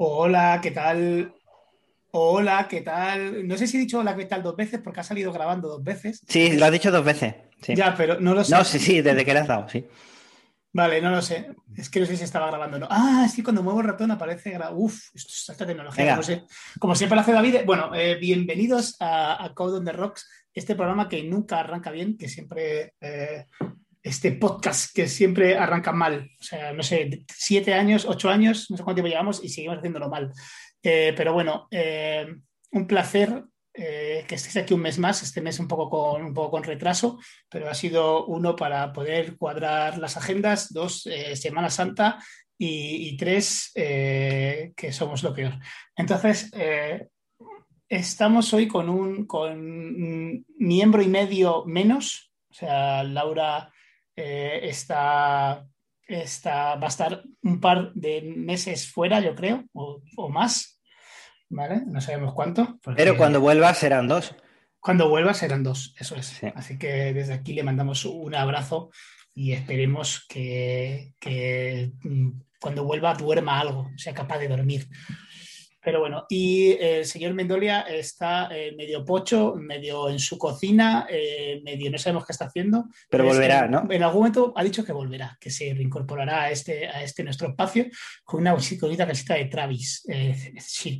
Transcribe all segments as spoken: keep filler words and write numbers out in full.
Hola, ¿qué tal? Hola, ¿qué tal? No sé si he dicho hola, ¿qué tal dos veces porque ha salido grabando dos veces. Sí, lo has Entonces, dicho dos veces. Sí. ya, pero no lo No, sé. sí, sí, desde que le has dado, sí. Vale, no lo sé. Es que no sé si estaba grabando o no. Ah, es que cuando muevo el ratón aparece. gra- Uf, esto es alta tecnología, como, Venga, se- como siempre lo hace David. Bueno, eh, bienvenidos a, a Code on the Rocks, este programa que nunca arranca bien, que siempre. eh, este podcast que siempre arranca mal. O sea, no sé, siete años, ocho años, no sé cuánto tiempo llevamos y seguimos haciéndolo mal. Eh, pero bueno, eh, un placer eh, que estéis aquí un mes más, este mes un poco, con, un poco con retraso, pero ha sido uno para poder cuadrar las agendas, dos, eh, Semana Santa y, y tres, eh, que somos lo peor. Entonces, eh, estamos hoy con un con un miembro y medio menos, o sea, Laura eh, está, está, va a estar un par de meses fuera, yo creo, o, o más, ¿vale? No sabemos cuánto, pero porque cuando vuelvas serán dos. cuando vuelva serán dos, eso es. Sí. Así que desde aquí le mandamos un abrazo y esperemos que, que mm, cuando vuelva duerma algo, sea capaz de dormir. Pero bueno, y eh, el señor Mendolia está eh, medio pocho, medio en su cocina, eh, medio no sabemos qué está haciendo. Pero Entonces, volverá, en, ¿no? en algún momento ha dicho que volverá, que se reincorporará a este, a este nuestro espacio con una bonita casita de Travis, eh,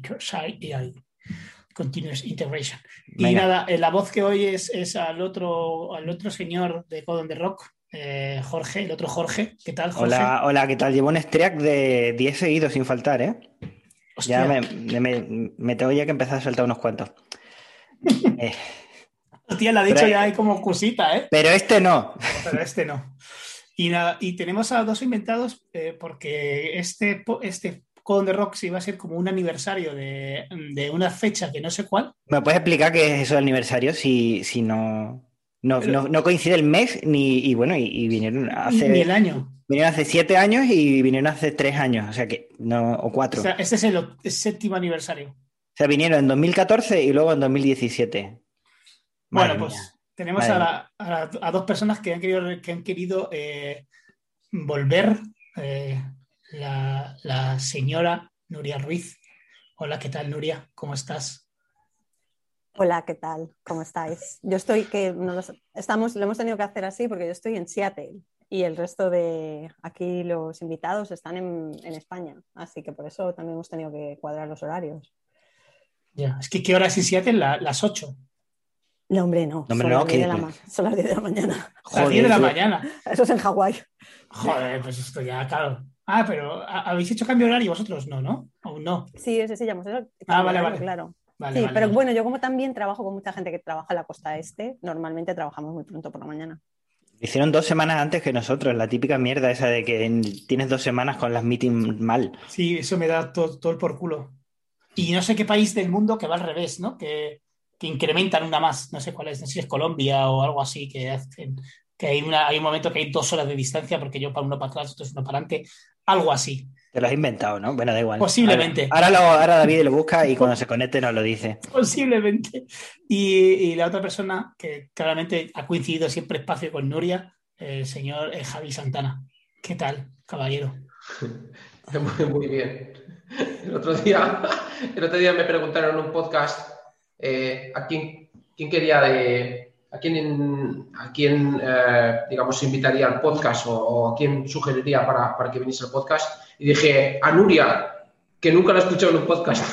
Continuous Integration. Y Venga. nada, eh, la voz que hoy es, es al, otro, al otro señor de Codon de Rock, eh, Jorge, el otro Jorge. ¿Qué tal, Jorge? Hola, hola, ¿qué tal? Llevo un streak de diez seguidos sin faltar, ¿eh? Ya Hostia, me, me, me tengo ya que empezar a saltar unos cuantos. Eh, hostia, le ha pero, dicho ya hay como cosita, ¿eh? pero este no. Pero este no. Y nada, y tenemos a dos inventados eh, porque este, po- este Codon de Rock se iba a ser como un aniversario de, de una fecha que no sé cuál, ¿Me puedes explicar qué es eso del aniversario si, si no, no, no, pero no coincide el mes ni, y bueno, y, y vinieron ni hace, el año. vinieron hace siete años y vinieron hace tres años, o sea que no, o O cuatro. sea, este es el, o- el séptimo aniversario. O sea, vinieron en dos mil catorce y luego en dos mil diecisiete. Bueno, Madre mía, pues tenemos madre a, mía. la- a la- a dos personas que han querido, que han querido eh, volver. eh, la, la señora Nuria Ruiz. Hola, ¿qué tal, Nuria? ¿Cómo estás? Hola, ¿qué tal? ¿Cómo estáis? Yo estoy, que no los- estamos, lo hemos tenido que hacer así porque yo estoy en Seattle y el resto de aquí los invitados están en, en España, así que por eso también hemos tenido que cuadrar los horarios. Ya, es que ¿qué hora es en Seattle? La- las ocho. No, hombre, no, No, hombre, son no, las diez que... de la, ma- son las diez de la mañana. Las diez de Joder, la tío. mañana. Eso es en Hawái. Joder, pues esto ya, claro. Ah, pero ¿ha- ¿habéis hecho cambio de horario vosotros? No, ¿no? Aún no. Sí, sí, sí, ya hemos hecho Ah, cambio de vale, horario, vale. claro. Vale, Sí, vale, pero vale. bueno, yo como también trabajo con mucha gente que trabaja en la costa este, normalmente trabajamos muy pronto por la mañana. Hicieron dos semanas antes que nosotros, la típica mierda esa de que en- tienes dos semanas con las meetings mal. Sí, eso me da todo, todo el por culo. Y no sé qué país del mundo que va al revés, ¿no? Que, que incrementan una más. No sé cuál es, no sé si es Colombia o algo así, que hacen, que hay, una, hay un momento que hay dos horas de distancia porque yo para uno para atrás, otro es uno para adelante. Algo así. Te lo has inventado, ¿no? Bueno, da igual. Ahora, Posiblemente. ahora, lo- ahora David lo busca y cuando se conecte nos lo dice. Posiblemente. Y, y la otra persona que claramente ha coincidido siempre espacio con Nuria, el señor eh, Javi Santana. ¿Qué tal, caballero? Muy, muy bien. El otro día, el otro día me preguntaron en un podcast eh, a quién, quién quería de, a quién, a quién eh, digamos, invitaría al podcast o, o a quién sugeriría para, para que viniese al podcast. Y dije, a Nuria, que nunca la he escuchado en un podcast.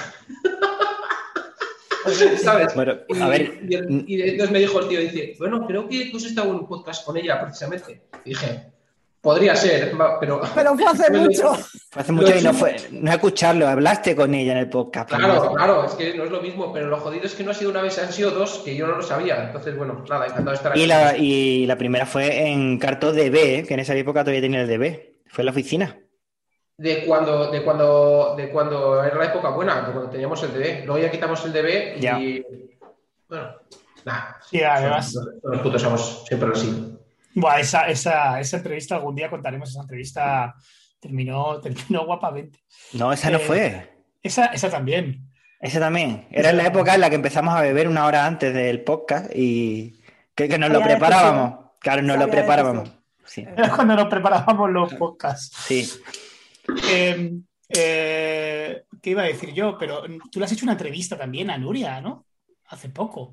¿Sabes? Bueno, a Y, ver, y, mm, y entonces me dijo el tío, dice, bueno, creo que tú has estado en un podcast con ella precisamente. Y dije, podría ser, pero Pero fue hace mucho. fue hace lo mucho y no chulo. fue, no escucharlo, hablaste con ella en el podcast, pero no. Claro, claro, es que no es lo mismo, pero lo jodido es que no ha sido una vez, han sido dos, que yo no lo sabía. Entonces, bueno, nada, encantado de estar Y aquí. la, y la primera fue en Carto D B, que en esa época todavía tenía el D B. Fue en la oficina. De cuando, de cuando, de cuando era la época buena, de cuando teníamos el D B. Luego ya quitamos el D B Ya. y, bueno, nada, Sí, son, además, son los putos amos, siempre lo así. buah, esa, esa, esa entrevista, algún día contaremos esa entrevista, terminó, terminó guapamente. No, esa no Eh, fue. esa, esa también. Esa también. Era Esa en la época en también. la que empezamos a beber una hora antes del podcast y que, que nos lo Había preparábamos. decisión. Claro, nos lo Sabía preparábamos. decisión. Sí, Era Eso. cuando nos preparábamos los podcasts. sí. Eh, eh, eh, ¿qué iba a decir yo? Pero tú le has hecho una entrevista también a Nuria, ¿no? Hace poco.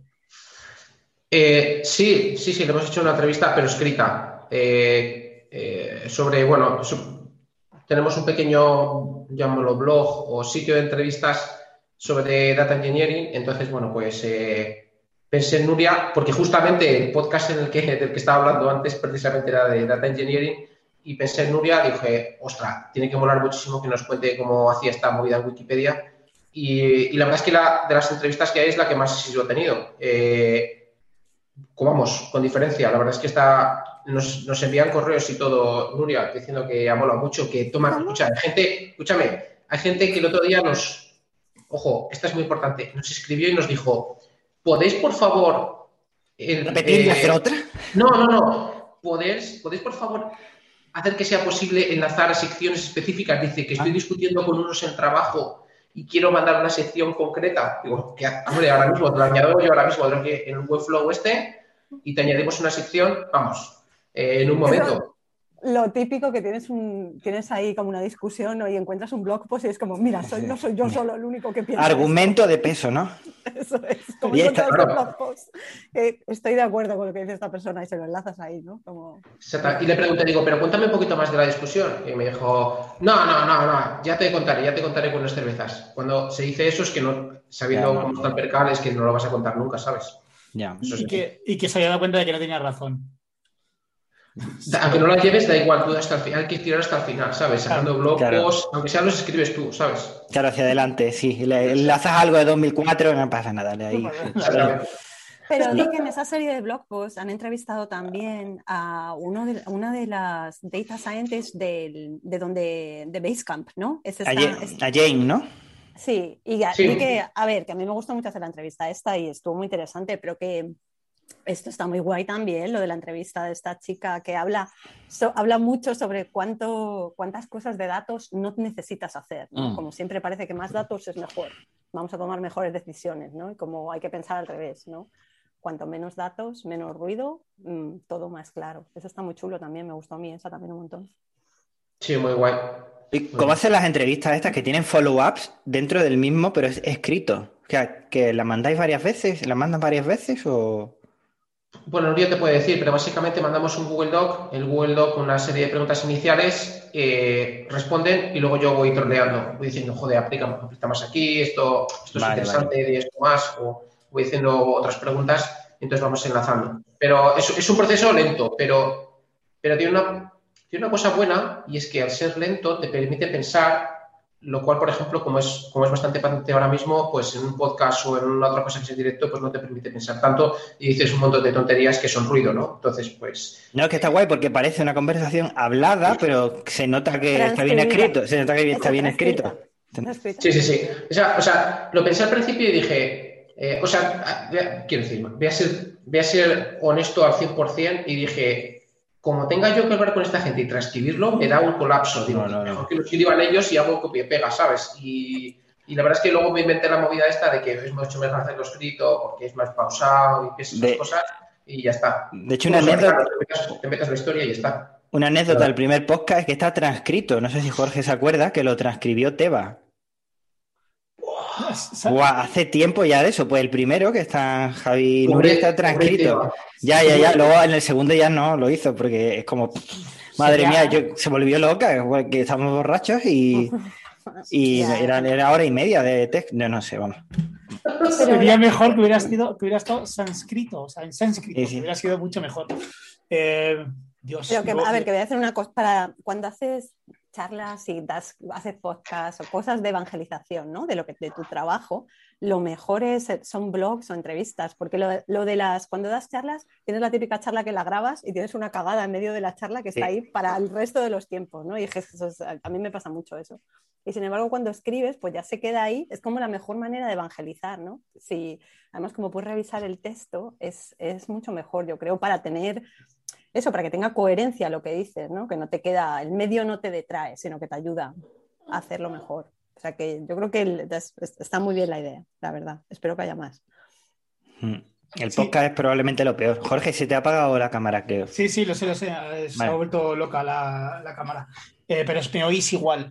Eh, sí, sí, sí, le hemos hecho una entrevista, pero escrita, eh, eh, sobre, bueno, su- tenemos un pequeño, llamémoslo blog o sitio de entrevistas sobre Data Engineering, entonces, bueno, pues eh, pensé en Nuria, porque justamente el podcast en el que, del que estaba hablando antes precisamente era de Data Engineering, y pensé en Nuria, dije, ostras, tiene que molar muchísimo que nos cuente cómo hacía esta movida en Wikipedia, y, y la verdad es que la, de las entrevistas que hay es la que más éxito ha tenido. Eh, Vamos, con diferencia. La verdad es que está, nos, nos envían correos y todo, Nuria, diciendo que ha molado mucho, que toma, ¿Cómo? escucha, hay gente, escúchame, hay gente que el otro día nos, ojo, esta es muy importante, nos escribió y nos dijo, ¿podéis por favor el, ¿Repetir y hacer eh, otra? no, no, no, ¿podéis, podéis por favor hacer que sea posible enlazar a secciones específicas? Dice que estoy Ah. discutiendo con unos en trabajo y quiero mandar una sección concreta. Digo, que, hombre, ahora mismo te lo añado yo ahora mismo creo que en el Webflow este y te añadimos una sección, vamos, eh, en un momento. Eso, lo típico que tienes un tienes ahí como una discusión, ¿no? Y encuentras un blog post y es como, mira, soy, no soy yo solo el único que piensa Argumento de peso, ¿no? esto. Eso es, como Y encontrar esta- este blog post. Eh, estoy de acuerdo con lo que dice esta persona y se lo enlazas ahí, ¿no? Como... Y le pregunté, digo, pero cuéntame un poquito más de la discusión. Y me dijo, no, no, no, no, ya te contaré, ya te contaré con unas cervezas. Cuando se dice eso es que no, sabiendo Ya, no. cómo está el percal, es que no lo vas a contar nunca, ¿sabes? Ya. Eso es Y así. que, y que se había dado cuenta de que no tenía razón. Da- Aunque no la lleves, da igual, tú hasta el final, hay que tirar hasta el final, ¿sabes? Sacando Claro, blog claro. posts, aunque sea los escribes tú, ¿sabes? Claro, hacia adelante, sí. Le enlazas algo de dos mil cuatro, no pasa nada. De ahí. No pasa Sí. nada. Exactamente. Pero di que en esa serie de blog posts han entrevistado también a uno de, una de las data scientists del- de, donde, de Basecamp, ¿no? Es esta- A, Ja- es- a Jane, ¿no? sí, y ya, Sí. di que, a ver, que a mí me gustó mucho hacer la entrevista esta y estuvo muy interesante, pero que esto está muy guay también, lo de la entrevista de esta chica que habla, so- habla mucho sobre cuánto, cuántas cosas de datos no necesitas hacer, ¿no? Mm. Como siempre parece que más datos es mejor, vamos a tomar mejores decisiones, ¿no? Y como hay que pensar al revés, ¿no? Cuanto menos datos, menos ruido, mmm, todo más claro. Eso está muy chulo también, me gustó a mí esa también un montón. Sí, muy guay. ¿Y cómo hacen las entrevistas estas que tienen follow-ups dentro del mismo, pero es escrito? O sea, ¿que la mandáis varias veces? ¿La mandan varias veces o...? Bueno, Nuria te puede decir, pero básicamente mandamos un Google Doc, el Google Doc con una serie de preguntas iniciales, eh, responden y luego yo voy troleando, voy diciendo, joder, aplica, aplica más aquí, esto, esto es Vale, interesante, vale. di esto más, o voy diciendo otras preguntas, y entonces vamos enlazando. Pero es, es un proceso lento, pero, pero tiene, una, tiene una cosa buena, y es que al ser lento te permite pensar, lo cual, por ejemplo, como es, como es bastante patente ahora mismo, pues en un podcast o en una otra cosa que es en directo, pues no te permite pensar tanto y dices un montón de tonterías que son ruido, ¿no? Entonces, pues... No, es que está guay porque parece una conversación hablada, pero se nota que está bien Transcribida. escrito. Se nota que está Eso, bien transcrita. escrito. Transcrita. Sí, sí, sí. O sea, o sea, lo pensé al principio y dije, eh, o sea, voy a- quiero decir, voy a, ser, voy a ser honesto al cien por ciento y dije, como tenga yo que hablar con esta gente y transcribirlo, me da un colapso. Digo, No, no, no. mejor que lo escriban ellos y hago copia y pega, ¿sabes? Y, y la verdad es que luego me inventé la movida esta de que es mucho mejor hacerlo escrito porque es más pausado y que esas De- cosas y ya está. De hecho, una Bueno, o sea, anécdota, claro, te metas, te metas la historia y ya está. una anécdota Claro. del primer podcast es que está transcrito. No sé si Jorge se acuerda que lo transcribió Teba. Sa- Buah, hace tiempo ya de eso. Pues el primero, que está Javi Pobre- Nuria, está pobre transcrito. Teba. Ya, ya, ya. Luego en el segundo ya no lo hizo porque es como... Madre Sería- mía, yo, se volvió loca, que estamos borrachos y, y Ya. era, era hora y media de texto. No, no sé, vamos. Sería la- mejor que hubiera sido, que hubiera estado sánscrito, o sea, en sánscrito, Sí, sí. que hubiera sido mucho mejor. Eh, Dios. Pero que, luego- a ver, que voy a hacer una cosa para cuando haces charlas y das, haces podcasts o cosas de evangelización, ¿no? De lo que de tu trabajo, lo mejor es, son blogs o entrevistas, porque lo, lo de las, cuando das charlas, tienes la típica charla que la grabas y tienes una cagada en medio de la charla que está Sí. ahí para el resto de los tiempos, ¿no? Y es que eso es- a mí me pasa mucho eso. Y sin embargo, cuando escribes, pues ya se queda ahí, es como la mejor manera de evangelizar, ¿no? Si, además, como puedes revisar el texto, es, es mucho mejor, yo creo, para tener eso, para que tenga coherencia lo que dices, ¿no? Que no te queda, el medio no te detrae, sino que te ayuda a hacerlo mejor. O sea que yo creo que el- es- es- está muy bien la idea, la verdad. Espero que haya más. Mm. El Sí. podcast es probablemente lo peor. Jorge, se te ha apagado la cámara, creo. Sí, sí, lo sé, lo sé. eh, Se Vale. ha vuelto loca la, la cámara. Eh, pero es, me oís igual.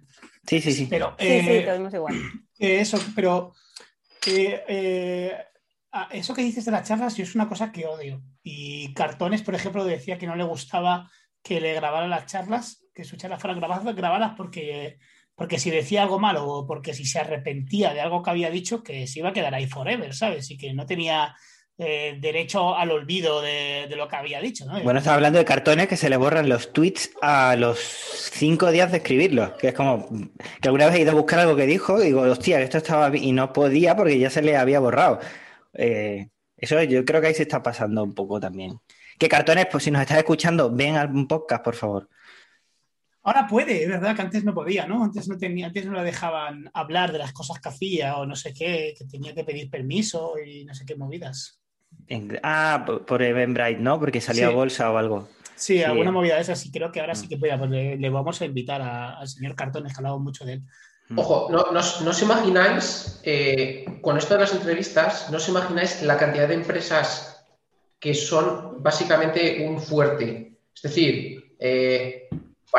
Sí, sí, sí. Pero, Sí, eh, sí, te oímos igual. eh, eso, pero eh, eh, a- eso que dices de las charlas, yo es una cosa que odio. Y Cartones, por ejemplo, decía que no le gustaba que le grabaran las charlas, que sus charlas fueran grabadas, grabadas porque, porque si decía algo malo o porque si se arrepentía de algo que había dicho, que se iba a quedar ahí forever, ¿sabes? Y que no tenía eh, derecho al olvido de, de lo que había dicho, ¿no? Bueno, estaba hablando de Cartones que se le borran los tweets a los cinco días de escribirlos, que es como que alguna vez he ido a buscar algo que dijo y digo, hostia, esto estaba bien", y no podía porque ya se le había borrado. Eh, eso yo creo que ahí se está pasando un poco también. Que Cartones, pues si nos estás escuchando, ven algún podcast, por favor. Ahora puede, es verdad que antes no podía, ¿no? Antes no tenía, antes no le dejaban hablar de las cosas que hacía o no sé qué, que tenía que pedir permiso y no sé qué movidas. En- ah, por por Eventbrite, ¿no? Porque salía a Sí, bolsa o algo. sí, Sí. alguna movida de esas sí creo que ahora sí Mm. que puede. Pues le, le vamos a invitar a- al señor Cartones, que hablamos mucho de él. Ojo, no, no, os- no os imagináis, eh, con esto de las entrevistas, no os imagináis la cantidad de empresas que son básicamente un fuerte. Es decir, eh,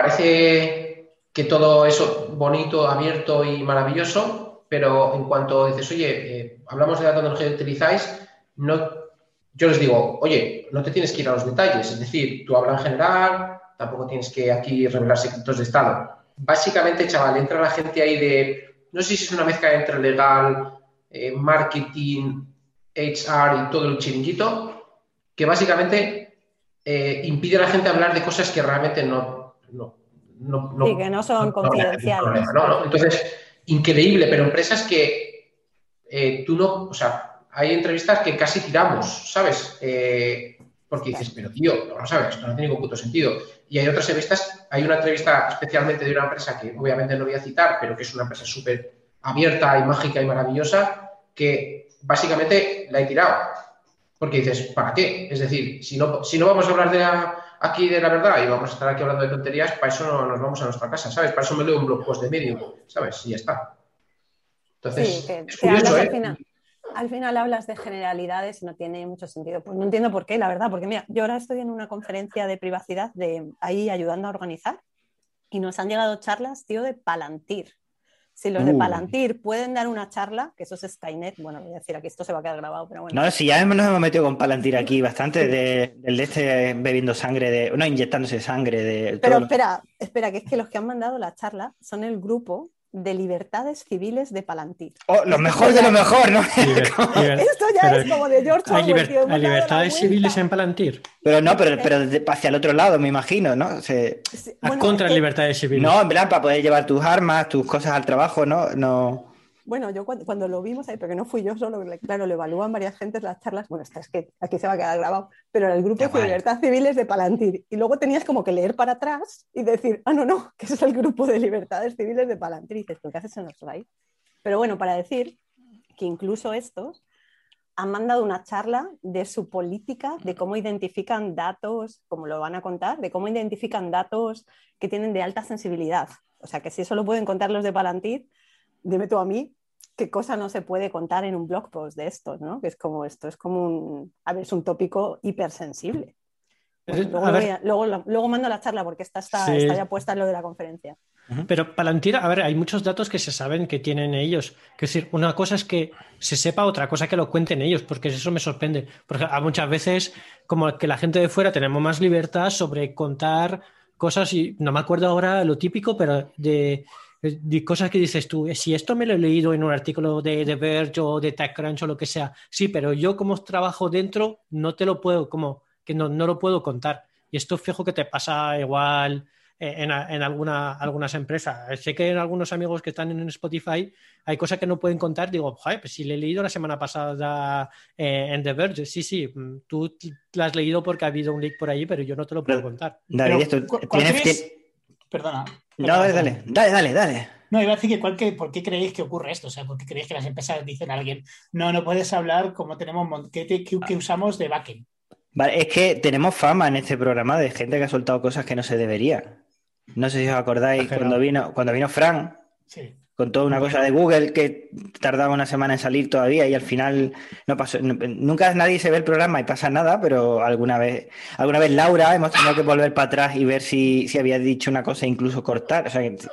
parece que todo eso bonito, abierto y maravilloso, pero en cuanto dices, oye, eh, hablamos de la tecnología que utilizáis, no, yo les digo, oye, no te tienes que ir a los detalles, es decir, tú hablas en general, tampoco tienes que aquí revelar secretos de Estado. Básicamente, chaval, entra la gente ahí de, no sé si es una mezcla entre legal, eh, marketing, H R y todo el chiringuito, que básicamente eh, impide a la gente hablar de cosas que realmente no, no, no, no, Sí, que no son no, no habría ningún confidenciales. problema, ¿no? ¿no? Entonces, increíble, pero empresas que eh, tú no, o sea, hay entrevistas que casi tiramos, ¿sabes? Eh, porque dices, pero tío, no lo sabes, esto no tiene ningún puto sentido. Y hay otras entrevistas, hay una entrevista especialmente de una empresa que obviamente no voy a citar, pero que es una empresa súper abierta y mágica y maravillosa, que básicamente la he tirado. Porque dices, ¿para qué? Es decir, si no, si no vamos a hablar de la, aquí de la verdad y vamos a estar aquí hablando de tonterías, para eso no nos vamos a nuestra casa, ¿sabes? Para eso me leo un blog post de Medium, ¿sabes? Y ya está. Entonces, Sí, que, es que curioso, hablas ¿eh? al final. Al final hablas de generalidades y no tiene mucho sentido. Pues no entiendo por qué, la verdad, porque mira, yo ahora estoy en una conferencia de privacidad de ahí ayudando a organizar y nos han llegado charlas, tío, de Palantir. Si los de Uh. Palantir pueden dar una charla, que eso es Skynet, bueno, voy a decir aquí, esto se va a quedar grabado, pero bueno. No, si ya nos hemos metido con Palantir aquí bastante, de, del de este bebiendo sangre, de, no, inyectándose sangre, de Pero todo lo- espera, espera, que es que los que han mandado la charla son el grupo de libertades civiles de Palantir. Oh, lo Es que mejor esto de ya lo es- mejor, ¿no? Liber- liber- Esto ya pero es como de George hay, Orwell, liber- tío, hemos hay dado la libertades vuelta. civiles en Palantir. Pero no, pero, pero de- hacia el otro lado, me imagino, ¿no? Se- Sí, A bueno, contra es que- libertades civiles. no, en plan, para poder llevar tus armas, tus cosas al trabajo, ¿no? No. Bueno, yo cuando, cuando lo vimos ahí, porque no fui yo solo, claro, lo evalúan varias gentes las charlas, bueno, esta es que aquí se va a quedar grabado, pero era el grupo Da de igual. libertad civiles de Palantir. Y luego tenías como que leer para atrás y decir, ah, no, no, que ese es el grupo de libertades civiles de Palantir. Y dices, ¿pero qué haces en nuestro país? Pero bueno, para decir que incluso estos han mandado una charla de su política, de cómo identifican datos, como lo van a contar, de cómo identifican datos que tienen de alta sensibilidad. O sea, que si eso lo pueden contar los de Palantir, dime tú a mí qué cosa no se puede contar en un blog post de estos, ¿no? Que es como esto, es como un, a ver, es un tópico hipersensible. Bueno, Eh, luego, a lo ver. voy a- luego, luego mando la charla porque esta está, Sí. está ya puesta en lo de la conferencia. Pero Palantir, a ver, hay muchos datos que se saben que tienen ellos. Es decir, una cosa es que se sepa, otra cosa que lo cuenten ellos, porque eso me sorprende. Porque a muchas veces, como que la gente de fuera tenemos más libertad sobre contar cosas, y no me acuerdo ahora lo típico, pero de, de cosas que dices tú, si esto me lo he leído en un artículo de The Verge o de TechCrunch o lo que sea, sí, pero yo como trabajo dentro no te lo puedo, como que no, no lo puedo contar. Y esto fijo que te pasa igual en, en alguna, algunas empresas. Sé que en algunos amigos que están en Spotify hay cosas que no pueden contar. Digo, joder, pues si le he leído la semana pasada eh, en The Verge. Sí, sí, tú la has leído porque ha habido un leak por ahí, pero yo no te lo puedo Pero, contar. David, Pero, esto ¿cu- cuál tienes crees? que- Perdona. No, perdona, dale, dale, dale, dale, dale. No, iba a decir que cuál que- ¿por qué creéis que ocurre esto? O sea, ¿por qué creéis que las empresas dicen a alguien, no, no puedes hablar como tenemos, mon- que, te- que- que usamos de backend? Vale, es que tenemos fama en este programa de gente que ha soltado cosas que no se debería. No sé si os acordáis Exagerado. cuando vino, cuando vino Fran, Sí. con toda una cosa de Google que tardaba una semana en salir todavía y al final no pasó. no- nunca nadie se ve el programa y pasa nada, pero alguna vez, alguna vez Laura hemos tenido que volver para atrás y ver si, si había dicho una cosa e incluso cortar. O sea, que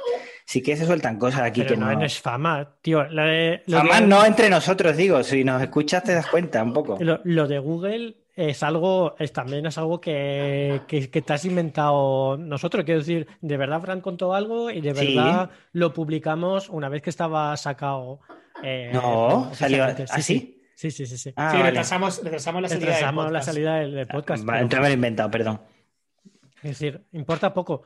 sí que se sueltan cosas aquí Pero que no, no. no es fama, tío. La de- lo Además, de- no entre nosotros, digo, si nos escuchas te das cuenta un poco. Lo, lo de Google es algo, es también es algo que, que, que te has inventado nosotros. Quiero decir, de verdad Fran contó algo y de verdad Sí, lo publicamos una vez que estaba sacado eh, no, salió oficialmente. Sí, sí, así. sí, sí, sí, sí. Ah, Sí, vale. retrasamos, retrasamos la salida del Retrasamos la podcast. salida del, del podcast, Va, pero entonces me lo he inventado, perdón. es decir, importa poco.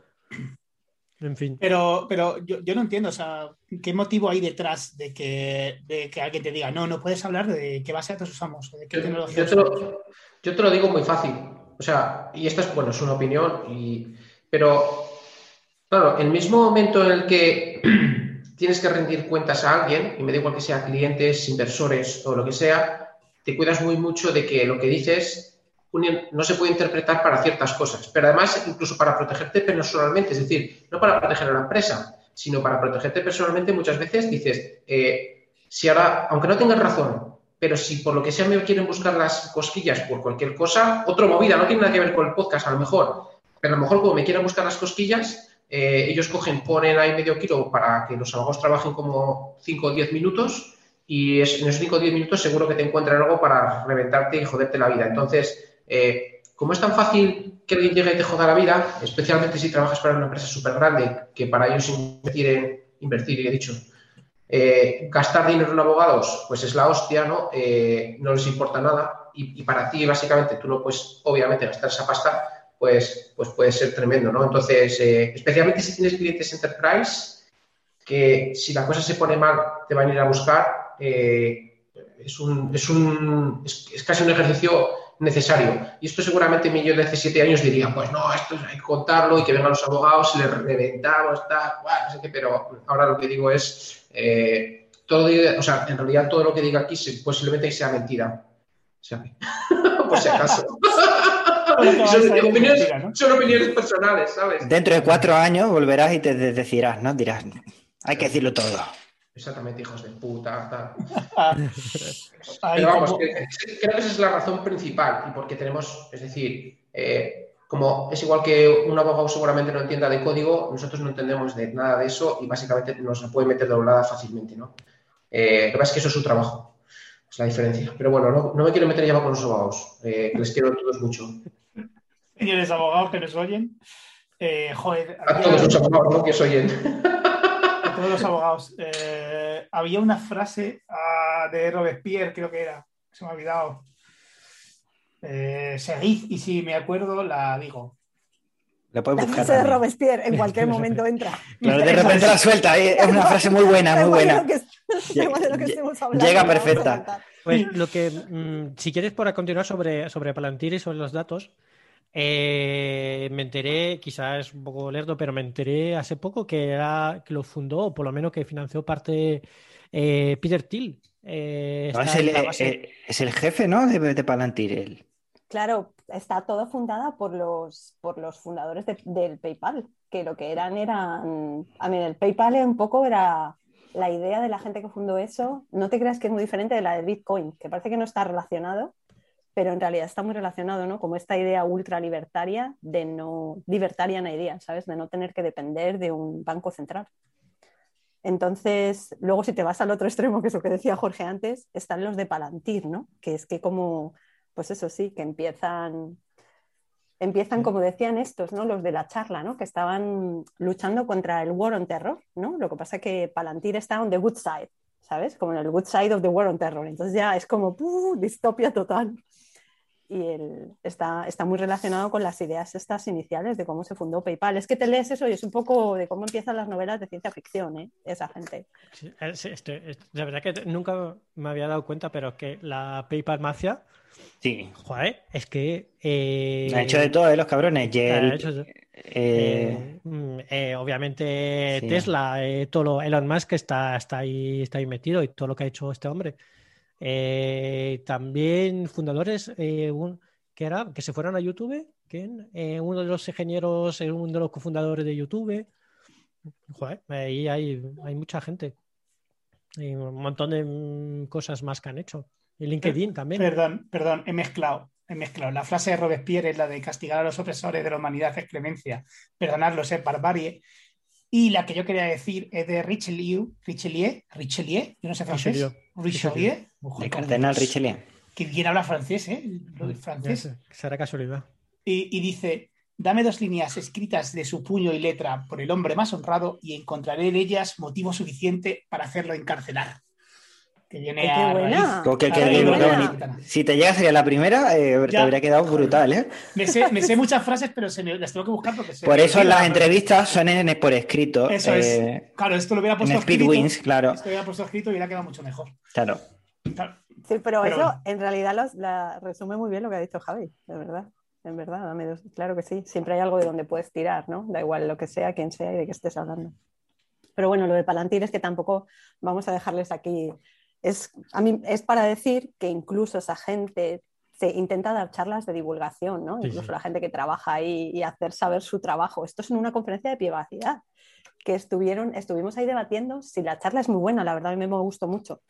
En fin. Pero, pero yo, yo no entiendo, o sea, ¿qué motivo hay detrás de que, de que alguien te diga, no, no puedes hablar de qué base de datos usamos, o de qué Yo, tecnología yo te usamos? lo, yo te lo digo muy fácil. O sea, y esta es, bueno, es una opinión, y, pero claro, el mismo momento en el que tienes que rendir cuentas a alguien, y me da igual que sea clientes, inversores o lo que sea, te cuidas muy mucho de que lo que dices no se puede interpretar para ciertas cosas, pero además incluso para protegerte personalmente, es decir, no para proteger a la empresa, sino para protegerte personalmente. Muchas veces dices, eh, si ahora, aunque no tengas razón, pero si por lo que sea me quieren buscar las cosquillas por cualquier cosa, otra movida, no tiene nada que ver con el podcast a lo mejor, pero a lo mejor como me quieran buscar las cosquillas, eh, ellos cogen, ponen ahí medio kilo para que los abogados trabajen como cinco o diez minutos, y es, en esos cinco o diez minutos seguro que te encuentran algo para reventarte y joderte la vida. Entonces, eh, como es tan fácil que alguien llegue y te joda la vida, especialmente si trabajas para una empresa súper grande, que para ellos invertir, en, invertir, y he dicho, eh, gastar dinero en abogados, pues es la hostia, ¿no? Eh, no les importa nada, y, y para ti, básicamente, tú no puedes, obviamente, gastar esa pasta, pues, pues puede ser tremendo, ¿no? Entonces, eh, especialmente si tienes clientes enterprise, que si la cosa se pone mal, te van a ir a buscar, eh, es, un, es, un, es, es casi un ejercicio necesario. Y esto seguramente mi yo de hace siete años diría, pues no, esto hay que contarlo y que vengan los abogados y les reventamos, tal, bueno, no sé qué, pero ahora lo que digo es, eh, todo, o sea, en realidad todo lo que diga aquí posiblemente sea mentira. O sea, por si acaso. son, opiniones, mentira, ¿no? Son opiniones personales, ¿sabes? Dentro de cuatro años volverás y te decirás, ¿no? Dirás, hay que decirlo todo. Exactamente, hijos de puta, tal. Ay, Pero vamos, como... que, creo que esa es la razón principal, y porque tenemos, es decir, eh, como es igual que un abogado seguramente no entienda de código, nosotros no entendemos de nada de eso y básicamente nos la puede meter doblada fácilmente, ¿no? Eh, lo que pasa es que eso es su trabajo, es la diferencia. Pero bueno, no, no me quiero meter ya con los abogados, eh, que les quiero a todos mucho. Señores abogados que nos oyen, eh, joder. A todos los abogados, ¿no? Que os oyen. A todos los abogados. Eh, había una frase uh, de Robespierre, creo que era, se me ha olvidado. Eh, seguid, y si me acuerdo, la digo. La puedes buscar. La frase de Robespierre en cualquier momento entra. Claro, de repente la suelta, es una frase muy buena, muy buena. Llega perfecta. Pues lo que, mmm, si quieres, para continuar sobre, sobre Palantir y sobre los datos, eh, me enteré, quizás es un poco lerdo, pero me enteré hace poco que, era, que lo fundó, o por lo menos que financió parte eh, Peter Thiel. Eh, no, es, el, eh, es el jefe, ¿no? De, de Palantir. El... Claro, está todo fundada por los, por los fundadores de, del PayPal, que lo que eran eran... A mí, el PayPal un poco era la idea de la gente que fundó eso. No te creas que es muy diferente de la de Bitcoin, que parece que no está relacionado, pero en realidad está muy relacionado, ¿no? Como esta idea ultra libertaria de no... Libertarian idea, ¿sabes? De no tener que depender de un banco central. Entonces, luego si te vas al otro extremo, que es lo que decía Jorge antes, están los de Palantir, ¿no? Que es que como... Pues eso sí, que empiezan, empiezan, como decían estos, ¿no? Los de la charla, ¿no? Que estaban luchando contra el War on Terror, ¿no? Lo que pasa es que Palantir está on the good side, ¿sabes? Como en el good side of the War on Terror. Entonces ya es como ¡puf! Distopia total. Y el, está, está muy relacionado con las ideas estas iniciales de cómo se fundó PayPal. Es que te lees eso y es un poco de cómo empiezan las novelas de ciencia ficción, ¿eh? Esa gente. Sí, sí, este, de verdad que nunca me había dado cuenta, pero que la PayPal mafia... Sí. Joder, es que... Eh, han hecho de todo, ¿eh? Los cabrones. Yelp, hecho, eh, eh, eh, obviamente sí. Tesla, eh, todo lo, Elon Musk está, está, ahí, está ahí metido y todo lo que ha hecho este hombre. Eh, también fundadores eh, un, que, era, que se fueron a YouTube, que eh, uno de los ingenieros, uno de los cofundadores de YouTube. Joder, ahí hay, hay mucha gente. Y un montón de cosas más que han hecho. Y LinkedIn también. Perdón, perdón, he mezclado, he mezclado. La frase de Robespierre es la de castigar a los opresores de la humanidad es clemencia, perdonarlos es barbarie. Y la que yo quería decir es de Richelieu, Richelieu, Richelieu, yo no sé francés. Richelieu. Richelieu. El cardenal Richelieu. Que bien habla francés, ¿eh? Lo del Ya francés. sé, será casualidad. Y, y dice, dame dos líneas escritas de su puño y letra por el hombre más honrado y encontraré en ellas motivo suficiente para hacerlo encarcelar. Que viene ¡Ay, qué a buena! raíz- Como que- a que- raíz que- de buena. la que- gitana. Si te llega sería la primera, eh, te Ya. habría quedado brutal, ¿eh? Me sé, me sé muchas frases, pero se me, las tengo que buscar porque se Por me eso olvida las la- entrevistas son en, por escrito. Eso eh, es. Claro, esto lo hubiera en puesto Speed escrito. Wins, claro. Esto lo hubiera puesto escrito y hubiera quedado mucho mejor. Claro. Claro. Sí, pero, Pero- eso en realidad los- la, resume muy bien lo que ha dicho Javi, de verdad. En verdad, dame dos- claro que sí. Siempre hay algo de donde puedes tirar, ¿no? Da igual lo que sea, quién sea y de qué estés hablando. Pero bueno, lo de Palantir es que tampoco vamos a dejarles aquí. Es, a mí, es para decir que incluso esa gente se intenta dar charlas de divulgación, ¿no? Sí, Incluso sí. la gente que trabaja ahí y hacer saber su trabajo. Esto es en una conferencia de privacidad que estuvieron, estuvimos ahí debatiendo si la charla es muy buena, la verdad a mí me gustó mucho.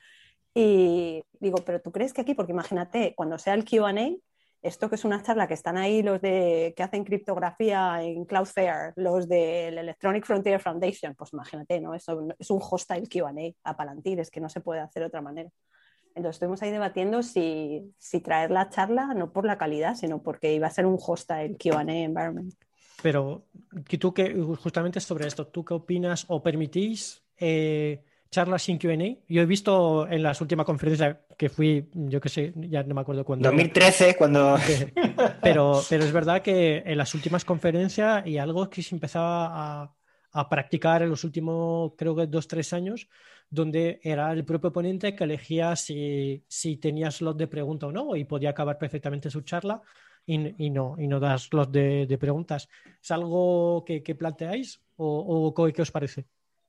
Y digo, pero ¿tú crees que aquí? Porque imagínate, cuando sea el Q and A, esto que es una charla que están ahí los de que hacen criptografía en Cloudflare, los del Electronic Frontier Foundation, pues imagínate, ¿no? Eso es un hostile Q and A a Palantir, es que no se puede hacer de otra manera. Entonces estuvimos ahí debatiendo si, si traer la charla, no por la calidad, sino porque iba a ser un hostile Q and A environment. Pero que tú que justamente sobre esto, ¿tú qué opinas o permitís eh, charlas sin Q and A? Yo he visto en las últimas conferencias que fui, yo qué sé, ya no me acuerdo cuándo. dos mil trece, cuando... era. Pero, pero es verdad que en las últimas conferencias y algo que se empezaba a, a practicar en los últimos, creo que dos, tres años, donde era el propio ponente que elegía si, si tenía slot de pregunta o no y podía acabar perfectamente su charla y, y no, y no dar slot de, de preguntas. ¿Es algo que, que planteáis o, o qué os parece?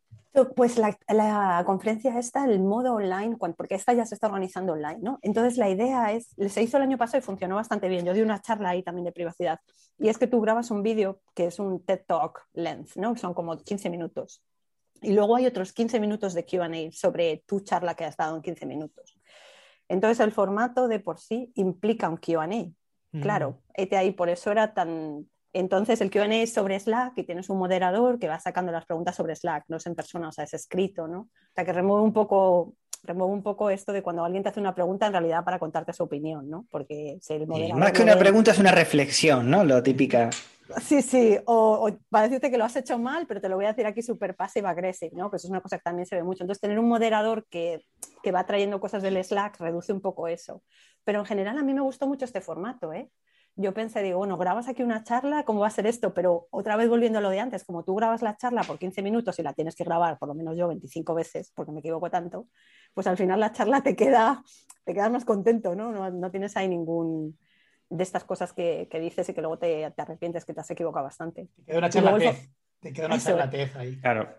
Pues la, la conferencia esta, el modo online, porque esta ya se está organizando online, ¿no? Entonces la idea es, se hizo el año pasado y funcionó bastante bien. Yo di una charla ahí también de privacidad. Y es que tú grabas un vídeo que es un TED Talk length, ¿no? Son como quince minutos. Y luego hay otros quince minutos de Q and A sobre tu charla que has dado en quince minutos. Entonces el formato de por sí implica un Q and A. Mm. Claro, este ahí por eso era tan... Entonces el Q and A es sobre Slack y tienes un moderador que va sacando las preguntas sobre Slack, no es en persona, o sea, es escrito, ¿no? O sea, que remueve un poco, remueve un poco esto de cuando alguien te hace una pregunta en realidad para contarte su opinión, ¿no? Porque si el moderador... Más que una pregunta es una reflexión, ¿no? Lo típica... Sí, sí, o, o para decirte que lo has hecho mal, pero te lo voy a decir aquí súper passive aggressive, ¿no? Pues es una cosa que también se ve mucho. Entonces, tener un moderador que, que va trayendo cosas del Slack reduce un poco eso. Pero en general a mí me gustó mucho este formato, ¿eh? Yo pensé, digo, bueno, grabas aquí una charla, ¿cómo va a ser esto? Pero otra vez volviendo a lo de antes, como tú grabas la charla por quince minutos y la tienes que grabar, por lo menos yo, veinticinco veces, porque me equivoco tanto, pues al final la charla te queda, te quedas más contento, ¿no? No, no tienes ahí ningún... de estas cosas que, que dices y que luego te, te arrepientes que te has equivocado bastante. Te queda una charlatez, te queda una charlatez ahí. Claro.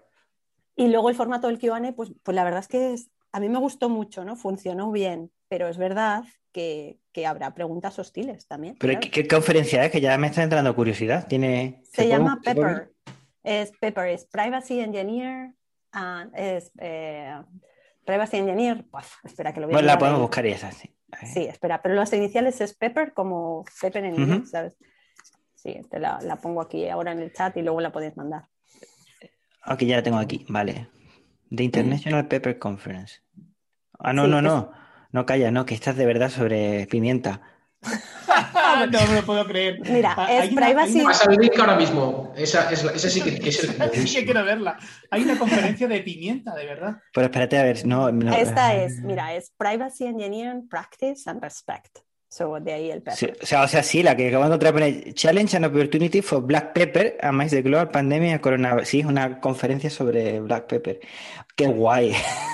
Y luego el formato del Q and A, pues, pues la verdad es que es, a mí me gustó mucho, ¿no? Funcionó bien, pero es verdad que, que habrá preguntas hostiles también. ¿Pero claro. ¿qué, qué conferencia es? Que ya me está entrando curiosidad. Tiene... Se, se llama puede... Pepper. Es Pepper, es Privacy Engineer, and es eh, Privacy Engineer, pues, espera que lo voy a Bueno, la podemos ahí. buscar y esa, sí. Sí, espera, pero las iniciales es Pepper como Pepper en inglés, uh-huh. ¿sabes? Sí, te la, la pongo aquí ahora en el chat y luego la podéis mandar. Ok, ya la tengo aquí, vale. The International Pepper Conference. Ah, no, sí, no, es... no. No, calla, no, que esta es de verdad sobre pimienta. No me lo puedo creer. Mira, ah, es Privacy... Pasa el link ahora mismo. Esa, es la, esa sí que, que es el... sí que quiero verla. Hay una conferencia de pimienta, de verdad. Pero espérate, a ver, no... no Esta es, mira, es Privacy Engineering Practice and Respect. So, de ahí el pepper. Sí, o, sea, o sea, sí, la que acabo de encontrar pone Challenge and Opportunity for Black Pepper amidst the Global Pandemic and Coronavirus. Sí, es una conferencia sobre Black Pepper. ¡Qué guay!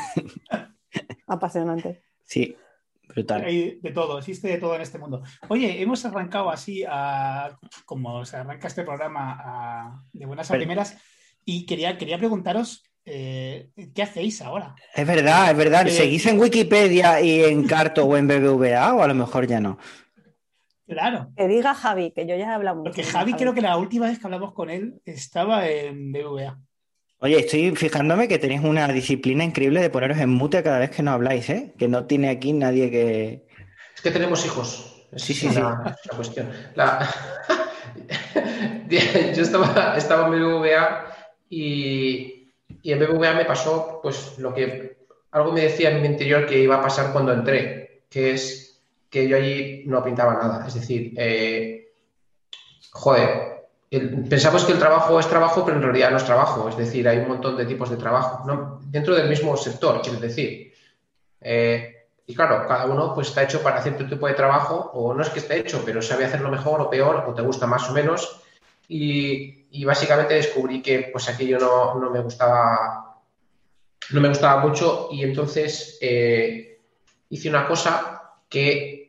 Apasionante. Sí, brutal. Hay de todo, existe de todo en este mundo. Oye, hemos arrancado así, a, como se arranca este programa a, de buenas a Pero, primeras, y quería, quería preguntaros eh, ¿qué hacéis ahora? Es verdad, es verdad. Eh, ¿Seguís en Wikipedia y en Carto o en B B V A o a lo mejor ya no? Claro. Que diga Javi, que yo ya he hablado mucho. Porque Javi, Javi creo que la última vez que hablamos con él estaba en B B V A. Oye, estoy fijándome que tenéis una disciplina increíble de poneros en mute cada vez que no habláis, ¿eh? Que no tiene aquí nadie que... Es que tenemos hijos. Sí, sí, es sí. La, la cuestión. La... Yo estaba, estaba en B B V A y, y en B B V A me pasó pues lo que algo me decía en mi interior que iba a pasar cuando entré, que es que yo allí no pintaba nada. Es decir, eh, joder, el, pensamos que el trabajo es trabajo, pero en realidad no es trabajo. Es decir, hay un montón de tipos de trabajo, ¿no? Dentro del mismo sector, quiero decir. Eh, y claro, cada uno pues está hecho para cierto tipo de trabajo, o no es que esté hecho, pero sabe hacerlo mejor o peor, o te gusta más o menos. Y, y básicamente descubrí que pues aquello no, no me gustaba, no me gustaba mucho, y entonces eh, hice una cosa que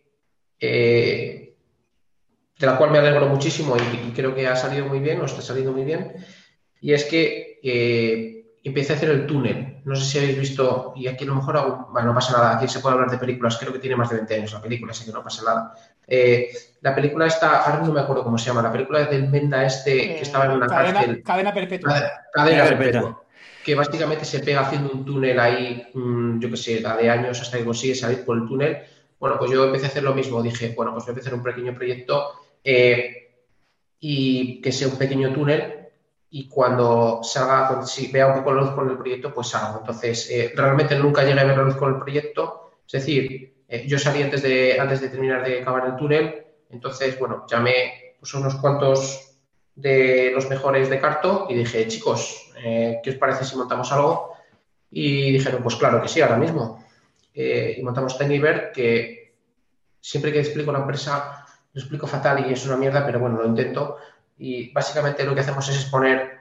eh, de la cual me alegro muchísimo y, y creo que ha salido muy bien, o está saliendo muy bien, y es que eh, empecé a hacer el túnel. No sé si habéis visto, y aquí a lo mejor hago, bueno, no pasa nada, aquí se puede hablar de películas, creo que tiene más de veinte años la película, así que no pasa nada. Eh, la película está, ahora no me acuerdo cómo se llama, la película del Menda este que estaba en una Eh, cadena, cárcel. cadena perpetua. Cadena, Cadena perpetua. perpetua. Que básicamente se pega haciendo un túnel ahí, mmm, yo qué sé, da de años hasta que consigue salir por el túnel. Bueno, pues yo empecé a hacer lo mismo. Dije, bueno, pues voy a empezar un pequeño proyecto eh, y que sea un pequeño túnel, y cuando salga, cuando si vea un poco la luz con el proyecto, pues salgo. Entonces, eh, realmente nunca llegué a ver la luz con el proyecto. Es decir, eh, yo salí antes de, antes de terminar de acabar el túnel. Entonces, bueno, llamé pues, unos cuantos de los mejores de Carto y dije, chicos, eh, ¿qué os parece si montamos algo? Y dijeron, pues claro que sí, ahora mismo. Eh, y montamos Tinyverse, que siempre que explico la empresa lo explico fatal y es una mierda, pero bueno, lo intento. Y básicamente lo que hacemos es exponer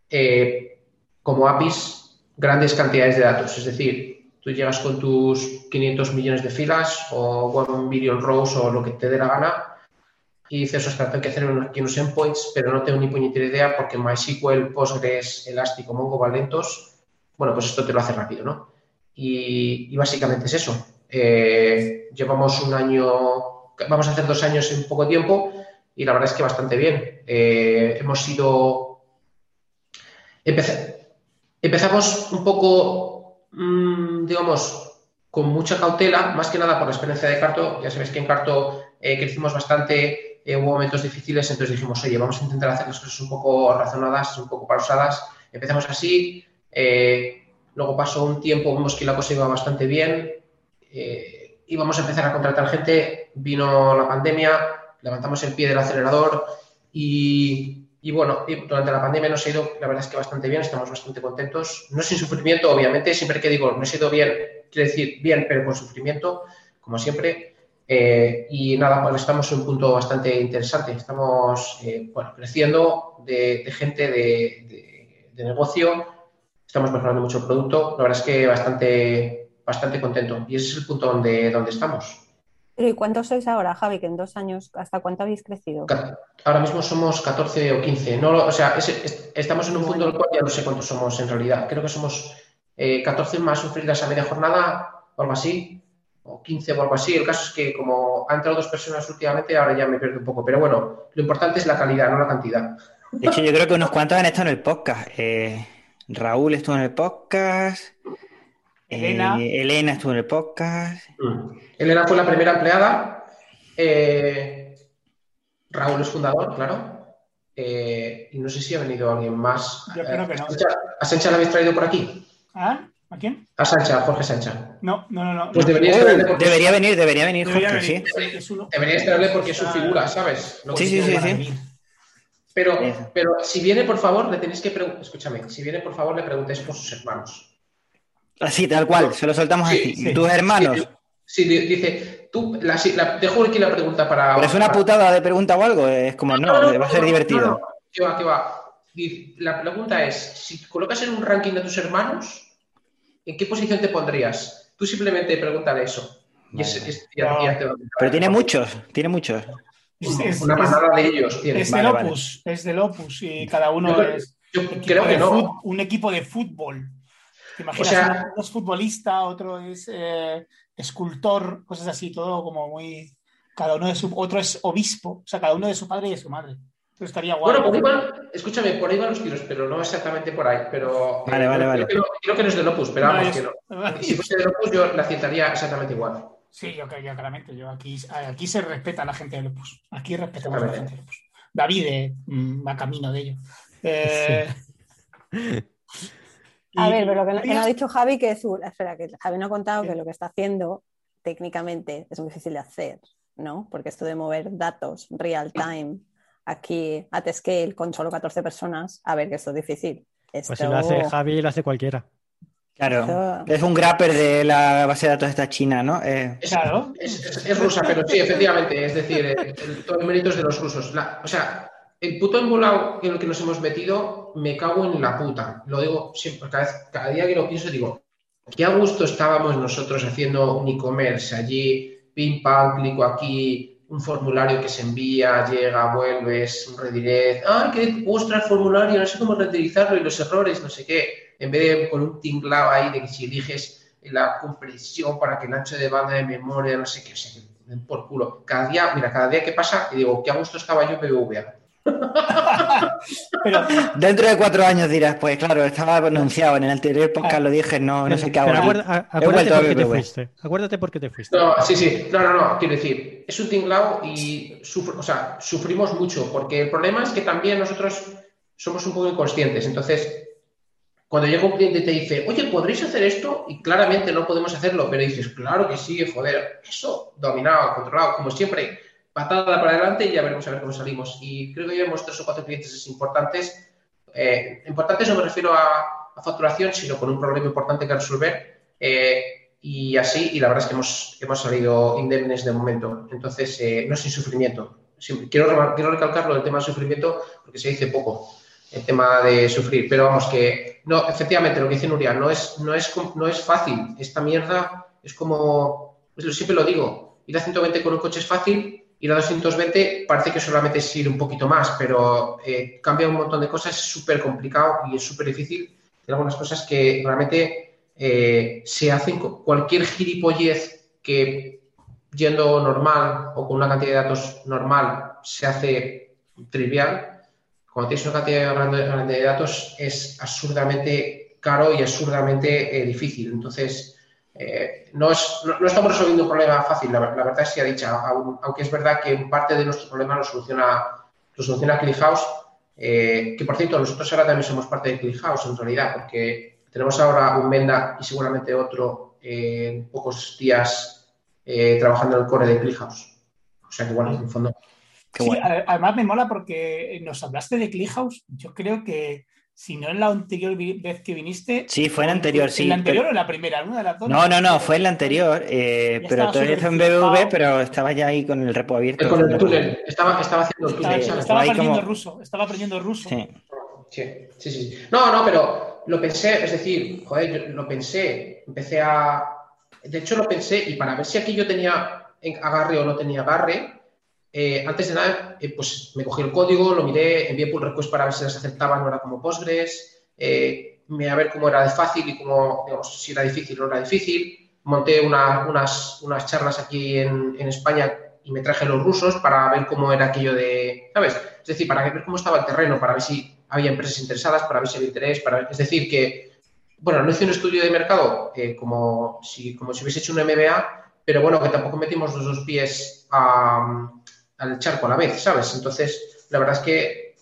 eh, como A P Is grandes cantidades de datos. Es decir, tú llegas con tus quinientos millones de filas o one billion rows o lo que te dé la gana y dices, ostras, tengo que hacer aquí unos endpoints, pero no tengo ni puñetera idea porque MySQL, Postgres, Elastic o Mongo van lentos. Bueno, pues esto te lo hace rápido, ¿no? Y, y básicamente es eso. Eh, llevamos un año, vamos a hacer dos años en poco tiempo y la verdad es que bastante bien. Eh, hemos ido... Empez... Empezamos un poco, mmm, digamos, con mucha cautela, más que nada por la experiencia de Carto. Ya sabéis que en Carto eh, crecimos bastante. Eh, hubo momentos difíciles, entonces dijimos, oye, vamos a intentar hacer las cosas un poco razonadas, un poco pausadas. Empezamos así, eh, luego pasó un tiempo, vimos que la cosa iba bastante bien, eh, íbamos a empezar a contratar gente, vino la pandemia, levantamos el pie del acelerador y, y bueno, y durante la pandemia nos ha ido, la verdad es que bastante bien, estamos bastante contentos, no sin sufrimiento, obviamente, siempre que digo, nos ha ido bien, quiere decir bien, pero con sufrimiento, como siempre. Eh, y nada, pues estamos en un punto bastante interesante. Estamos eh, bueno, creciendo de, de gente, de, de, de negocio. Estamos mejorando mucho el producto. La verdad es que bastante, bastante contento. Y ese es el punto donde, donde estamos. ¿Y cuántos sois ahora, Javi? Que en dos años, ¿hasta cuánto habéis crecido? Ahora mismo somos catorce o quince. No, o sea, es, es, estamos en un punto en el cual ya no sé cuántos somos en realidad. Creo que somos eh, catorce más un freelance a media jornada o algo así. O quince o algo así. El caso es que como han entrado dos personas últimamente, ahora ya me pierdo un poco. Pero bueno, lo importante es la calidad, no la cantidad. De hecho, yo creo que unos cuantos han estado en el podcast. Eh, Raúl estuvo en el podcast. Elena. Eh, Elena estuvo en el podcast. Mm. Elena fue la primera empleada. Eh, Raúl es fundador, claro. Eh, y no sé si ha venido alguien más. Yo creo que no. ¿A Sancha, ¿a Sancha la habéis traído por aquí? ¿Ah? ¿A quién? A Sancha, a Jorge Sancha. No, no, no. no Pues no. deberíais Oh, traerle porque debería es, venir, debería venir Debería Jorge, venir. sí. Es, es uno, deberíais traerle porque es su está- figura, ¿sabes? Lo Sí, que sí, tiene sí, para sí. venir. Pero, Eso. pero si viene, por favor, le tenéis que preguntar. Escúchame, si viene, por favor, le preguntéis por sus hermanos. Así, tal cual, se lo soltamos Sí, así. sí. Tus hermanos. Sí, sí, dice, tú, la, sí, la- dejo aquí la pregunta para. ¿Pero es una para- putada de pregunta o algo? Es como, no, va a ser no, divertido. no, ¿qué va, qué va? Dice, la pregunta es, si colocas en un ranking de tus hermanos, ¿en qué posición te pondrías? Tú simplemente pregúntale eso. Y es, Vale, es- ya- ya te va a contar. Pero tiene muchos, tiene muchos. Es, es- Una es- manada de ellos tiene. es Vale, del vale. Opus, es del Opus y cada uno Yo creo- es yo equipo creo que de no. fut- un equipo de fútbol. ¿Te imaginas? O sea- uno, uno es futbolista, otro es eh, escultor, cosas así, todo como muy... Cada uno de su... Otro es obispo, o sea, cada uno de su padre y de su madre. Eso estaría guay. Bueno, por ahí van, escúchame, por ahí van los tiros, pero no exactamente por ahí. Pero, Vale, eh, vale, creo, vale. Que no, creo que no es del Opus, pero vamos, No, que es- no. Y si fuese del Opus, yo la citaría exactamente igual. Sí, yo creo, yo claramente. Yo aquí, aquí se respeta a la gente del Opus. Aquí respetamos a la Exactamente. gente del Opus. David eh, mm, va camino de ello. Eh, A Y- ver, pero lo que no, que no ha dicho Javi, que su, espera, que Javi no ha contado que lo que está haciendo técnicamente es muy difícil de hacer, ¿no? Porque esto de mover datos real time aquí at scale con solo catorce personas, a ver, que esto es difícil. Esto, Pues si lo hace Javi, lo hace cualquiera. Claro, esto- es un grapper de la base de datos esta china, ¿no? Eh, Es, Claro. es, es- es rusa, pero sí, efectivamente. Es decir, el, el- todo el mérito es de los rusos. La- o sea, el puto embolado en el que nos hemos metido, me cago en la puta. Lo digo siempre, cada, vez- cada día que lo pienso, digo, qué a gusto estábamos nosotros haciendo un e-commerce allí, pim pam, clico aquí, un formulario que se envía, llega, vuelves, un redirect. ¡Ay, qué ostra el formulario! No sé cómo reutilizarlo y los errores, no sé qué. En vez de con un tinglado ahí de que si eliges la compresión para que el ancho de banda de memoria, no sé qué, o sea, que den por culo. Cada día, mira, cada día que pasa, y digo, qué a gusto estaba yo en B B V A. Pero, Dentro de cuatro años dirás, pues claro, estaba anunciado, en el anterior podcast lo dije, no, no sé qué hago Pero aquí. acuerda- a- He acuérdate vuelto a por qué te B B V. fuiste. Acuérdate por qué te fuiste. No, sí, sí, no, no, no, quiero decir, es un tinglao y sufro- o sea, sufrimos mucho, porque el problema es que también nosotros somos un poco inconscientes. Entonces, cuando llega un cliente y te dice, oye, ¿podréis hacer esto? Y claramente no podemos hacerlo, pero dices, claro que sí, joder, eso, dominado, controlado, como siempre, patada para adelante y ya veremos a ver cómo salimos. Y creo que llevamos tres o cuatro clientes importantes. Eh, importantes no me refiero a, a facturación, sino con un problema importante que resolver. Eh, y así, y la verdad es que hemos, hemos salido indemnes de momento. Entonces, eh, no es sin sufrimiento. Siempre, quiero, quiero recalcarlo del tema del sufrimiento porque se dice poco el tema de sufrir, pero vamos que no, efectivamente lo que dice Nuria, no es, no es, no es fácil, esta mierda es como, pues siempre lo digo, ir a ciento veinte con un coche es fácil, ir a doscientos veinte parece que solamente es ir un poquito más, pero eh, cambia un montón de cosas, es súper complicado y es súper difícil, hay algunas cosas que realmente eh, se hacen con cualquier gilipollez que yendo normal o con una cantidad de datos normal se hace trivial. Cuando tienes una cantidad grande, grande de datos es absurdamente caro y absurdamente eh, difícil. Entonces, eh, no, es, no, no estamos resolviendo un problema fácil, la, la verdad es que ha dicho, aunque es verdad que parte de nuestro problema lo soluciona, lo soluciona ClickHouse, eh, que por cierto, nosotros ahora también somos parte de ClickHouse en realidad, porque tenemos ahora un Menda y seguramente otro eh, en pocos días eh, trabajando en el core de ClickHouse. O sea que, bueno, en el fondo... Qué sí, bueno. a- además me mola porque nos hablaste de ClickHouse. Yo creo que, si no en la anterior vi- vez que viniste. Sí, fue en o anterior, ¿En sí, la anterior pero- o en la primera? ¿Una de las dos? No, no, no, recuerdo. fue en la anterior, eh, Ya pero estaba todavía súper está en B B V, flipado. pero estaba ya ahí con el repo abierto. Con el haciendo túnel, cosas. estaba, estaba haciendo el Estaba, túnel, Sí, ¿sabes? estaba estaba ahí aprendiendo como... ruso. Estaba aprendiendo ruso. Sí. Sí, sí, sí, sí. No, no, pero lo pensé, es decir, joder, yo lo pensé, empecé a... De hecho, lo pensé y para ver si aquí yo tenía agarre o no tenía agarre, eh, antes de nada, eh, pues me cogí el código, lo miré, envié pull request para ver si las aceptaban, no era como Postgres, eh, me a ver cómo era de fácil y cómo, digamos, si era difícil o no era difícil. Monté una, unas, unas charlas aquí en, en España y me traje los rusos para ver cómo era aquello de, ¿sabes? Es decir, para ver cómo estaba el terreno, para ver si había empresas interesadas, para ver si había interés, para ver, es decir, que, bueno, no hice un estudio de mercado eh, como, si, como si hubiese hecho un M B A, pero bueno, que tampoco metimos los dos pies a, al charco a la vez, ¿sabes? Entonces, la verdad es que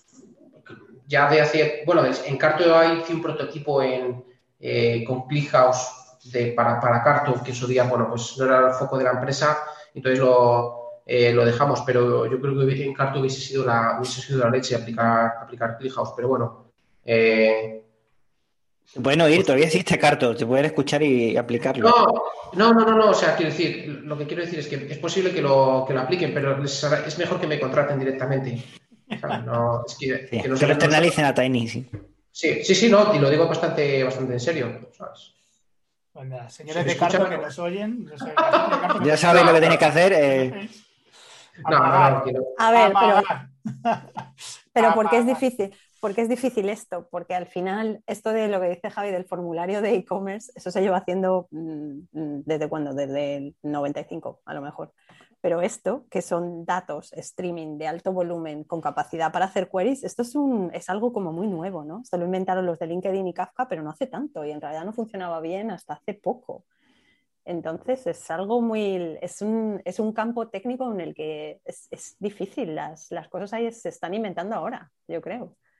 ya de hace, bueno, en Carto hice un prototipo en, eh, con ClickHouse de, para, para Carto, que en su día, bueno, pues no era el foco de la empresa, entonces lo, eh, lo dejamos, pero yo creo que en Carto hubiese sido la, hubiese sido la leche aplicar, aplicar ClickHouse, pero bueno. Eh, Se pueden oír, pues, todavía existe Carto, se pueden escuchar y aplicarlo. no, no, no, no, no, o sea, quiero decir, lo que quiero decir es que es posible que lo, que lo apliquen, pero les, es mejor que me contraten directamente. ¿Sabes? No, es que, Sí, que no que lo saben, no saben. externalicen a Tiny, sí. Sí, sí, sí, no, y lo digo bastante, bastante en serio, ¿sabes? Pues nada, señores ¿Se me de Carto escucha? que nos oyen. No sé, la gente de Carto que Ya nos sabéis No, lo que no. tenéis que hacer. eh, No, no, no, quiero. A ver, pero, Apagar. pero ¿por qué es Apagar. difícil? ¿Por qué es difícil esto? Porque al final, esto de lo que dice Javi del formulario de e-commerce, eso se lleva haciendo mmm, ¿desde cuándo? Desde el noventa y cinco, a lo mejor. Pero esto, que son datos streaming de alto volumen con capacidad para hacer queries, esto es, un, es algo como muy nuevo, ¿no? Esto lo inventaron los de LinkedIn y Kafka, pero no hace tanto y en realidad no funcionaba bien hasta hace poco. Entonces es algo muy, es un, es un campo técnico en el que es, es difícil, las, las cosas ahí se están inventando ahora, yo creo.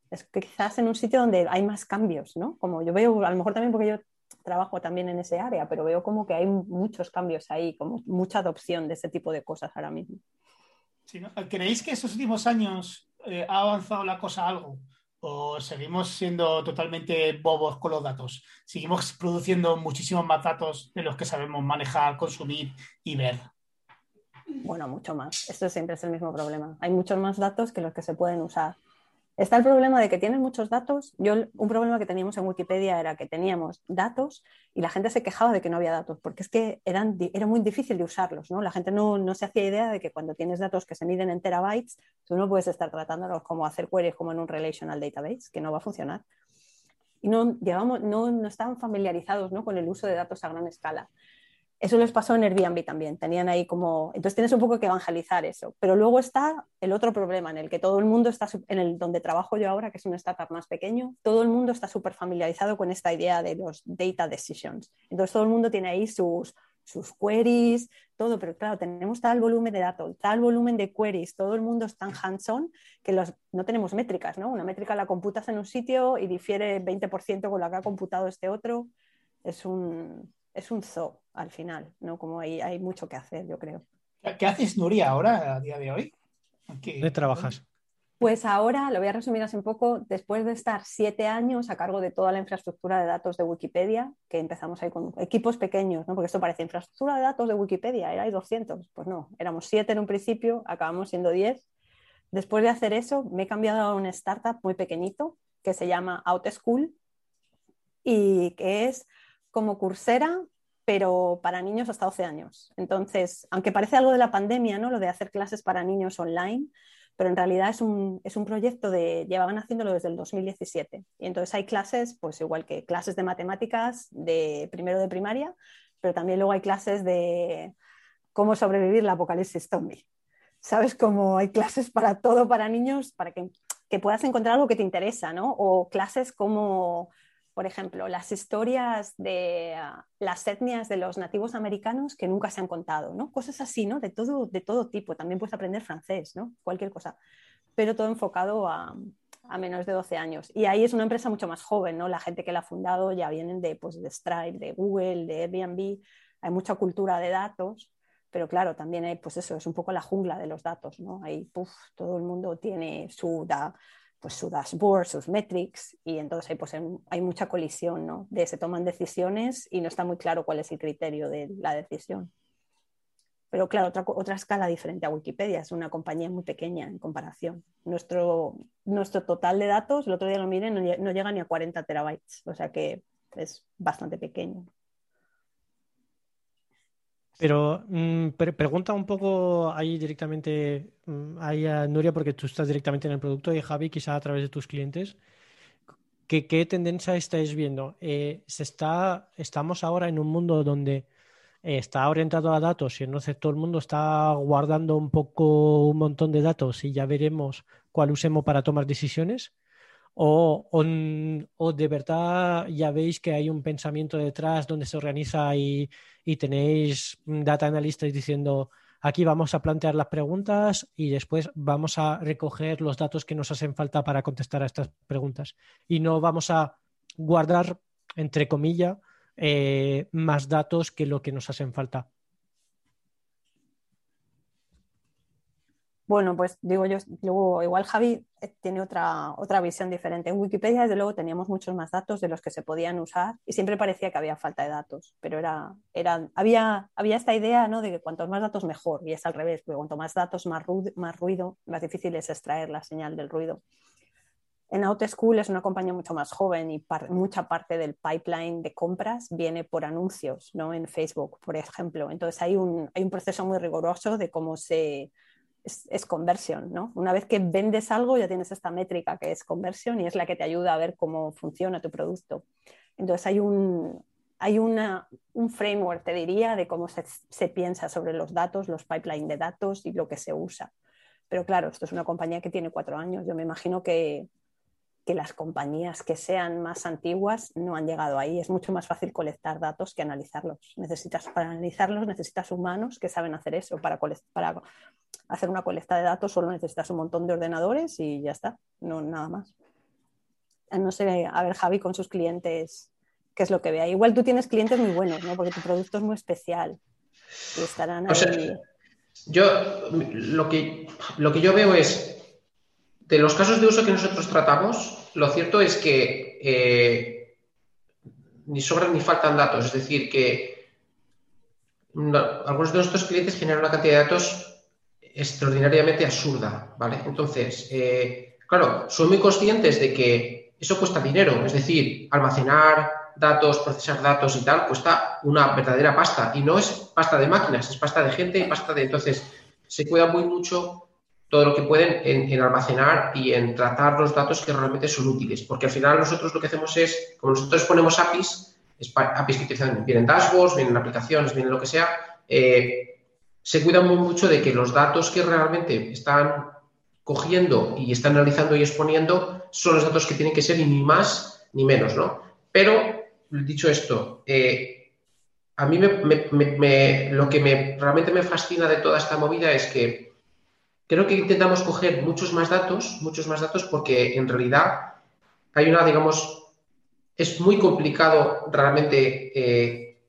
Es que quizás en un sitio donde hay más cambios, ¿no? Como yo veo, a lo mejor también porque yo trabajo también en ese área, pero veo como que hay muchos cambios ahí, como mucha adopción de ese tipo de cosas ahora mismo. Sí, ¿no? ¿Creéis que estos últimos años eh, ha avanzado la cosa algo? ¿O seguimos siendo totalmente bobos con los datos? ¿Seguimos produciendo muchísimos más datos de los que sabemos manejar, consumir y ver? Bueno, mucho más. Esto siempre es el mismo problema. Hay muchos más datos que los que se pueden usar. Está el problema de que tienes muchos datos. Yo, un problema que teníamos en Wikipedia era que teníamos datos y la gente se quejaba de que no había datos, porque es que eran, era muy difícil de usarlos, ¿no? La gente no, no se hacía idea de que cuando tienes datos que se miden en terabytes, tú no puedes estar tratándolos como hacer queries como en un relational database, que no va a funcionar. Y no, llevamos, no, no estaban familiarizados, ¿no?, con el uso de datos a gran escala. Eso les pasó en Airbnb también, tenían ahí como... Entonces tienes un poco que evangelizar eso. Pero luego está el otro problema en el que todo el mundo está, en el donde trabajo yo ahora, que es un startup más pequeño, todo el mundo está súper familiarizado con esta idea de los data decisions. Entonces todo el mundo tiene ahí sus, sus queries, todo, pero claro, tenemos tal volumen de datos, tal volumen de queries, todo el mundo es tan hands-on que los, no tenemos métricas, ¿no? Una métrica la computas en un sitio y difiere veinte por ciento con la que ha computado este otro. Es un... es un zoo al final, ¿no? Como hay, hay mucho que hacer, yo creo. ¿Qué haces, Nuria, ahora, a día de hoy? ¿Dónde trabajas? Pues ahora, lo voy a resumir así un poco, después de estar siete años a cargo de toda la infraestructura de datos de Wikipedia, que empezamos ahí con equipos pequeños, ¿no? Porque esto parece infraestructura de datos de Wikipedia, era hay doscientos. Pues no, éramos siete en un principio, acabamos siendo diez. Después de hacer eso, me he cambiado a un startup muy pequeñito que se llama OutSchool y que es como Coursera, pero para niños hasta doce años. Entonces, aunque parece algo de la pandemia, ¿no?, lo de hacer clases para niños online, pero en realidad es un, es un proyecto de, llevaban haciéndolo desde el dos mil diecisiete. Y entonces hay clases, pues igual que clases de matemáticas de primero de primaria, pero también luego hay clases de cómo sobrevivir la apocalipsis zombie. ¿Sabes? Como hay clases para todo para niños, para que, que puedas encontrar algo que te interesa, ¿no? O clases como, por ejemplo, las historias de uh, las etnias de los nativos americanos que nunca se han contado, ¿no? Cosas así, ¿no? De todo, de todo tipo. También puedes aprender francés, ¿no? Cualquier cosa. Pero todo enfocado a, a menores de doce años. Y ahí es una empresa mucho más joven, ¿no? La gente que la ha fundado ya vienen de, pues, de Stripe, de Google, de Airbnb. Hay mucha cultura de datos. Pero claro, también hay, pues eso, es un poco la jungla de los datos, ¿no? Ahí, puff, todo el mundo tiene su, da, pues su dashboard, sus metrics, y entonces hay, pues, hay mucha colisión, ¿no? De se toman decisiones y no está muy claro cuál es el criterio de la decisión. Pero claro, otra, otra escala diferente a Wikipedia, es una compañía muy pequeña en comparación. Nuestro, nuestro total de datos, el otro día lo miré, no, no llega ni a cuarenta terabytes, o sea que es bastante pequeño. Pero mm, pre pregunta un poco ahí directamente mm, ahí a Nuria, porque tú estás directamente en el producto, y Javi, quizá a través de tus clientes. ¿Qué, qué tendencia estáis viendo? Eh, se está, estamos ahora en un mundo donde eh, está orientado a datos y entonces todo el mundo está guardando un poco un montón de datos y ya veremos cuál usemos para tomar decisiones. O, o, o de verdad ya veis que hay un pensamiento detrás donde se organiza y, y tenéis data analistas diciendo aquí vamos a plantear las preguntas y después vamos a recoger los datos que nos hacen falta para contestar a estas preguntas y no vamos a guardar, entre comillas, eh, más datos que lo que nos hacen falta. Bueno, pues digo yo, luego igual Javi tiene otra, otra visión diferente. En Wikipedia, desde luego, teníamos muchos más datos de los que se podían usar y siempre parecía que había falta de datos, pero era, era, había, había esta idea, ¿no?, de que cuantos más datos mejor, y es al revés, porque cuanto más datos, más ruido, más ruido, más difícil es extraer la señal del ruido. En OutSchool es una compañía mucho más joven y par, mucha parte del pipeline de compras viene por anuncios, ¿no?, en Facebook, por ejemplo. Entonces hay un, hay un proceso muy riguroso de cómo se... Es, es conversión, ¿no? Una vez que vendes algo ya tienes esta métrica que es conversión y es la que te ayuda a ver cómo funciona tu producto. Entonces hay un, hay una, un framework, te diría, de cómo se, se piensa sobre los datos, los pipelines de datos y lo que se usa. Pero claro, esto es una compañía que tiene cuatro años. Yo me imagino que, que las compañías que sean más antiguas no han llegado ahí. Es mucho más fácil colectar datos que analizarlos. Necesitas, para analizarlos necesitas humanos que saben hacer eso. Para, para hacer una colecta de datos solo necesitas un montón de ordenadores y ya está, no nada más. no sé, a ver Javi con sus clientes, qué es lo que vea. Igual tú tienes clientes muy buenos, ¿no? Porque tu producto es muy especial y estarán ahí. O sea, yo lo que, lo que yo veo es, de los casos de uso que nosotros tratamos, lo cierto es que eh, ni sobran ni faltan datos. Es decir, que no, algunos de nuestros clientes generan una cantidad de datos extraordinariamente absurda, ¿vale? Entonces, eh, claro, son muy conscientes de que eso cuesta dinero. Es decir, almacenar datos, procesar datos y tal, cuesta una verdadera pasta. Y no es pasta de máquinas, es pasta de gente y pasta de... Entonces, se cuida muy mucho todo lo que pueden en, en almacenar y en tratar los datos que realmente son útiles. Porque al final nosotros lo que hacemos es, como nosotros ponemos A P Is, A P Is que utilizan, vienen dashboards, vienen aplicaciones, vienen lo que sea, eh, se cuida muy mucho de que los datos que realmente están cogiendo y están analizando y exponiendo son los datos que tienen que ser ni más ni menos, ¿no? Pero, dicho esto, eh, a mí me, me, me, lo que me, realmente me fascina de toda esta movida es que creo que intentamos coger muchos más datos, muchos más datos porque en realidad hay una, digamos, es muy complicado realmente eh,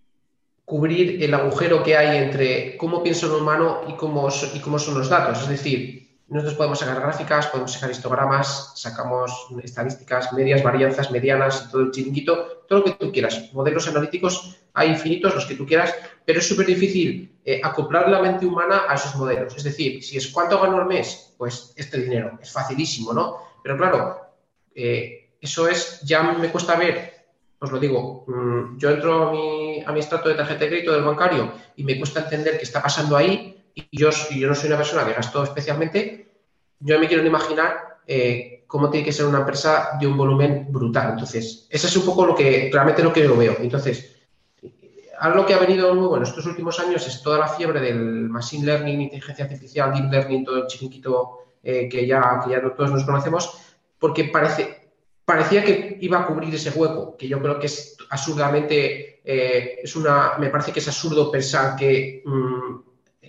cubrir el agujero que hay entre cómo piensa un humano y cómo, y cómo son los datos. Es decir, nosotros podemos sacar gráficas, podemos sacar histogramas, sacamos estadísticas, medias, varianzas, medianas, todo el chiringuito, todo lo que tú quieras. Modelos analíticos hay infinitos, los que tú quieras, pero es súper difícil eh, acoplar la mente humana a esos modelos. Es decir, si es cuánto gano al mes, pues este dinero. Es facilísimo, ¿no? Pero claro, eh, eso es, ya me cuesta ver. Os lo digo, yo entro a mi, a mi extracto de tarjeta de crédito del bancario y me cuesta entender qué está pasando ahí y yo, y yo no soy una persona que gasto especialmente, yo me quiero imaginar eh, cómo tiene que ser una empresa de un volumen brutal. Entonces, eso es un poco lo que realmente lo que yo veo. Entonces, algo que ha venido muy bueno estos últimos años es toda la fiebre del machine learning, inteligencia artificial, deep learning, todo el chiringuito eh, que, ya, que ya todos nos conocemos, porque parece... parecía que iba a cubrir ese hueco, que yo creo que es absurdamente, eh, es una, me parece que es absurdo pensar que um,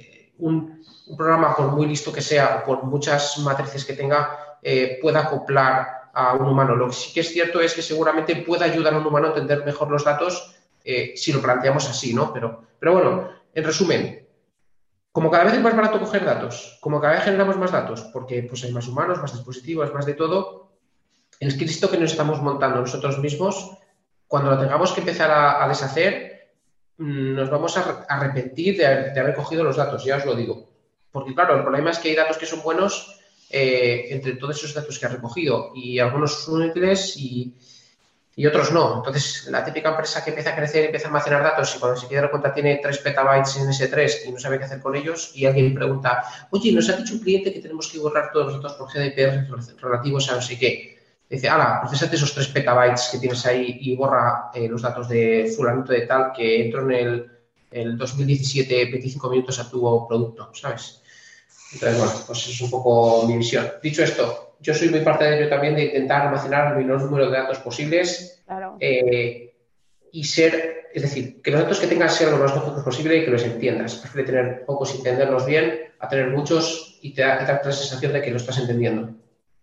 un, un programa, por muy listo que sea, o por muchas matrices que tenga, eh, pueda acoplar a un humano. Lo que sí que es cierto es que seguramente pueda ayudar a un humano a entender mejor los datos eh, si lo planteamos así, ¿no? Pero, pero bueno, en resumen, como cada vez es más barato coger datos, como cada vez generamos más datos, porque pues hay más humanos, más dispositivos, más de todo, el Cristo que nos estamos montando nosotros mismos, cuando lo tengamos que empezar a, a deshacer, nos vamos a arrepentir de, de haber cogido los datos, ya os lo digo. Porque claro, el problema es que hay datos que son buenos eh, entre todos esos datos que ha recogido y algunos son útiles y, y otros no. Entonces, la típica empresa que empieza a crecer, empieza a almacenar datos y cuando se quiere dar cuenta tiene tres petabytes en ese tres y no sabe qué hacer con ellos y alguien pregunta, oye, nos ha dicho un cliente que tenemos que borrar todos los datos por G D P R relativos a no sé qué. Dice, ala, procesate esos tres petabytes que tienes ahí y borra eh, los datos de fulanito de tal que entró en el, el dos mil diecisiete veinticinco minutos a tu producto, ¿sabes? Entonces, bueno, pues es un poco mi visión. Dicho esto, yo soy muy partidario también de intentar almacenar el menor número de datos posibles claro. eh, y ser, es decir, que los datos que tengas sean lo más lógicos posible y que los entiendas. Prefiero tener pocos y entenderlos bien a tener muchos y te da, te da la sensación de que lo estás entendiendo.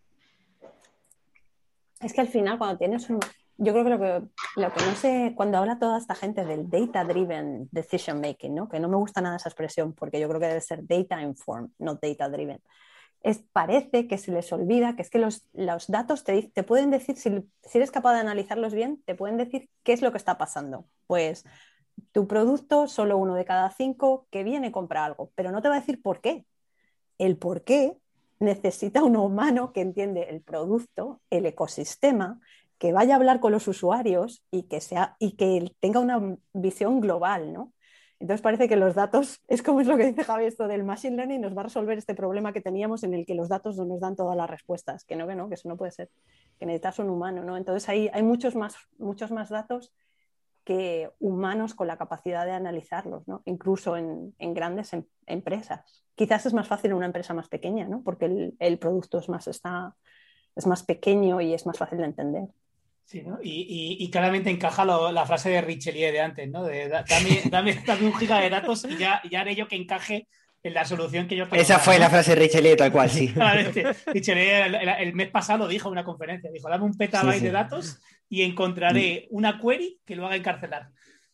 Es que al final cuando tienes un... Yo creo que lo que, lo que no sé, cuando habla toda esta gente del data-driven decision making, ¿no? Que no me gusta nada esa expresión porque yo creo que debe ser data-informed, no data-driven. Es, parece que se les olvida que es que los, los datos te, te pueden decir, si, si eres capaz de analizarlos bien, te pueden decir qué es lo que está pasando. Pues tu producto, solo uno de cada cinco que viene compra algo, pero no te va a decir por qué. El por qué necesita un humano que entiende el producto, el ecosistema, que vaya a hablar con los usuarios y que, sea, y que tenga una visión global, ¿no? Entonces parece que los datos, es como es lo que dice Javi, esto del machine learning nos va a resolver este problema que teníamos en el que los datos no nos dan todas las respuestas, que no, que no, que eso no puede ser, que necesitas un humano, ¿no? Entonces hay, hay muchos, más, muchos más datos que humanos con la capacidad de analizarlos, ¿no? Incluso en, en grandes em, empresas. Quizás es más fácil en una empresa más pequeña, ¿no? Porque el, el producto es más, está, es más pequeño y es más fácil de entender. Sí, ¿no? Y, y, y claramente encaja lo, la frase de Richelieu de antes, ¿no? De dame, dame, dame un giga de datos y ya, ya haré yo que encaje en la solución que yo... Esa fue ¿no? la frase de Richelieu, tal cual, sí. Richelieu el, el, el mes pasado dijo en una conferencia, dijo, dame un petabyte sí, sí. de datos y encontraré una query que lo haga encarcelar.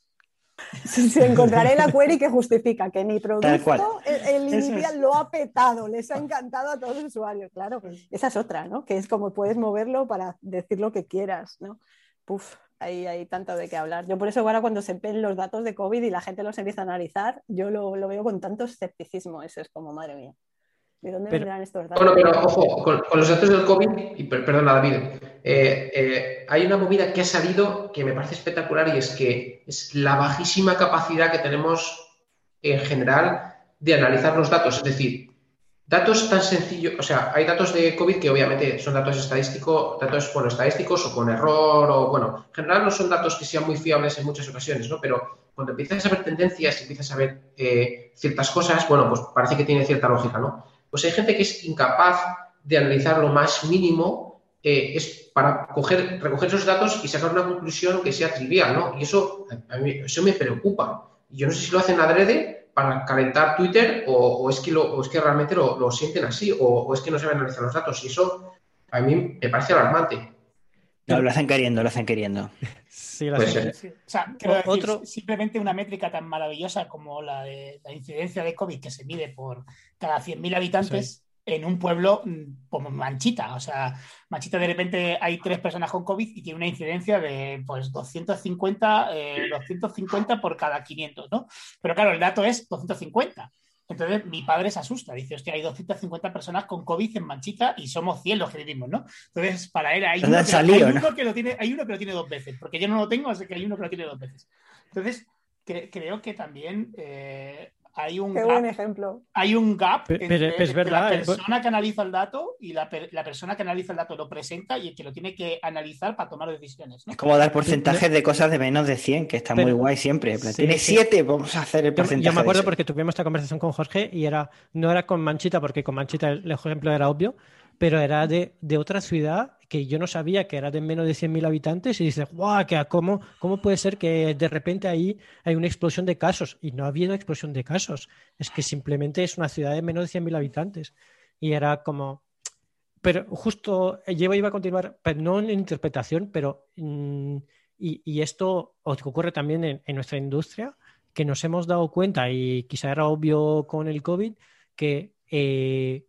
Sí, sí, encontraré la query que justifica que mi producto, el, el inicial, es. lo ha petado, les ha encantado a todos los usuarios, claro. Esa es otra, ¿no? Que es como puedes moverlo para decir lo que quieras, ¿no? Puf, ahí hay tanto de qué hablar. Yo por eso ahora cuando se ven los datos de COVID y la gente los empieza a analizar, yo lo, lo veo con tanto escepticismo. Eso es como, madre mía, ¿de dónde pero, vendrán estos datos? Bueno, pero ojo, con, con los datos del COVID, y per, perdona David, eh, eh, hay una movida que ha salido que me parece espectacular y es que es la bajísima capacidad que tenemos en general de analizar los datos. Es decir, datos tan sencillos, o sea, hay datos de COVID que obviamente son datos estadísticos, datos bueno, estadísticos o con error, o bueno, en general no son datos que sean muy fiables en muchas ocasiones, ¿no? Pero cuando empiezas a ver tendencias y empiezas a ver eh, ciertas cosas, bueno, pues parece que tiene cierta lógica, ¿no? Pues hay gente que es incapaz de analizar lo más mínimo, eh, es para coger, recoger esos datos y sacar una conclusión que sea trivial, ¿no? Y eso, a mí, eso me preocupa. Y yo no sé si lo hacen adrede para calentar Twitter o, o, es, que lo, o es que realmente lo, lo sienten así o, o es que no saben analizar los datos. Y eso a mí me parece alarmante. No, lo hacen queriendo, lo hacen queriendo. Sí, lo hacen sí. O sea, quiero decir, otro... simplemente una métrica tan maravillosa como la de la incidencia de COVID que se mide por cada cien mil habitantes sí. en un pueblo como Manchita. O sea, Manchita de repente hay tres personas con COVID y tiene una incidencia de pues doscientos cincuenta, eh, doscientos cincuenta por cada quinientos, ¿no? Pero claro, el dato es doscientos cincuenta. Entonces mi padre se asusta, dice, hostia, hay doscientas cincuenta personas con COVID en Manchita y somos cien los que vivimos, ¿no? Entonces, para él hay, uno que, salido, hay, ¿no? uno que lo tiene, hay uno que lo tiene dos veces, porque yo no lo tengo, así que hay uno que lo tiene dos veces. Entonces, cre- creo que también eh, hay un Qué gap, buen ejemplo. Hay un gap pero, entre, pero es entre verdad, la persona que analiza el dato y la, per- la persona que analiza el dato lo presenta y el que lo tiene que analizar para tomar decisiones, ¿no? Es como dar porcentajes de cosas de menos de cien, que está pero, muy guay siempre. Sí, tiene siete, sí. Vamos a hacer el porcentaje. Yo, yo me acuerdo porque tuvimos esta conversación con Jorge y era no era con Manchita, porque con Manchita el ejemplo era obvio, pero era de, de otra ciudad que yo no sabía que era de menos de cien mil habitantes y dices, guau, ¿cómo, ¿cómo puede ser que de repente ahí hay una explosión de casos? Y no ha habido explosión de casos. Es que simplemente es una ciudad de menos de cien mil habitantes. Y era como... Pero justo, yo iba a continuar, pero no en interpretación, pero... Mmm, y, y esto ocurre también en, en nuestra industria, que nos hemos dado cuenta, y quizá era obvio con el COVID, que... Eh,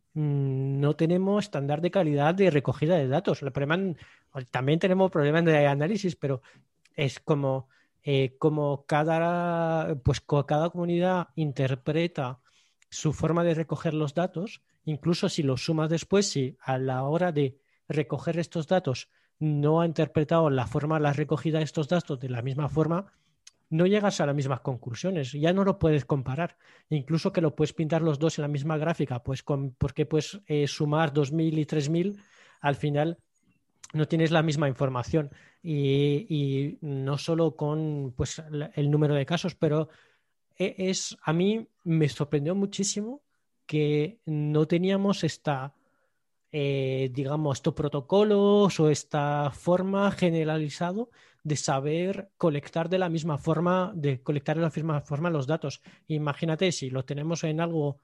no tenemos estándar de calidad de recogida de datos. El problema, también tenemos problemas de análisis, pero es como, eh, como cada, pues, cada comunidad interpreta su forma de recoger los datos, incluso si los sumas después, si a la hora de recoger estos datos no ha interpretado la forma, la recogida de estos datos de la misma forma, no llegas a las mismas conclusiones, ya no lo puedes comparar, incluso que lo puedes pintar los dos en la misma gráfica, pues con, porque puedes eh, sumar dos mil y tres mil, al final no tienes la misma información y, y no solo con pues, el número de casos, pero es, a mí me sorprendió muchísimo que no teníamos esta eh, digamos, estos protocolos o esta forma generalizado de saber colectar de la misma forma, de colectar de la misma forma los datos. Imagínate, si lo tenemos en algo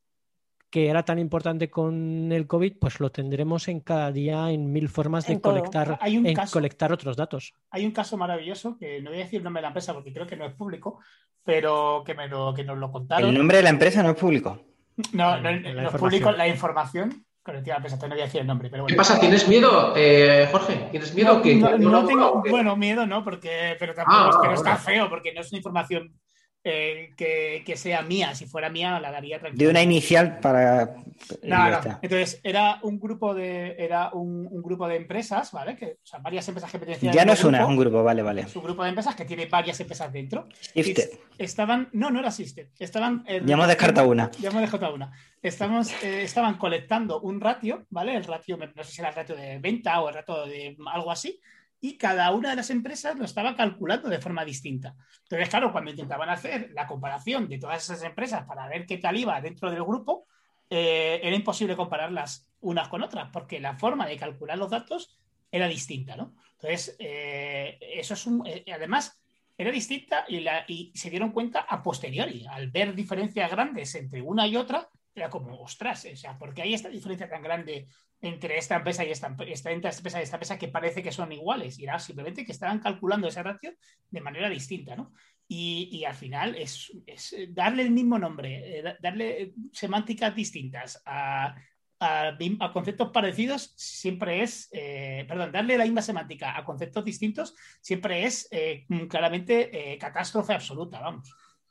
que era tan importante con el COVID, pues lo tendremos en cada día en mil formas de colectar, hay un en caso, colectar otros datos. Hay un caso maravilloso, que no voy a decir el nombre de la empresa porque creo que no es público, pero que, me lo, que nos lo contaron. ¿El nombre de la empresa no es público? No, no, no, no es público, la información. Colectiva, no voy a decir el nombre, pero bueno. ¿Qué pasa? ¿Tienes miedo, eh, Jorge? ¿Tienes miedo? No, que, no, que no tengo, bueno, miedo no, porque, pero tampoco ah, es que no bueno. está feo, porque no es una información eh, que, que sea mía. Si fuera mía, la daría tranquila. De una inicial para... No, no. Entonces, era un grupo de, era un, un grupo de empresas, ¿vale? Que, o sea, varias empresas que pertenecían Ya no es una, es un grupo, vale, vale. Es un grupo de empresas que tiene varias empresas dentro. Shifted. Estaban, no, no era Shifted. Estaban... Eh, ya hemos descartado una. Ya hemos descartado una. Estamos, eh, estaban colectando un ratio, ¿vale? El ratio, no sé si era el ratio de venta o el ratio de algo así, y cada una de las empresas lo estaba calculando de forma distinta. Entonces, claro, cuando intentaban hacer la comparación de todas esas empresas para ver qué tal iba dentro del grupo, eh, era imposible compararlas unas con otras, porque la forma de calcular los datos era distinta, ¿no? Entonces, eh, eso es un... Eh, además, era distinta y, la, y se dieron cuenta a posteriori, al ver diferencias grandes entre una y otra, era como, ostras, o sea, ¿por qué hay esta diferencia tan grande entre esta empresa y esta, esta, esta empresa y esta empresa que parece que son iguales? Y era simplemente que estaban calculando esa ratio de manera distinta, ¿no? Y, y al final es, es darle el mismo nombre, eh, darle semánticas distintas a, a, a conceptos parecidos siempre es, eh, perdón, darle la misma semántica a conceptos distintos siempre es eh, claramente eh, catástrofe absoluta, vamos.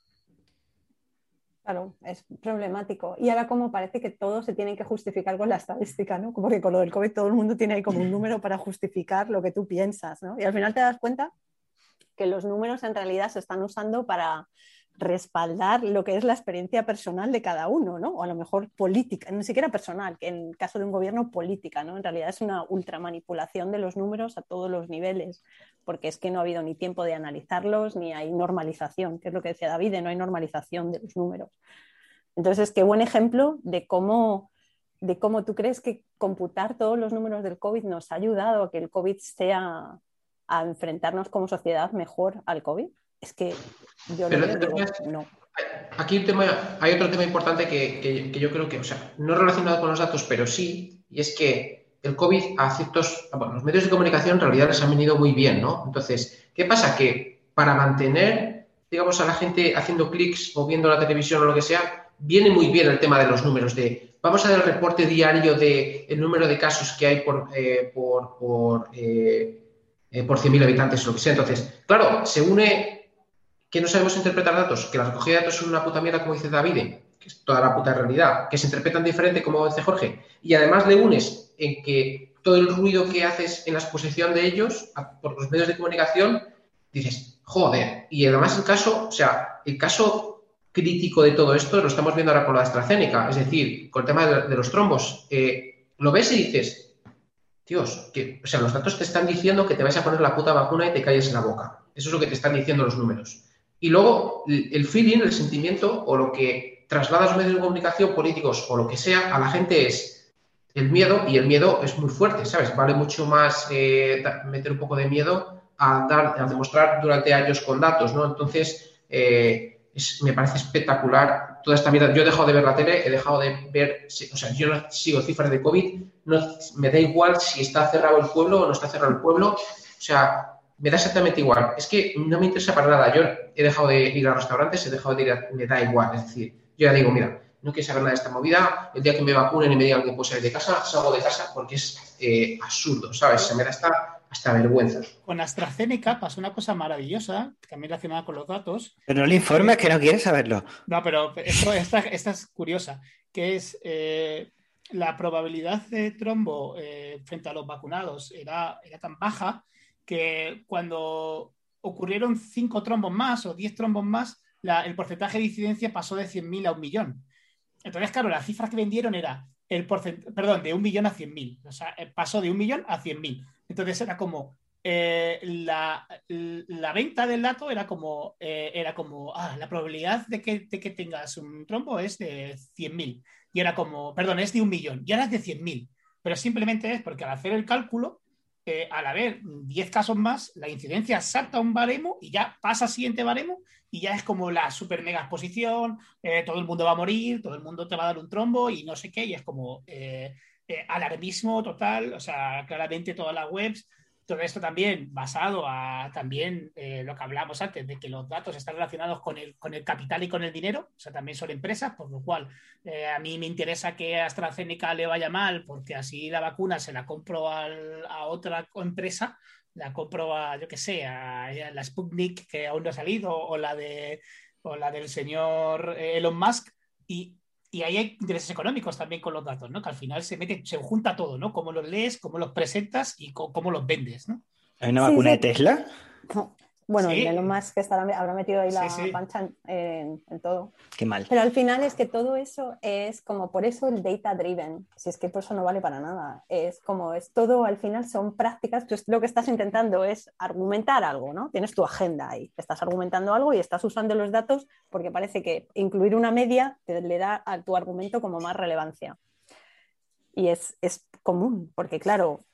Claro, es problemático. Y ahora como parece que todo se tiene que justificar con la estadística, ¿no? Porque con lo del COVID todo el mundo tiene ahí como un número para justificar lo que tú piensas, ¿no? Y al final te das cuenta que los números en realidad se están usando para respaldar lo que es la experiencia personal de cada uno, ¿no? O a lo mejor política, ni siquiera personal, que en caso de un gobierno política, ¿no? En realidad es una ultramanipulación de los números a todos los niveles, porque es que no ha habido ni tiempo de analizarlos, ni hay normalización, que es lo que decía David, no hay normalización de los números. Entonces, qué buen ejemplo de cómo, de cómo tú crees que computar todos los números del COVID nos ha ayudado a que el COVID sea, a enfrentarnos como sociedad mejor al COVID. Es que yo Pero lo digo, es, no. Aquí un tema, hay otro tema importante que, que, que yo creo que, o sea, no relacionado con los datos, pero sí, y es que el COVID a ciertos, bueno, los medios de comunicación en realidad les han venido muy bien, ¿no? Entonces, ¿qué pasa? Que para mantener, digamos, a la gente haciendo clics o viendo la televisión o lo que sea, viene muy bien el tema de los números, de vamos a dar el reporte diario del de número de casos que hay por, eh, por, por, eh, eh, por cien mil habitantes o lo que sea. Entonces, claro, se une que no sabemos interpretar datos, que la recogida de datos es una puta mierda, como dice David, que es toda la puta realidad, que se interpretan diferente, como dice Jorge, y además le unes en que todo el ruido que haces en la exposición de ellos a, por los medios de comunicación, dices, joder, y además el caso, o sea, el caso crítico de todo esto lo estamos viendo ahora con la AstraZeneca, es decir, con el tema de, de los trombos, eh, lo ves y dices, Dios, que, o sea, los datos te están diciendo que te vais a poner la puta vacuna y te calles en la boca, eso es lo que te están diciendo los números. Y luego el feeling, el sentimiento o lo que traslada los medios de comunicación, políticos o lo que sea a la gente es el miedo, y el miedo es muy fuerte, ¿sabes? Vale mucho más eh, meter un poco de miedo a, dar, a demostrar durante años con datos, ¿no? Entonces, eh, es, me parece espectacular toda esta mierda. Yo he dejado de ver la tele, he dejado de ver, o sea, yo no sigo cifras de COVID, no, me da igual si está cerrado el pueblo o no está cerrado el pueblo, o sea, me da exactamente igual. Es que no me interesa para nada. Yo he dejado de ir a restaurantes, he dejado de ir a... Me da igual. Es decir, yo ya digo, mira, no quiero saber nada de esta movida. El día que me vacunen y me digan que puedo salir de casa, salgo de casa porque es eh, absurdo, ¿sabes? Se me da hasta, hasta vergüenza. Con AstraZeneca pasó una cosa maravillosa, también relacionada con los datos. Pero no le informes, que no quiere saberlo. No, pero esto, esta, esta es curiosa, que es eh, la probabilidad de trombo eh, frente a los vacunados era, era tan baja que cuando ocurrieron cinco trombos más o diez trombos más, la, el porcentaje de incidencia pasó de cien mil a un millón. Entonces, claro, la cifra que vendieron era, el porcent- perdón, de un millón a cien mil. O sea, pasó de un millón a cien mil. Entonces era como, eh, la, la venta del dato era como, eh, era como ah, la probabilidad de que, de que tengas un trombo es de cien mil. Y era como, perdón, es de un millón. Y ahora es de cien mil. Pero simplemente es porque al hacer el cálculo, eh, al haber diez casos más, la incidencia salta un baremo y ya pasa al siguiente baremo y ya es como la super mega exposición, eh, todo el mundo va a morir, todo el mundo te va a dar un trombo y no sé qué, y es como eh, eh, alarmismo total, o sea, claramente todas las webs, todo esto también basado a también eh, lo que hablamos antes, de que los datos están relacionados con el, con el capital y con el dinero, o sea, también son empresas, por lo cual eh, a mí me interesa que a AstraZeneca le vaya mal, porque así la vacuna se la compro al, a otra empresa, la compro a, yo qué sé, a, a la Sputnik, que aún no ha salido, o la, de, o la del señor Elon Musk, y Y ahí hay intereses económicos también con los datos, ¿no? Que al final se mete, se junta todo, ¿no? Cómo los lees, cómo los presentas y cómo los vendes, ¿no? ¿Hay una Sí, vacuna de sí. Tesla? No. Bueno, Sí. el Elon Musk estará, habrá metido ahí la Sí, sí. pancha en, en- en todo. Qué mal. Pero al final es que todo eso es como, por eso el data driven, si es que por eso no vale para nada, es como, es todo, al final son prácticas, tú lo que estás intentando es argumentar algo, ¿no? Tienes tu agenda ahí, estás argumentando algo y estás usando los datos porque parece que incluir una media te le da a tu argumento como más relevancia. Y es, es común, porque claro,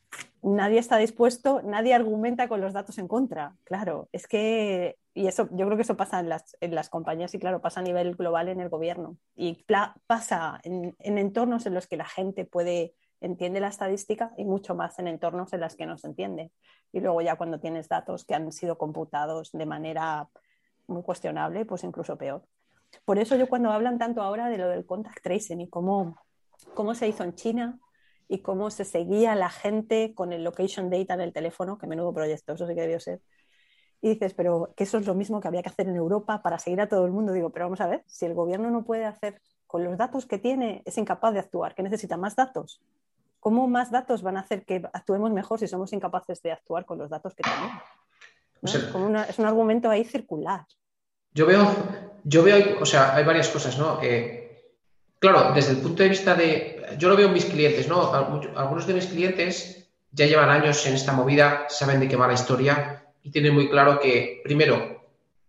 nadie está dispuesto, nadie argumenta con los datos en contra. Claro, es que, y eso, yo creo que eso pasa en las, en las compañías y claro, pasa a nivel global en el gobierno. Y pla, pasa en, en entornos en los que la gente puede, entiende la estadística y mucho más en entornos en los que no se entiende. Y luego ya cuando tienes datos que han sido computados de manera muy cuestionable, pues incluso peor. Por eso yo cuando hablan tanto ahora de lo del contact tracing y cómo, cómo se hizo en China y cómo se seguía la gente con el location data en el teléfono, que menudo proyecto, eso sí que debió ser. Y dices, pero que eso es lo mismo que había que hacer en Europa para seguir a todo el mundo. Digo, pero vamos a ver, si el gobierno no puede hacer con los datos que tiene, es incapaz de actuar, que necesita más datos. ¿Cómo más datos van a hacer que actuemos mejor si somos incapaces de actuar con los datos que tenemos? ¿No? O sea, es, como una, es un argumento ahí circular. Yo veo, yo veo, o sea, hay varias cosas, ¿no? Eh, claro, desde el punto de vista de, yo lo veo en mis clientes, ¿no? Algunos de mis clientes ya llevan años en esta movida, saben de qué va la historia y tienen muy claro que, primero,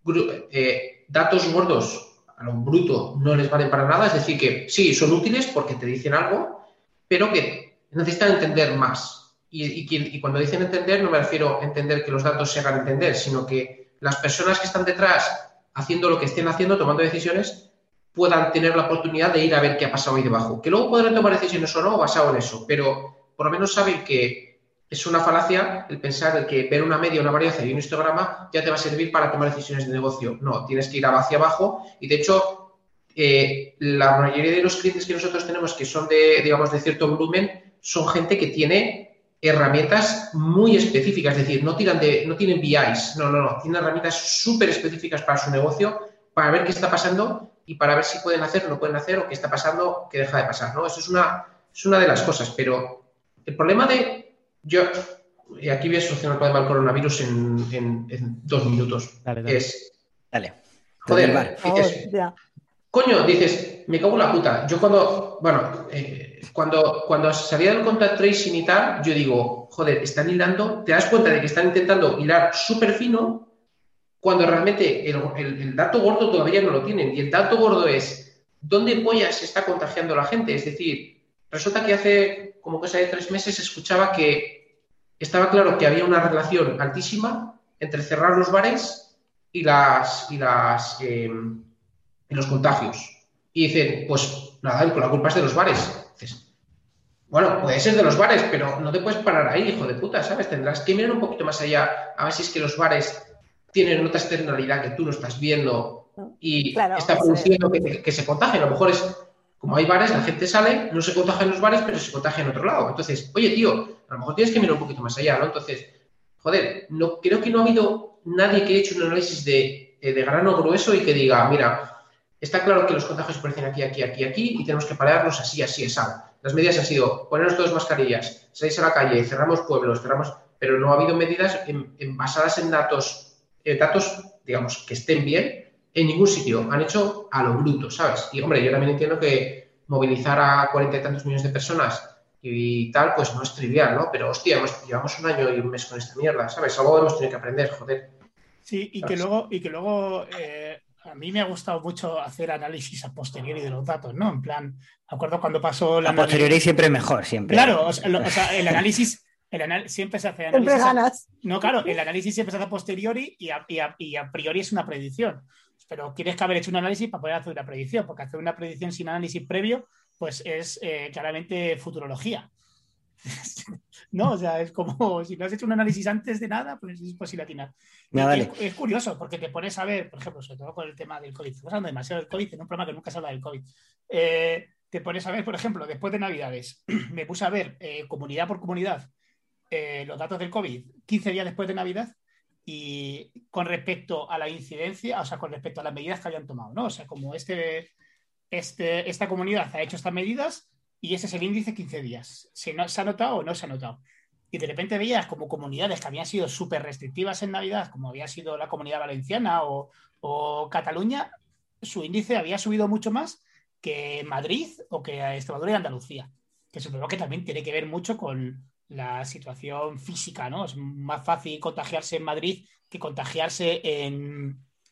eh, datos gordos a lo bruto no les valen para nada, es decir, que sí, son útiles porque te dicen algo, pero que necesitan entender más. Y, y, y cuando dicen entender, no me refiero a entender que los datos se hagan entender, sino que las personas que están detrás haciendo lo que estén haciendo, tomando decisiones, puedan tener la oportunidad de ir a ver qué ha pasado ahí debajo. Que luego podrán tomar decisiones o no basado en eso, pero por lo menos saben que es una falacia el pensar que ver una media, una varianza y un histograma ya te va a servir para tomar decisiones de negocio. No, tienes que ir hacia abajo y, de hecho, eh, la mayoría de los clientes que nosotros tenemos que son de, digamos, de cierto volumen, son gente que tiene herramientas muy específicas, es decir, no tiran de, no tienen B Is, no, no, no, tienen herramientas súper específicas para su negocio, para ver qué está pasando y para ver si pueden hacer o no pueden hacer o qué está pasando, qué deja de pasar, ¿no? Eso es una, es una de las cosas, pero el problema de, yo, y aquí voy a solucionar el problema del coronavirus en, en, en dos minutos, dale, dale. es, dale. joder, dices, oh, yeah. coño, dices, me cago en la puta, yo cuando, bueno, eh, Cuando, cuando salía del contact tracing y tal, yo digo, joder, están hilando, te das cuenta de que están intentando hilar súper fino cuando realmente el, el, el dato gordo todavía no lo tienen. Y el dato gordo es, ¿dónde pollas se está contagiando la gente? Es decir, resulta que hace como cosa de tres meses escuchaba que estaba claro que había una relación altísima entre cerrar los bares y, las, y, las, eh, y los contagios. Y dicen, pues nada, la culpa es de los bares. Bueno, puede ser de los bares, pero no te puedes parar ahí, hijo de puta, ¿sabes? Tendrás que mirar un poquito más allá a ver si es que los bares tienen otra externalidad que tú no estás viendo y claro, está produciendo que, que se contagien. A lo mejor es, como hay bares, la gente sale, no se contagia en los bares, pero se contagia en otro lado. Entonces, oye, tío, a lo mejor tienes que mirar un poquito más allá, ¿no? Entonces, joder, no, creo que no ha habido nadie que haya hecho un análisis de, de grano grueso y que diga, mira, está claro que los contagios aparecen aquí, aquí, aquí, aquí y tenemos que pararlos así, así, así. Las medidas han sido ponernos todas mascarillas, salís a la calle, cerramos pueblos, cerramos, pero no ha habido medidas en, en basadas en datos, eh, datos, digamos, que estén bien en ningún sitio. Han hecho a lo bruto, ¿sabes? Y, hombre, yo también entiendo que movilizar a cuarenta y tantos millones de personas y tal, pues no es trivial, ¿no? Pero, hostia, hemos, llevamos un año y un mes con esta mierda, ¿sabes? Algo hemos tenido que aprender, joder. Sí, y que luego, y que luego eh, a mí me ha gustado mucho hacer análisis a posteriori de los datos, ¿no? En plan, me acuerdo cuando pasó la... A posteriori siempre mejor, siempre. Claro, o sea, lo, o sea el análisis... El anal... siempre se hace análisis... Siempre ganas. A... No, claro, el análisis siempre se hace a posteriori y a, y, a, y a priori es una predicción. Pero tienes que haber hecho un análisis para poder hacer una predicción, porque hacer una predicción sin análisis previo, pues es eh, claramente futurología. No, o sea, es como si no has hecho un análisis antes de nada, pues es posible atinar. No, vale. es, es curioso, porque te pones a ver, por ejemplo, sobre todo con el tema del COVID, estamos hablando demasiado del COVID, en un programa que nunca se habla del COVID. Eh, te pones a ver, por ejemplo, después de Navidades, me puse a ver eh, comunidad por comunidad eh, los datos del COVID quince días después de Navidad y con respecto a la incidencia, o sea, con respecto a las medidas que habían tomado, ¿no? O sea, como este, este, esta comunidad ha hecho estas medidas y ese es el índice quince días. ¿Se, no, ¿Se ha notado o no se ha notado? Y de repente veías como comunidades que habían sido súper restrictivas en Navidad, como había sido la Comunidad Valenciana o, o Cataluña, su índice había subido mucho más que Madrid o que Extremadura y Andalucía. Que supongo que también tiene que ver mucho con la situación física, ¿no? Es más fácil contagiarse en Madrid que contagiarse en,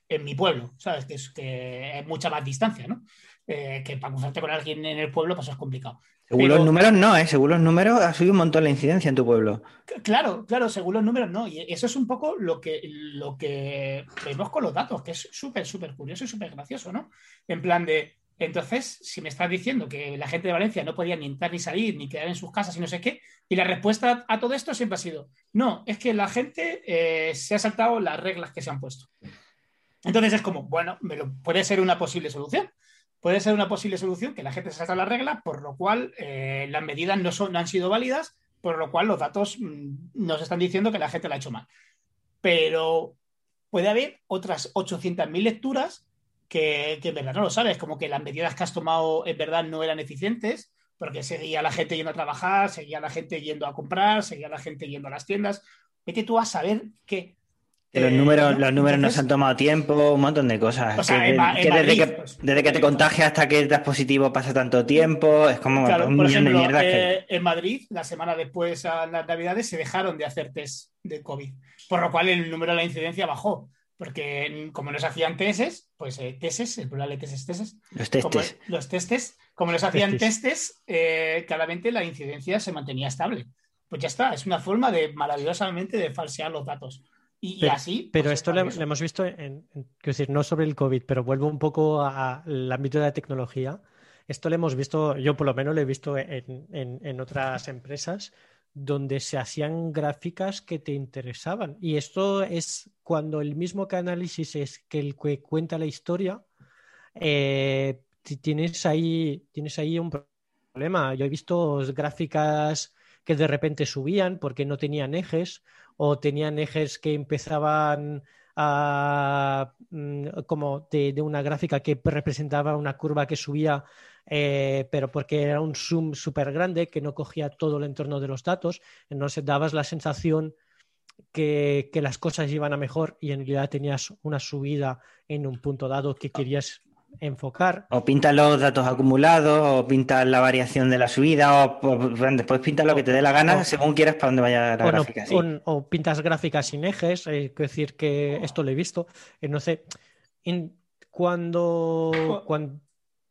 en mi pueblo, ¿sabes? Que es, que es mucha más distancia, ¿no? Eh, que para cruzarte con alguien en el pueblo, pues es complicado. Según Pero, los números, no, ¿eh? Según los números, ha subido un montón la incidencia en tu pueblo. claro, claro, según los números, no. Y eso es un poco lo que, lo que vemos con los datos, que es súper, súper curioso y súper gracioso, ¿no? En plan de, entonces, si me estás diciendo que la gente de Valencia no podía ni entrar ni salir, ni quedar en sus casas y no sé qué, y la respuesta a todo esto siempre ha sido, no, es que la gente eh, se ha saltado las reglas que se han puesto. Entonces es como, bueno, me lo, puede ser una posible solución. Puede ser una posible solución que la gente se salta las reglas, por lo cual eh, las medidas no, son, no han sido válidas, por lo cual los datos mmm, nos están diciendo que la gente lo ha hecho mal. Pero puede haber otras ochocientas mil lecturas que, que en verdad no lo sabes, como que las medidas que has tomado en verdad no eran eficientes, porque seguía la gente yendo a trabajar, seguía la gente yendo a comprar, seguía la gente yendo a las tiendas. Vete tú a saber qué. Que los Eh, números, ¿no? los números Entonces, no se han tomado tiempo, un montón de cosas. o Que, sea, en, de- Ma- en que desde Madrid, que pues, desde que te eh, contagias hasta que das positivo pasa tanto tiempo, es como claro, un por millón de ejemplo, mierdas que... eh, en Madrid, la semana después a las Navidades, se dejaron de hacer test de COVID, por lo cual el número de la incidencia bajó, porque como no se hacían testes, pues eh, testes, el plural de testes, testes, Los como testes. los testes, como no se hacían Testis. testes, eh, claramente la incidencia se mantenía estable. Pues ya está, es una forma de maravillosamente de falsear los datos. Y, y Pero, así, pero pues es esto lo, lo maravilloso. hemos visto, en, en- quiero decir, no sobre el COVID, pero vuelvo un poco a- al ámbito de la tecnología. Esto lo hemos visto, yo por lo menos lo he visto en, en- en otras empresas donde se hacían gráficas que te interesaban. Y esto es cuando el mismo que análisis es que el que cuenta la historia, eh, ti- tienes ahí, tienes ahí un problema. Yo he visto gráficas que de repente subían porque no tenían ejes o tenían ejes que empezaban a, mm, como de, de una gráfica que representaba una curva que subía, eh, pero porque era un zoom súper grande que no cogía todo el entorno de los datos. Entonces dabas la sensación que, que las cosas iban a mejor y en realidad tenías una subida en un punto dado que querías enfocar. O pintas los datos acumulados, o pintas la variación de la subida, o, o después pintas lo O, que te dé la gana, o, según quieras para dónde vaya la o no, gráfica, o, sí. o pintas gráficas sin ejes, eh, es decir, que esto lo he visto. Eh, no sé, en- cuando, cuando...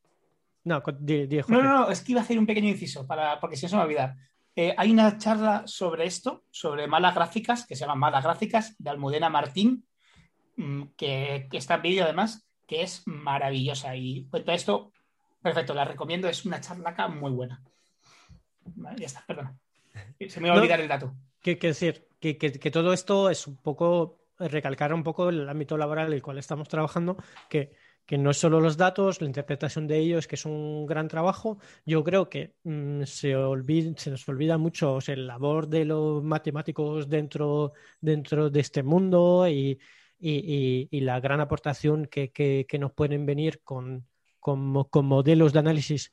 No, cu- di, di, No, no, Jorge. no, es que iba a hacer un pequeño inciso, para, porque si no se me va a olvidar. Eh, hay una charla sobre esto, sobre malas gráficas, que se llama Malas Gráficas, de Almudena Martín, mm, que, que está en vídeo además, que es maravillosa. Y cuenta esto, perfecto, la recomiendo, es una charlaca muy buena. Vale, ya está, perdona. Se me iba a No, olvidar el dato. que, que decir, que, que, que todo esto es un poco, recalcar un poco el ámbito laboral en el cual estamos trabajando, que, que no es solo los datos, la interpretación de ellos, que es un gran trabajo. Yo creo que mm, se, olvida, se nos olvida mucho, o sea, el labor de los matemáticos dentro, dentro de este mundo y, y, y, y la gran aportación que, que, que nos pueden venir con, con, con modelos de análisis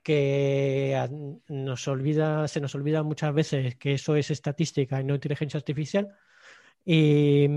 que nos olvida, se nos olvida muchas veces que eso es estadística y no inteligencia artificial. Y,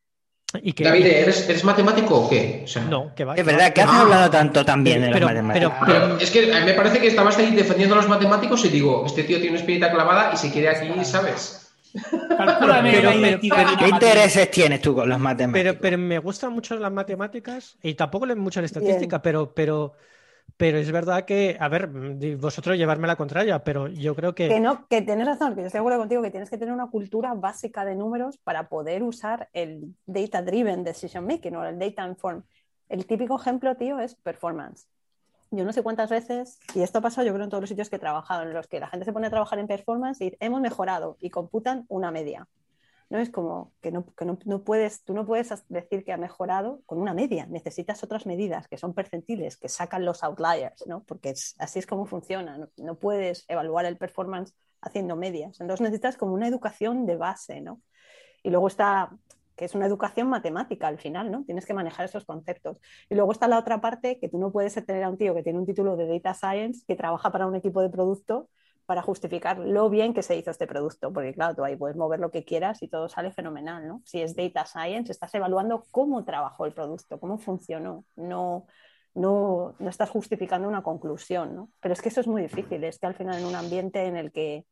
y que David, y, ¿eres, eres matemático o qué? O sea, no, que va, Es que va. verdad, ¿qué haces Ah, hablando tanto también Pero, de las pero, pero, matemáticas? pero, pero es que a mí me parece que estabas ahí defendiendo a los matemáticos y digo, este tío tiene una espinita clavada y se quiere aquí, ¿sabes? Calcúlame la pero, pero, identidad de pero, ¿Qué una matriz. intereses tienes tú con los pero, matemáticos? pero me gustan mucho las matemáticas y tampoco leo mucho la Bien. estadística, pero, pero, pero es verdad que, a ver, vosotros llevarme la contraria, pero yo creo Que que no, que tienes razón, que yo estoy de acuerdo contigo que tienes que tener una cultura básica de números para poder usar el data driven decision making o el data informed. El típico ejemplo, tío, es performance. Yo no sé cuántas veces, y esto ha pasado yo creo en todos los sitios que he trabajado, en los que la gente se pone a trabajar en performance y hemos mejorado y computan una media. No es como que, no, que no, no puedes, tú no puedes decir que ha mejorado con una media, necesitas otras medidas que son percentiles, que sacan los outliers, ¿no? Porque es, así es como funciona, no, no puedes evaluar el performance haciendo medias, entonces necesitas como una educación de base, ¿no? Y luego está, que es una educación matemática al final, ¿no? Tienes que manejar esos conceptos. Y luego está la otra parte, que tú no puedes tener a un tío que tiene un título de Data Science, que trabaja para un equipo de producto, para justificar lo bien que se hizo este producto, porque claro, tú ahí puedes mover lo que quieras y todo sale fenomenal, ¿no? Si es Data Science, estás evaluando cómo trabajó el producto, cómo funcionó, no, no, no estás justificando una conclusión, ¿no? Pero es que eso es muy difícil, es que al final en un ambiente en el que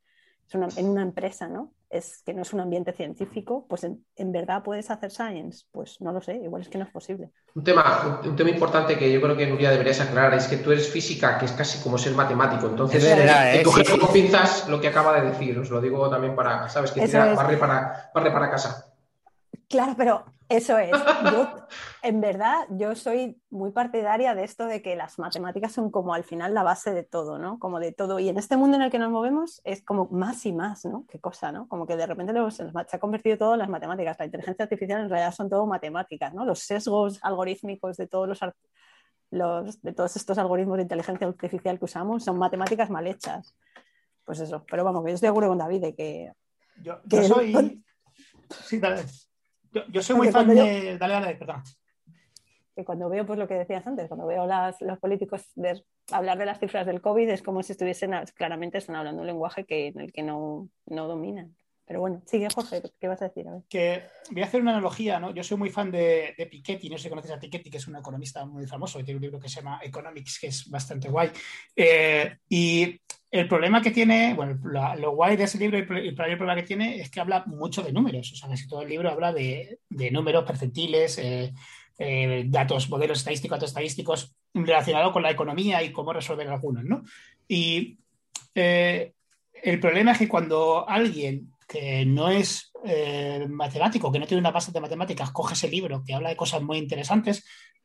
es una, en una empresa, ¿no? Es que no es un ambiente científico, pues en, en verdad puedes hacer science, pues no lo sé, igual es que no es posible. Un tema, un, un tema importante que yo creo que Nuria deberías aclarar es que tú eres física, que es casi como ser matemático, entonces Es verdad, hay que ¿eh? coger Sí, con sí. pinzas lo que acaba de decir, os lo digo también para, sabes, que Eso tira, es. barre para, barre para casa. Claro, pero eso es. Yo, en verdad, yo soy muy partidaria de esto de que las matemáticas son como al final la base de todo, ¿no? Como de todo. Y en este mundo en el que nos movemos es como más y más, ¿no? Qué cosa, ¿no? Como que de repente los, se ha convertido todo en las matemáticas. La inteligencia artificial en realidad son todo matemáticas, ¿no? Los sesgos algorítmicos de todos los, los de todos estos algoritmos de inteligencia artificial que usamos son matemáticas mal hechas. Pues eso. Pero vamos, que yo estoy de acuerdo con David de que... Yo, que yo soy... el, Sí, dale. Yo, yo soy muy que fan cuando yo- de... Dale, dale, perdón. que cuando veo pues lo que decías antes, cuando veo las, los políticos de, hablar de las cifras del COVID es como si estuviesen, claramente están hablando un lenguaje que, en el que no, no dominan. Pero bueno, sigue Jorge, ¿qué vas a decir? A ver. Que voy a hacer una analogía, ¿no? Yo soy muy fan de, de Piketty, no sé si conoces a Piketty, que es un economista muy famoso, que tiene un libro que se llama Economics, que es bastante guay. Eh, y el problema que tiene, bueno, la, lo guay de ese libro y el problema que tiene es que habla mucho de números. O sea, casi todo el libro habla de, de números, percentiles, eh, eh, datos, modelos estadísticos, datos estadísticos relacionados con la economía y cómo resolver algunos, ¿no? Y eh, el problema es que cuando alguien que no es eh, matemático, que no tiene una base de matemáticas, coge ese libro que habla de cosas muy interesantes,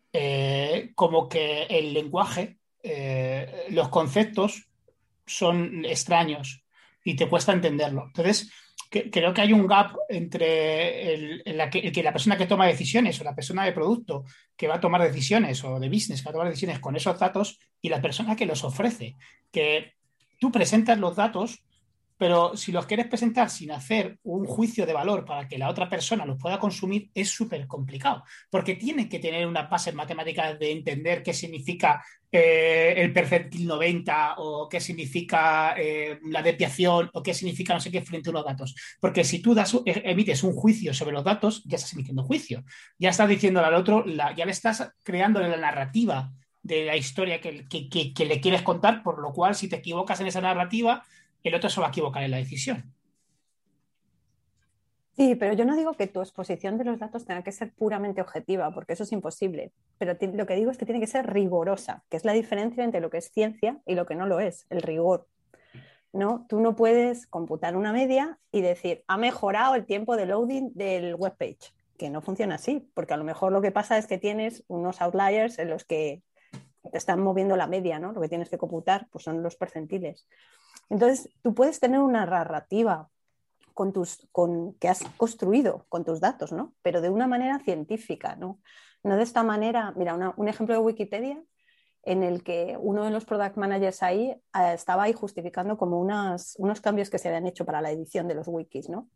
eh, como que el lenguaje, eh, los conceptos son extraños y te cuesta entenderlo. Entonces, que, creo que hay un gap entre el, el, la que, el que la persona que toma decisiones o la persona de producto que va a tomar decisiones o de business que va a tomar decisiones con esos datos y la persona que los ofrece. Que tú presentas los datos, pero si los quieres presentar sin hacer un juicio de valor para que la otra persona los pueda consumir, es súper complicado, porque tiene que tener unas bases matemáticas de entender qué significa eh, el percentil noventa o qué significa eh, la desviación o qué significa no sé qué frente a unos datos. Porque si tú das, emites un juicio sobre los datos, ya estás emitiendo juicio. Ya estás diciéndole al otro, la, ya le estás creando la narrativa de la historia que, que, que, que le quieres contar, por lo cual si te equivocas en esa narrativa, el otro se va a equivocar en la decisión. Sí, pero yo no digo que tu exposición de los datos tenga que ser puramente objetiva, porque eso es imposible. Pero lo que digo es que tiene que ser rigurosa, que es la diferencia entre lo que es ciencia y lo que no lo es, el rigor. ¿No? Tú no puedes computar una media y decir, ha mejorado el tiempo de loading del webpage, que no funciona así, porque a lo mejor lo que pasa es que tienes unos outliers en los que te están moviendo la media, ¿no? Lo que tienes que computar pues son los percentiles. Entonces, tú puedes tener una narrativa con tus, con, que has construido con tus datos, ¿no? Pero de una manera científica, ¿no? No de esta manera, mira, una, un ejemplo de Wikipedia en el que uno de los product managers ahí eh, estaba ahí justificando como unas, unos cambios que se habían hecho para la edición de los wikis, ¿no?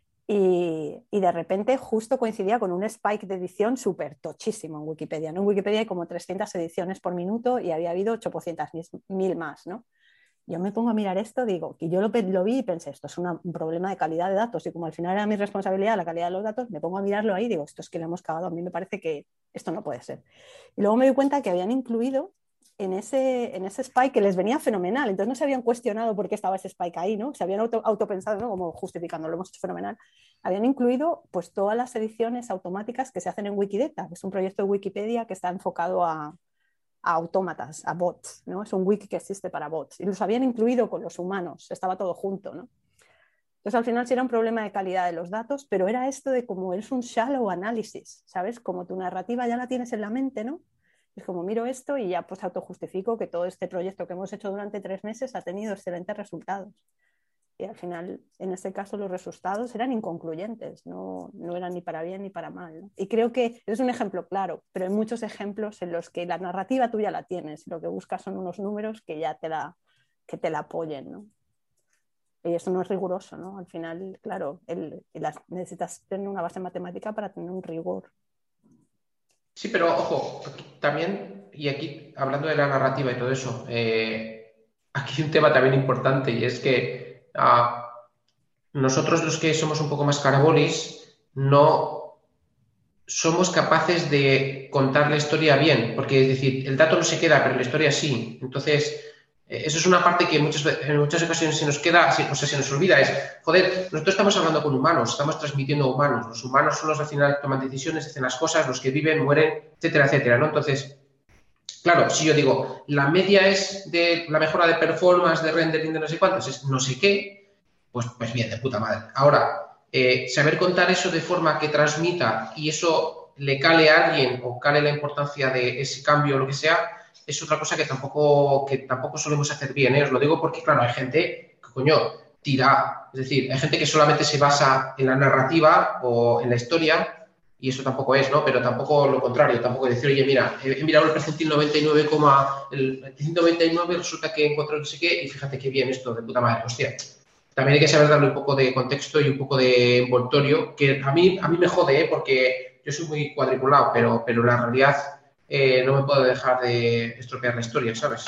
Y, y de repente justo coincidía con un spike de edición súper tochísimo en Wikipedia, ¿no? En Wikipedia hay como trescientas ediciones por minuto y había habido ochocientas mil más, ¿no? Yo me pongo a mirar esto, digo, que yo lo, lo vi y pensé, esto es una, un problema de calidad de datos, y como al final era mi responsabilidad la calidad de los datos, me pongo a mirarlo ahí y digo, esto es que lo hemos cagado, a mí me parece que esto no puede ser. Y luego me di cuenta que habían incluido en ese, en ese spike que les venía fenomenal, entonces no se habían cuestionado por qué estaba ese spike ahí, ¿no? Se habían auto, autopensado, ¿no? Como justificando, lo hemos hecho fenomenal. Habían incluido pues todas las ediciones automáticas que se hacen en Wikidata, que es un proyecto de Wikipedia que está enfocado a a autómatas, a bots, ¿no? Es un wiki que existe para bots. Y los habían incluido con los humanos, estaba todo junto, ¿no? Entonces, al final sí era un problema de calidad de los datos, pero era esto de como es un shallow analysis, ¿sabes? Como tu narrativa ya la tienes en la mente, ¿no? Es como miro esto y ya pues autojustifico que todo este proyecto que hemos hecho durante tres meses ha tenido excelentes resultados. Y al final, en este caso, los resultados eran inconcluyentes, no, no eran ni para bien ni para mal, ¿no? Y creo que es un ejemplo claro, pero hay muchos ejemplos en los que la narrativa tú ya la tienes, lo que buscas son unos números que ya te la, que te la apoyen, ¿no? Y eso no es riguroso, ¿no? Al final, claro, el, el, necesitas tener una base matemática para tener un rigor. Sí, pero ojo, también, y aquí hablando de la narrativa y todo eso, eh, aquí hay un tema también importante y es que Uh, nosotros los que somos un poco más carabolis no somos capaces de contar la historia bien, porque es decir, el dato no se queda, pero la historia sí. Entonces, Eh, eso es una parte que muchas, en muchas ocasiones se nos queda, o sea, se nos olvida, es, joder, nosotros estamos hablando con humanos, estamos transmitiendo a humanos, los humanos son los al final que toman decisiones, hacen las cosas, los que viven, mueren, etcétera, etcétera, ¿no? Entonces, claro, si yo digo, la media es de la mejora de performance, de rendering, de no sé cuántos, es no sé qué, pues, pues bien, de puta madre. Ahora, eh, saber contar eso de forma que transmita y eso le cale a alguien o cale la importancia de ese cambio o lo que sea, es otra cosa que tampoco, que tampoco solemos hacer bien, ¿eh? Os lo digo porque, claro, hay gente que, coño, tira. Es decir, hay gente que solamente se basa en la narrativa o en la historia y eso tampoco es, ¿no? Pero tampoco lo contrario, tampoco decir, oye, mira, he, he mirado el percentil noventa y nueve, el noventa y nueve resulta que encontró no sé qué y fíjate qué bien esto, de puta madre, hostia. También hay que saber darle un poco de contexto y un poco de envoltorio, que a mí, a mí me jode, ¿eh? Porque yo soy muy cuadriculado, pero, pero la realidad eh, no me puedo dejar de estropear la historia, ¿sabes?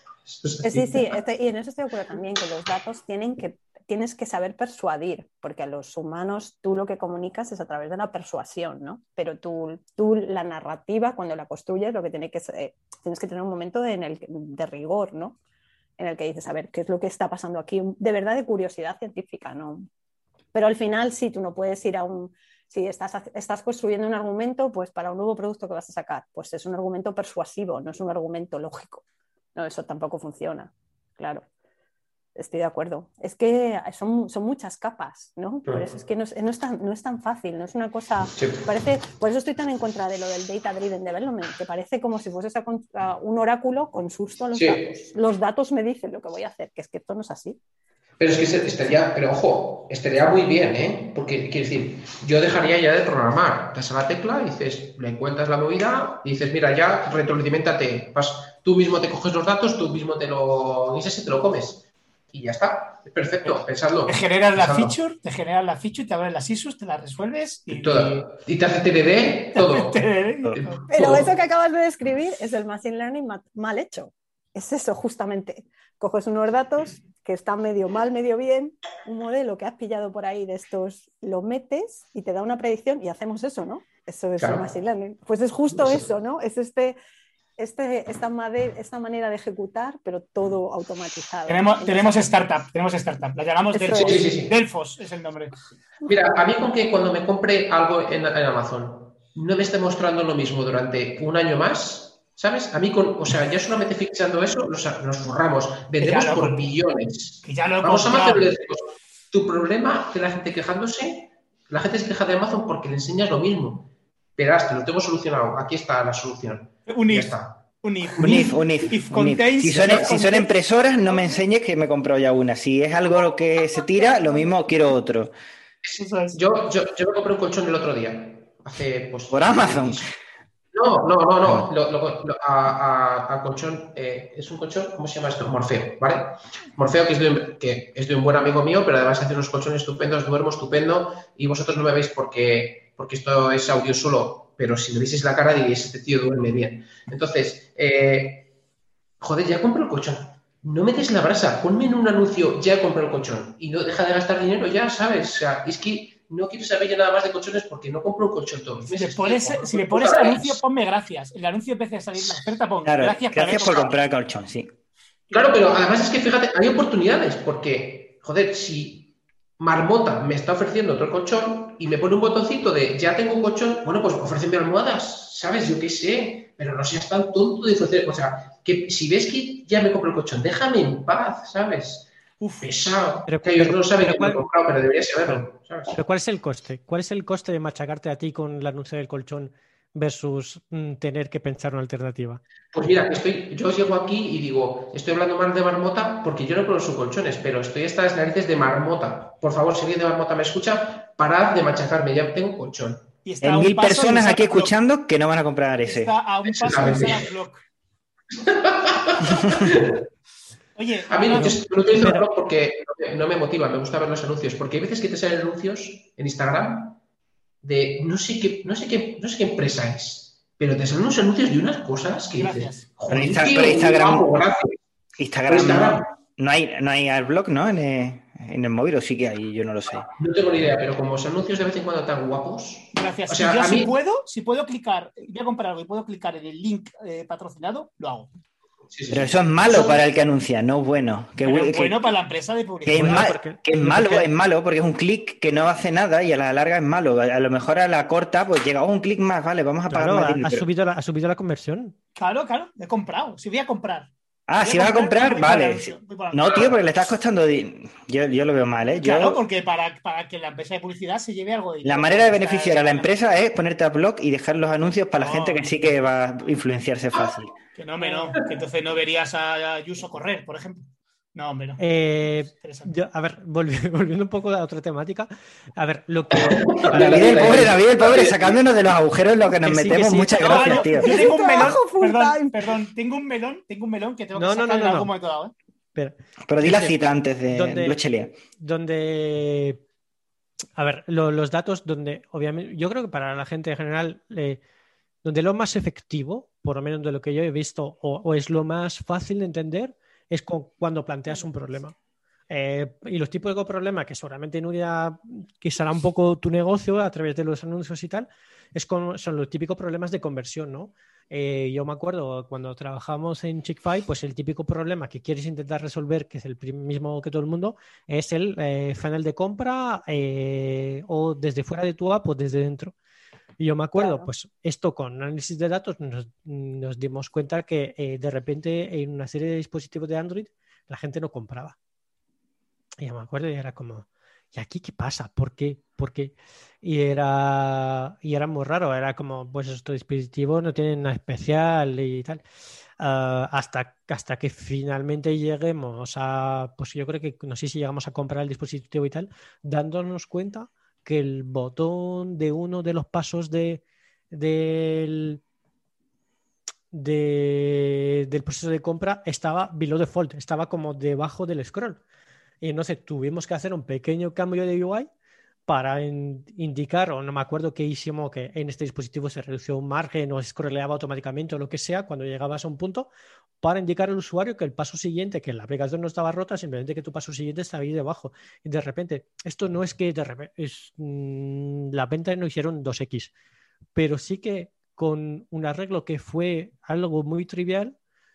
Sí, sí, este, y en eso estoy de acuerdo también, que los datos tienen que, tienes que saber persuadir, porque a los humanos tú lo que comunicas es a través de la persuasión, ¿no? Pero tú, tú la narrativa, cuando la construyes, lo que tiene que ser, tienes que tener un momento de, en el, de rigor, ¿no? En el que dices, a ver, ¿qué es lo que está pasando aquí? De verdad, de curiosidad científica, ¿no? Pero al final, sí, tú no puedes ir a un... Si estás, estás construyendo un argumento, pues para un nuevo producto que vas a sacar, pues es un argumento persuasivo, no es un argumento lógico. No, eso tampoco funciona, claro. Estoy de acuerdo. Es que son, son muchas capas, ¿no? Por eso es que no es, no es, tan, no es tan fácil, no es una cosa... Sí. Parece, por eso estoy tan en contra de lo del Data Driven Development, que parece como si fuese a un oráculo con susto a los sí. datos. Los datos me dicen lo que voy a hacer, que es que esto no es así. Pero es que estaría, pero ojo, estaría muy bien, ¿eh? Porque, quiero decir, yo dejaría ya de programar. Das a la tecla, dices, le encuentras la movida, y dices, mira, ya retroalimentate. Vas, tú mismo te coges los datos, tú mismo te lo dices y te lo comes. Y ya está. Es perfecto, pensadlo. Te generas la pensadlo. feature, te generas la feature, te abres las issues, te las resuelves y, y, todo. y te hace T D D, todo. Pero todo. Eso que acabas de describir es el machine learning mal hecho. Es eso, justamente. Coges unos datos que están medio mal, medio bien, un modelo que has pillado por ahí de estos, lo metes y te da una predicción y hacemos eso, ¿no? Eso es claro. El machine learning. Pues es justo eso, eso ¿no? Es este, este, esta, made, esta manera de ejecutar, pero todo automatizado. Tenemos, tenemos startup, tenemos startup, la llamamos Delfos. Sí, sí, sí. Delfos es el nombre. Mira, a mí con que cuando me compre algo en, en Amazon no me esté mostrando lo mismo durante un año más, ¿sabes? A mí, con, o sea, ya solamente fixando eso, nos, nos forramos. Vendemos por lo, billones. Que ya lo Vamos a Amazon y le decimos, tu problema de la gente quejándose, la gente se queja de Amazon porque le enseñas lo mismo. Verás, te lo tengo solucionado. Aquí está la solución. Un ya if. está. Un if, un if. Un if, if un if. Si, son, si son impresoras, no me enseñes que me he comprado ya una. Si es algo que se tira, lo mismo quiero otro. Yo, yo, yo me compré un colchón el otro día. Hace, pues, ¿Por Amazon? No, no, no, no. Lo, lo, lo, a, a, a colchón, eh, es un colchón, ¿cómo se llama esto? Morfeo, ¿vale? Morfeo, que es, de un, que es de un buen amigo mío, pero además hace unos colchones estupendos, duermo estupendo, y vosotros no me veis porque, porque esto es audio solo, pero si me vieseis la cara diréis, este tío duerme bien. Entonces, eh, joder, ya compro el colchón. No me des la brasa, ponme en un anuncio, ya compro el colchón, y no deja de gastar dinero, ya, ¿sabes? O sea, es que no quiero saber ya nada más de colchones porque no compro un colchón todos los meses. Si, pones, tío, si le pones el anuncio, ponme gracias. El anuncio empieza a salir la oferta, pon claro, gracias, gracias por comprar el colchón, sí. Claro, pero además es que, fíjate, hay oportunidades porque, joder, si Marmota me está ofreciendo otro colchón y me pone un botoncito de ya tengo un colchón, bueno, pues ofrécenme almohadas, ¿sabes? Yo qué sé, pero no seas tan tonto de ofrecer, o sea, que si ves que ya me compro el colchón, déjame en paz, ¿sabes? Uf, pesado. Pero, que ellos no saben que me lo he comprado, pero debería saberlo, ¿sabes? Pero ¿cuál es el coste? ¿Cuál es el coste de machacarte a ti con el anuncio del colchón versus mm, tener que pensar una alternativa? Pues mira, estoy, yo llego aquí y digo, estoy hablando mal de Marmota porque yo no conozco sus colchones, pero estoy hasta las narices de Marmota. Por favor, si alguien de Marmota me escucha, parad de machacarme, ya tengo un colchón. Y está Hay mil personas aquí Block. escuchando que no van a comprar ese. Está a un paso de Sara Block. Oye, a mí no, yo no utilizo el blog porque no me motiva, me gusta ver los anuncios, porque hay veces que te salen anuncios en Instagram de no sé qué, no sé qué, no sé qué empresa es, pero te salen unos anuncios de unas cosas que gracias. dices, joder, Insta, tío, Instagram, guapo, Instagram, Instagram no, no hay, no hay adblock, ¿no? En el, en el móvil o sí que hay, yo no lo sé. No tengo ni idea, pero como los anuncios de vez en cuando tan guapos. Gracias. O sea, yo si mí... puedo, si puedo clicar, voy a comprar algo y puedo clicar en el link eh, patrocinado, lo hago. Sí, sí, Pero sí. eso es malo para el que anuncia, no bueno. Que, Pero es que- bueno para la empresa de que publicidad. es, Bueno, ma- porque- que es malo, porque- es malo, porque es un clic que no hace nada y a la larga es malo. A lo mejor a la corta, pues llega oh, un clic más, vale, vamos a pagar Claro, más ha, dinero. ha pero- subido la, ha subido la conversión. Claro, claro, he comprado. Si voy a comprar. Ah, Voy si vas a comprar, voy por el vale. anuncio, voy por el No, anuncio. tío, porque le estás costando. di- Yo, yo lo veo mal, ¿eh? Yo, Claro, porque para, para que la empresa de publicidad se lleve algo de dinero. la manera de por esta beneficiar a la semana. empresa es ponerte a blog y dejar los anuncios para la No. gente que sí que va a influenciarse fácil. Que no, hombre, no. Que entonces no verías a Ayuso correr, por ejemplo. No, hombre, no. Eh, Interesante. yo- a ver, volvi- volviendo un poco a otra temática. A ver, lo que. David el pobre, David el pobre, sacándonos de los agujeros en los que nos Que sí, que metemos. sí. Muchas No, gracias, yo, tío. yo tengo un melón. Trabajo full Perdón, time. perdón, tengo un melón, tengo un melón que tengo que No, no, sacar no, en no, algún no. momento dado, ¿eh? Espera, Pero di Sí, la sí. cita antes de ¿Dónde- Blochelia. donde. A ver, lo- los datos donde, obviamente, yo creo que para la gente en general, eh, donde lo más efectivo, por lo menos de lo que yo he visto, o, o es lo más fácil de entender, es con- cuando planteas un problema. Eh, y los tipos de problemas que seguramente Nuria, que será un poco tu negocio a través de los anuncios y tal, es con, son los típicos problemas de conversión, ¿no? Eh, yo me acuerdo cuando trabajamos en Chick-fil, pues el típico problema que quieres intentar resolver, que es el prim- mismo que todo el mundo, es el eh, funnel de compra eh, o desde fuera de tu app o desde dentro. Y yo me acuerdo, Claro. pues esto con análisis de datos nos, nos dimos cuenta que eh, de repente en una serie de dispositivos de Android la gente no compraba. Y yo me acuerdo y era como, ¿y aquí qué pasa? ¿Por qué? ¿Por qué? Y era, y era muy raro, era como, pues estos dispositivos no tienen nada especial y tal. Ah, hasta, hasta que finalmente lleguemos a, pues yo creo que no sé si llegamos a comprar el dispositivo y tal, dándonos cuenta que el botón de uno de los pasos de, del, de- del proceso de compra estaba below default, estaba como debajo del scroll. Y entonces tuvimos que hacer un pequeño cambio de U I para in- indicar, o no me acuerdo qué hicimos, que en este dispositivo se redució un margen o scrolleaba automáticamente o lo que sea cuando llegabas a un punto, para indicar al usuario que el paso siguiente, que la aplicación no estaba rota, simplemente que tu paso siguiente estaba ahí debajo. Y de repente, esto no es que de repente, es, mm, las ventas no hicieron dos equis, pero sí que con un arreglo que fue algo muy trivial,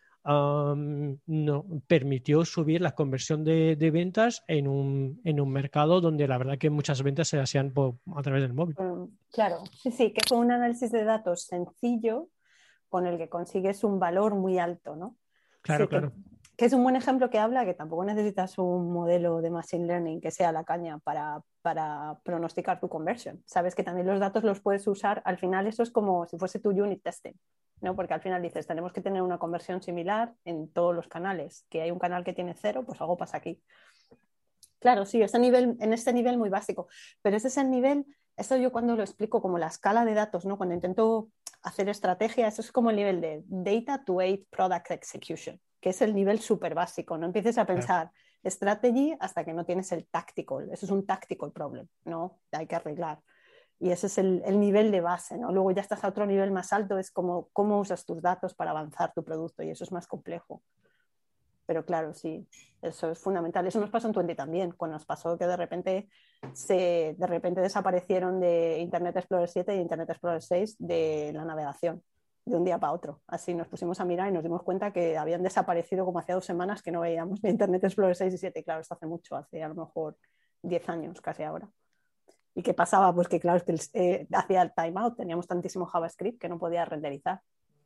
um, no, permitió subir la conversión de, de ventas en un, en un mercado donde la verdad que muchas ventas se hacían por- a través del móvil. Mm, Claro, sí, sí, que fue un análisis de datos sencillo con el que consigues un valor muy alto, ¿no? Claro, Sí, que- claro. Que, es un buen ejemplo que habla que tampoco necesitas un modelo de machine learning que sea la caña para, para pronosticar tu conversión. Sabes que también los datos los puedes usar, al final eso es como si fuese tu unit testing, ¿no? Porque al final dices, tenemos que tener una conversión similar en todos los canales, que hay un canal que tiene cero, pues algo pasa aquí. Claro, sí, ese nivel, en este nivel muy básico, pero ese es el nivel, eso yo cuando lo explico como la escala de datos, ¿no? Cuando intento hacer estrategia, eso es como el nivel de Data to Aid Product Execution, que es el nivel súper básico, no empieces a pensar strategy hasta que no tienes el tactical, eso es un tactical problem, ¿no? Hay que arreglar. Y ese es el, el nivel de base, ¿no? Luego ya estás a otro nivel más alto, es como cómo usas tus datos para avanzar tu producto y eso es más complejo. Pero claro, sí, eso es fundamental. Eso nos pasó en Twenty también, cuando nos pasó que de repente, se, de repente desaparecieron de Internet Explorer siete y Internet Explorer seis de la navegación, de un día para otro. Así nos pusimos a mirar y nos dimos cuenta que habían desaparecido como hacía dos semanas que no veíamos ni Internet Explorer seis y siete. Claro, esto hace mucho, hace a lo mejor diez años casi ahora. ¿Y qué pasaba? Pues que claro, es que el, eh, hacía el timeout, teníamos tantísimo JavaScript que no podía renderizar.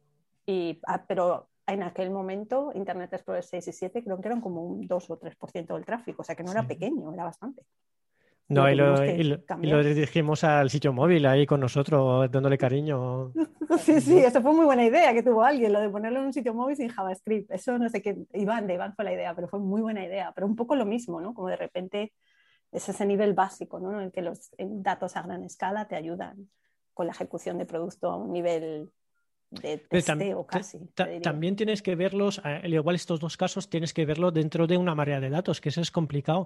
Y, ah, pero en aquel momento Internet Explorer seis y siete creo que eran como un dos o tres por ciento del tráfico, o sea que no era Sí. pequeño, era bastante. No, Lo y lo, tuvimos que y lo- y cambiar. lo dirigimos al sitio móvil ahí con nosotros, dándole cariño. Sí, sí, eso fue muy buena idea que tuvo alguien, lo de ponerlo en un sitio móvil sin JavaScript. Eso no sé qué, Iván, de Iván fue la idea, pero fue muy buena idea. Pero un poco lo mismo, ¿no? Como de repente es ese nivel básico, ¿no? En el que los datos a gran escala te ayudan con la ejecución de producto a un nivel de Pero tam- testeo casi. ta- te diría. también tienes que verlos, eh, al igual estos dos casos, tienes que verlo dentro de una marea de datos, que eso es complicado,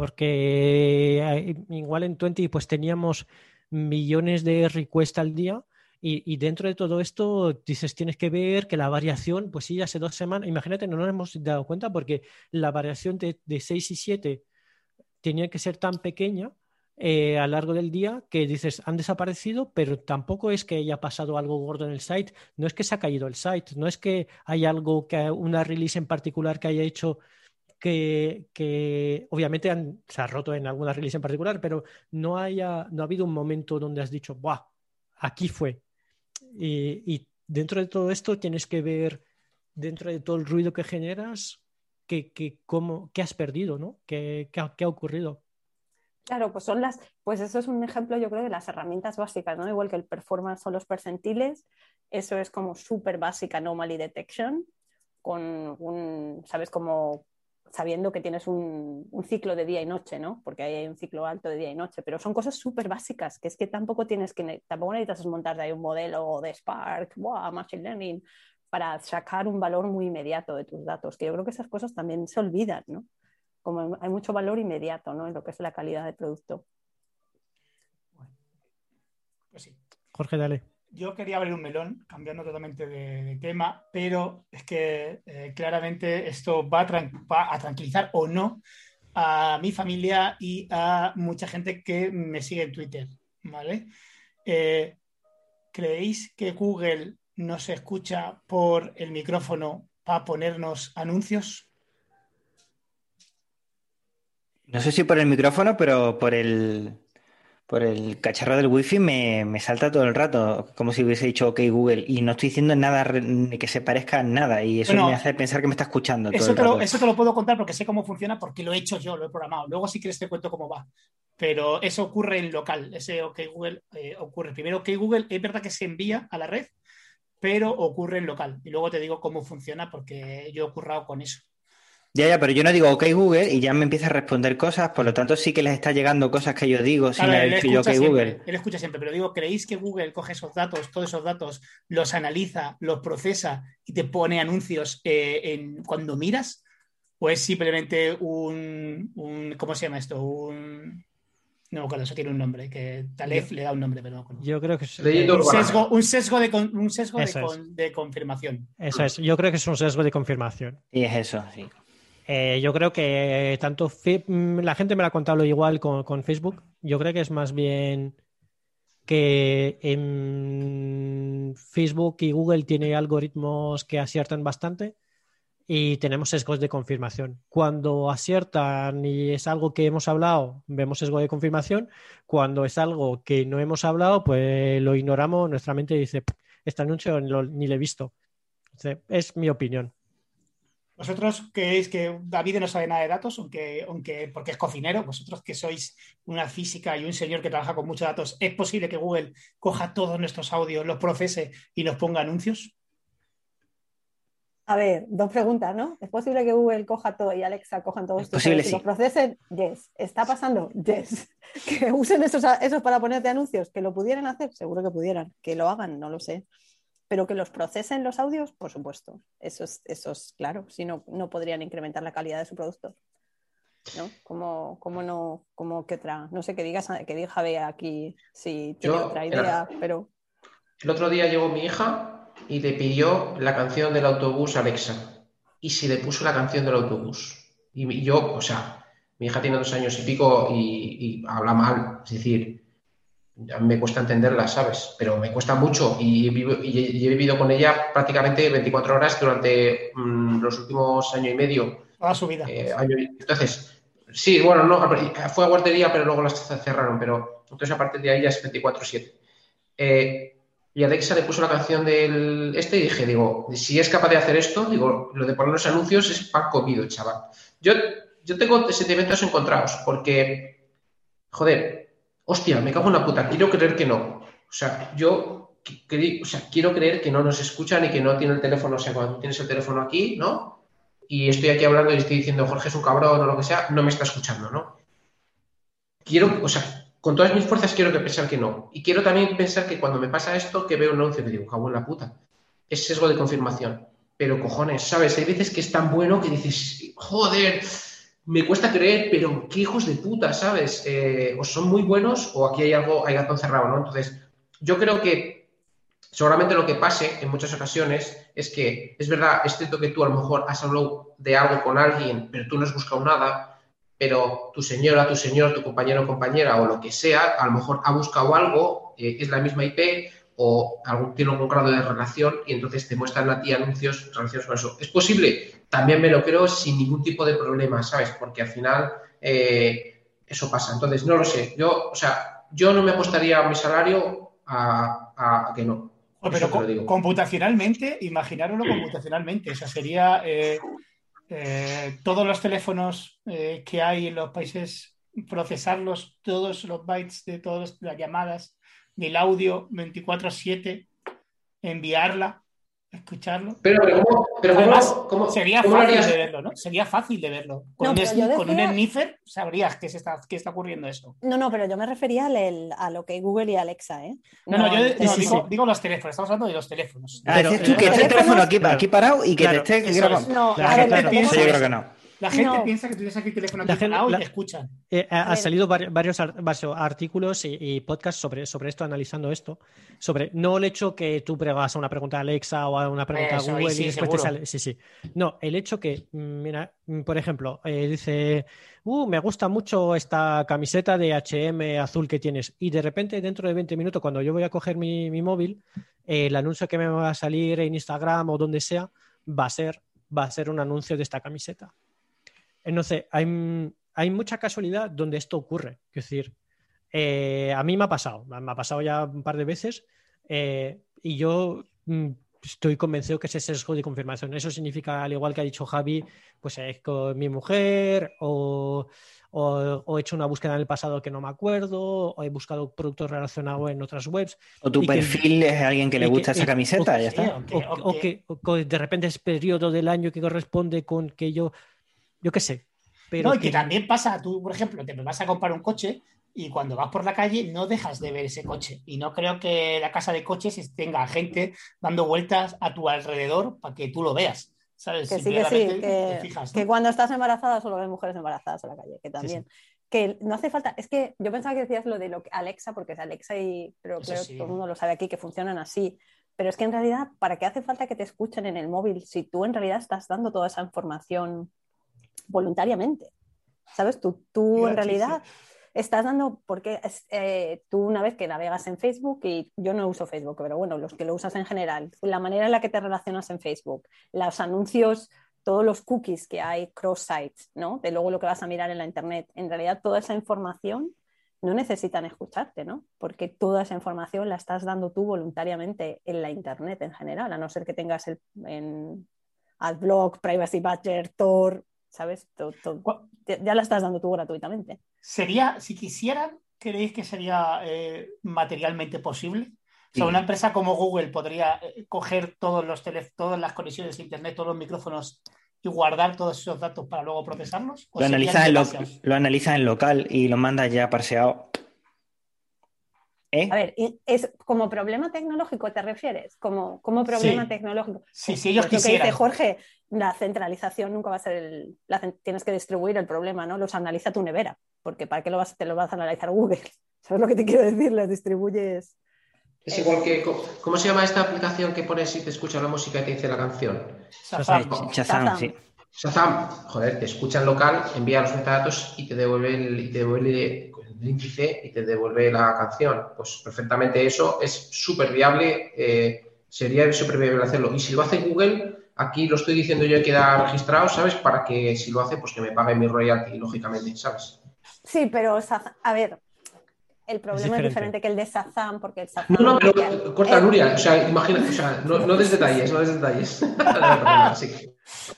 porque eh, igual en Twenty pues teníamos millones de requests al día y, y dentro de todo esto dices, tienes que ver que la variación, pues sí, hace dos semanas, imagínate, no nos hemos dado cuenta porque la variación de, de seis y siete tenía que ser tan pequeña eh, a lo largo del día que dices, han desaparecido, pero tampoco es que haya pasado algo gordo en el site, no es que se ha caído el site, no es que hay algo, que una release en particular que haya hecho que, que obviamente han, se ha roto en alguna release en particular, pero no, haya, no ha habido un momento donde has dicho, ¡buah! Aquí fue. Y, y dentro de todo esto tienes que ver, dentro de todo el ruido que generas, que, que cómo, qué has perdido, ¿no? ¿Qué, qué ha, qué ha ocurrido? Claro, pues son las, pues eso es un ejemplo, yo creo, de las herramientas básicas, ¿no? Igual que el performance son los percentiles, eso es como súper básica anomaly detection, con un, sabes, como sabiendo que tienes un, un ciclo de día y noche, ¿no? Porque ahí hay un ciclo alto de día y noche, pero son cosas súper básicas, que es que tampoco tienes que, tampoco necesitas desmontar de ahí un modelo de Spark, wow, Machine Learning, para sacar un valor muy inmediato de tus datos, que yo creo que esas cosas también se olvidan, ¿no? Como hay mucho valor inmediato, ¿no? En lo que es la calidad del producto. Bueno, pues sí. Jorge, dale. Yo quería abrir un melón, cambiando totalmente de, de tema, pero es que eh, claramente esto va a, tran- va a tranquilizar o no a mi familia y a mucha gente que me sigue en Twitter, ¿vale? Eh, ¿Creéis que Google nos escucha por el micrófono para ponernos anuncios? No sé si por el micrófono, pero por el, por el cacharro del wifi me, me salta todo el rato, como si hubiese dicho OK Google, y no estoy diciendo nada re- que se parezca a nada, y eso Bueno, me hace pensar que me está escuchando todo Eso el te, lo, rato. eso te lo puedo contar porque sé cómo funciona, porque lo he hecho yo, lo he programado. Luego, si quieres, te cuento cómo va. Pero eso ocurre en local. Ese OK Google eh, ocurre. Primero, OK Google es verdad que se envía a la red, pero ocurre en local. Y luego te digo cómo funciona porque yo he currado con eso. Ya, ya, pero yo no digo OK Google y ya me empieza a responder cosas, por lo tanto sí que les está llegando cosas que yo digo sin Claro, haber él dicho yo OK escucha siempre, Google. él escucha siempre, pero digo, ¿creéis que Google coge esos datos, todos esos datos, los analiza, los procesa y te pone anuncios eh, en, cuando miras? ¿O es simplemente un, un ¿cómo se llama esto? Un, no me acuerdo, eso tiene un nombre, que Taleb Yo- le da un nombre, pero no me acuerdo. Yo creo que es, Leyenda eh, Un urbana. sesgo, un sesgo, de, con- un sesgo de, Eso es. con- de confirmación. eso es. Yo creo que es un sesgo de confirmación. Y es eso, sí. Eh, yo creo que tanto fe- mm, la gente me lo ha contado lo igual con, con Facebook. Yo creo que es más bien que en Facebook y Google tiene algoritmos que aciertan bastante y tenemos sesgos de confirmación. Cuando aciertan y es algo que hemos hablado, vemos sesgo de confirmación. Cuando es algo que no hemos hablado, pues lo ignoramos. Nuestra mente dice, este anuncio ni lo, ni lo he visto. Entonces, es mi opinión. ¿Vosotros creéis que David no sabe nada de datos, aunque, aunque porque es cocinero? ¿Vosotros que sois una física y un señor que trabaja con muchos datos, es posible que Google coja todos nuestros audios, los procese y nos ponga anuncios? A ver, dos preguntas, ¿no? ¿Es posible que Google coja todo y Alexa cojan todos Es tus posible, audios y sí. los procesen? Yes. ¿Está pasando? Yes. ¿Que usen esos, esos para ponerte anuncios? ¿Que lo pudieran hacer? Seguro que pudieran. ¿Que lo hagan? No lo sé. Pero que los procesen los audios, por supuesto. Eso es, eso es claro. Si no, no podrían incrementar la calidad de su producto. ¿No? Como, como no, como que otra, no sé, que digas, que diga Javier aquí si tiene Yo, otra mira, idea, pero el otro día llegó mi hija y le pidió la canción del autobús a Alexa. Y se le puso la canción del autobús. Y yo, o sea, mi hija tiene dos años y pico y, y habla mal. Es decir, a mí me cuesta entenderla, ¿sabes? Pero me cuesta mucho y, vivo, y he vivido con ella prácticamente veinticuatro horas durante mmm, los últimos año y medio. Toda su vida. Eh, año, entonces, sí, bueno, no, fue a guardería, pero luego las cerraron. Pero entonces a partir de ahí ya es veinticuatro siete. Eh, y Alexa le puso la canción del este y dije, digo, si es capaz de hacer esto, digo, lo de poner los anuncios es pan comido, chaval. Yo, yo tengo sentimientos encontrados porque, joder, hostia, me cago en la puta, quiero creer que no. O sea, yo que, o sea, quiero creer que no nos escuchan y que no tiene el teléfono, o sea, cuando tienes el teléfono aquí, ¿no? Y estoy aquí hablando y estoy diciendo Jorge es un cabrón o lo que sea, no me está escuchando, ¿no? Quiero, o sea, con todas mis fuerzas quiero que pensar que no. Y quiero también pensar que cuando me pasa esto, que veo un anuncio y me digo, cago en la puta. Es sesgo de confirmación. Pero cojones, ¿sabes? Hay veces que es tan bueno que dices, joder, me cuesta creer, pero qué hijos de puta, ¿sabes? Eh, o son muy buenos o aquí hay algo, hay gato encerrado, ¿no? Entonces, yo creo que seguramente lo que pase en muchas ocasiones es que, es verdad, es cierto que tú a lo mejor has hablado de algo con alguien, pero tú no has buscado nada. pero tu señora, tu señor, tu compañero o compañera o lo que sea, a lo mejor ha buscado algo, eh, es la misma I P o algún, tiene algún grado de relación y entonces te muestran a ti anuncios relacionados con eso. ¿Es posible? También me lo creo sin ningún tipo de problema, ¿sabes? Porque al final eh, eso pasa. Entonces, no lo sé. Yo, o sea, yo no me apostaría mi salario a, a, a que no. Oh, pero co- computacionalmente, imaginároslo computacionalmente. O sea, sería eh, eh, todos los teléfonos eh, que hay en los países, procesarlos, todos los bytes de todas las llamadas, del audio veinticuatro siete, enviarla, escucharlo. Pero, pero ¿cómo, pero Además, cómo, cómo, sería cómo fácil harías? de verlo, ¿no? Sería fácil de verlo. Con, No, un, pero yo con un decía- sniffer sabrías que, se está, que está ocurriendo eso. No, no, pero yo me refería al- a lo que Google y Alexa, ¿eh? No, no, yo al no, sí, digo, sí. digo los teléfonos, estamos hablando de los teléfonos. Ah, Pero, dices tú eh, que los esté el teléfono teléfonos- aquí, Claro. aquí parado y que Claro, te esté eso grabando. es. No, Claro, a ver, claro. los Piensa Eso yo teléfonos- creo que no. La gente No. piensa que tú tienes aquí el teléfono La aquí gente- parado y la- te escuchan. Eh, ha, A ha ver. salido vari- varios, ar- varios artículos y, y podcasts sobre, sobre esto, analizando esto, sobre no el hecho que tú preguntas a una pregunta a Alexa o a una pregunta Eso, a y Google y, sí, después seguro. te sale. Sí, sí. No, el hecho que, mm, mira, mm, por ejemplo, eh, dice, uh, me gusta mucho esta camiseta de H y M azul que tienes, y de repente dentro de veinte minutos, cuando yo voy a coger mi, mi móvil, eh, el anuncio que me va a salir en Instagram o donde sea va a ser, va a ser un anuncio de esta camiseta. Entonces, hay, hay mucha casualidad donde esto ocurre. Es decir, eh, a mí me ha pasado, me ha pasado ya un par de veces eh, y yo mm, estoy convencido que ese sesgo de confirmación. Eso significa, al igual que ha dicho Javi, pues es con mi mujer o, o, o he hecho una búsqueda en el pasado que no me acuerdo o he buscado productos relacionados en otras webs. O tu y que- perfil es alguien que le y gusta esa y- camiseta, o- ya sí, está. o que- o, o o que- que, o que de repente es periodo del año que corresponde con que yo, yo qué sé. Pero No, y que que- también pasa, tú, por ejemplo, te vas a comprar un coche y cuando vas por la calle no dejas de ver ese coche. Y no creo que la casa de coches tenga gente dando vueltas a tu alrededor para que tú lo veas. ¿Sabes? Que sí, que sí, Simplemente que, te fijas, ¿no? que cuando estás embarazada solo ves mujeres embarazadas en la calle, que también. Que no hace falta, es que yo pensaba que decías lo de lo que Alexa, porque es Alexa y pero Eso creo sí. que todo el mundo lo sabe aquí que funcionan así. Pero es que en realidad, ¿para qué hace falta que te escuchen en el móvil si tú en realidad estás dando toda esa información voluntariamente? ¿Sabes? Tú, tú Ya, en sí, realidad sí. estás dando, porque es, eh, tú una vez que navegas en Facebook, y yo no uso Facebook, pero bueno, los que lo usas en general, la manera en la que te relacionas en Facebook, los anuncios, todos los cookies que hay cross-sites, ¿no? De luego lo que vas a mirar en la internet, en realidad toda esa información no necesitan escucharte, ¿no? Porque toda esa información la estás dando tú voluntariamente en la internet en general, a no ser que tengas el en AdBlock, Privacy Badger, Tor, ¿sabes? Todo, todo, Cu- ya la estás dando tú gratuitamente. Sería, si quisieran, ¿creéis que sería eh, materialmente posible? O sea, Sí. una empresa como Google podría eh, coger todos los tele- todas las conexiones de Internet, todos los micrófonos y guardar todos esos datos para luego procesarlos. ¿O Lo serían analizas, en lo, demasiados? lo analizas en local y lo mandas ya parseado. ¿Eh? A ver, y es como problema tecnológico, ¿te refieres? Como, como problema Sí. tecnológico. Sí, si ellos Pues lo que quisieran. dice Jorge, la centralización nunca va a ser el. La, tienes que distribuir el problema, ¿no? Los analiza tu nevera, porque ¿para qué lo vas, te lo vas a analizar Google? ¿Sabes lo que te quiero decir? Los distribuyes. Es igual que, ¿cómo se llama esta aplicación que pones y te escucha la música y te dice la canción? Shazam. Shazam, Shazam. sí. Shazam, joder, te escucha en local, envía los metadatos y te devuelve el, y te devuelve el índice y te devuelve la canción. Pues perfectamente eso es súper viable, eh, sería súper viable hacerlo. Y si lo hace Google, aquí lo estoy diciendo yo, queda registrado, ¿sabes? Para que si lo hace, pues que me pague mi royalty, lógicamente, ¿sabes? Sí, pero a ver, el problema es diferente, diferente. que el de Shazam, porque el Shazam. No, no, pero corta, eh, Nuria, o sea, imagina, o sea, no, no des detalles, no des detalles. Dale, perdona, sí.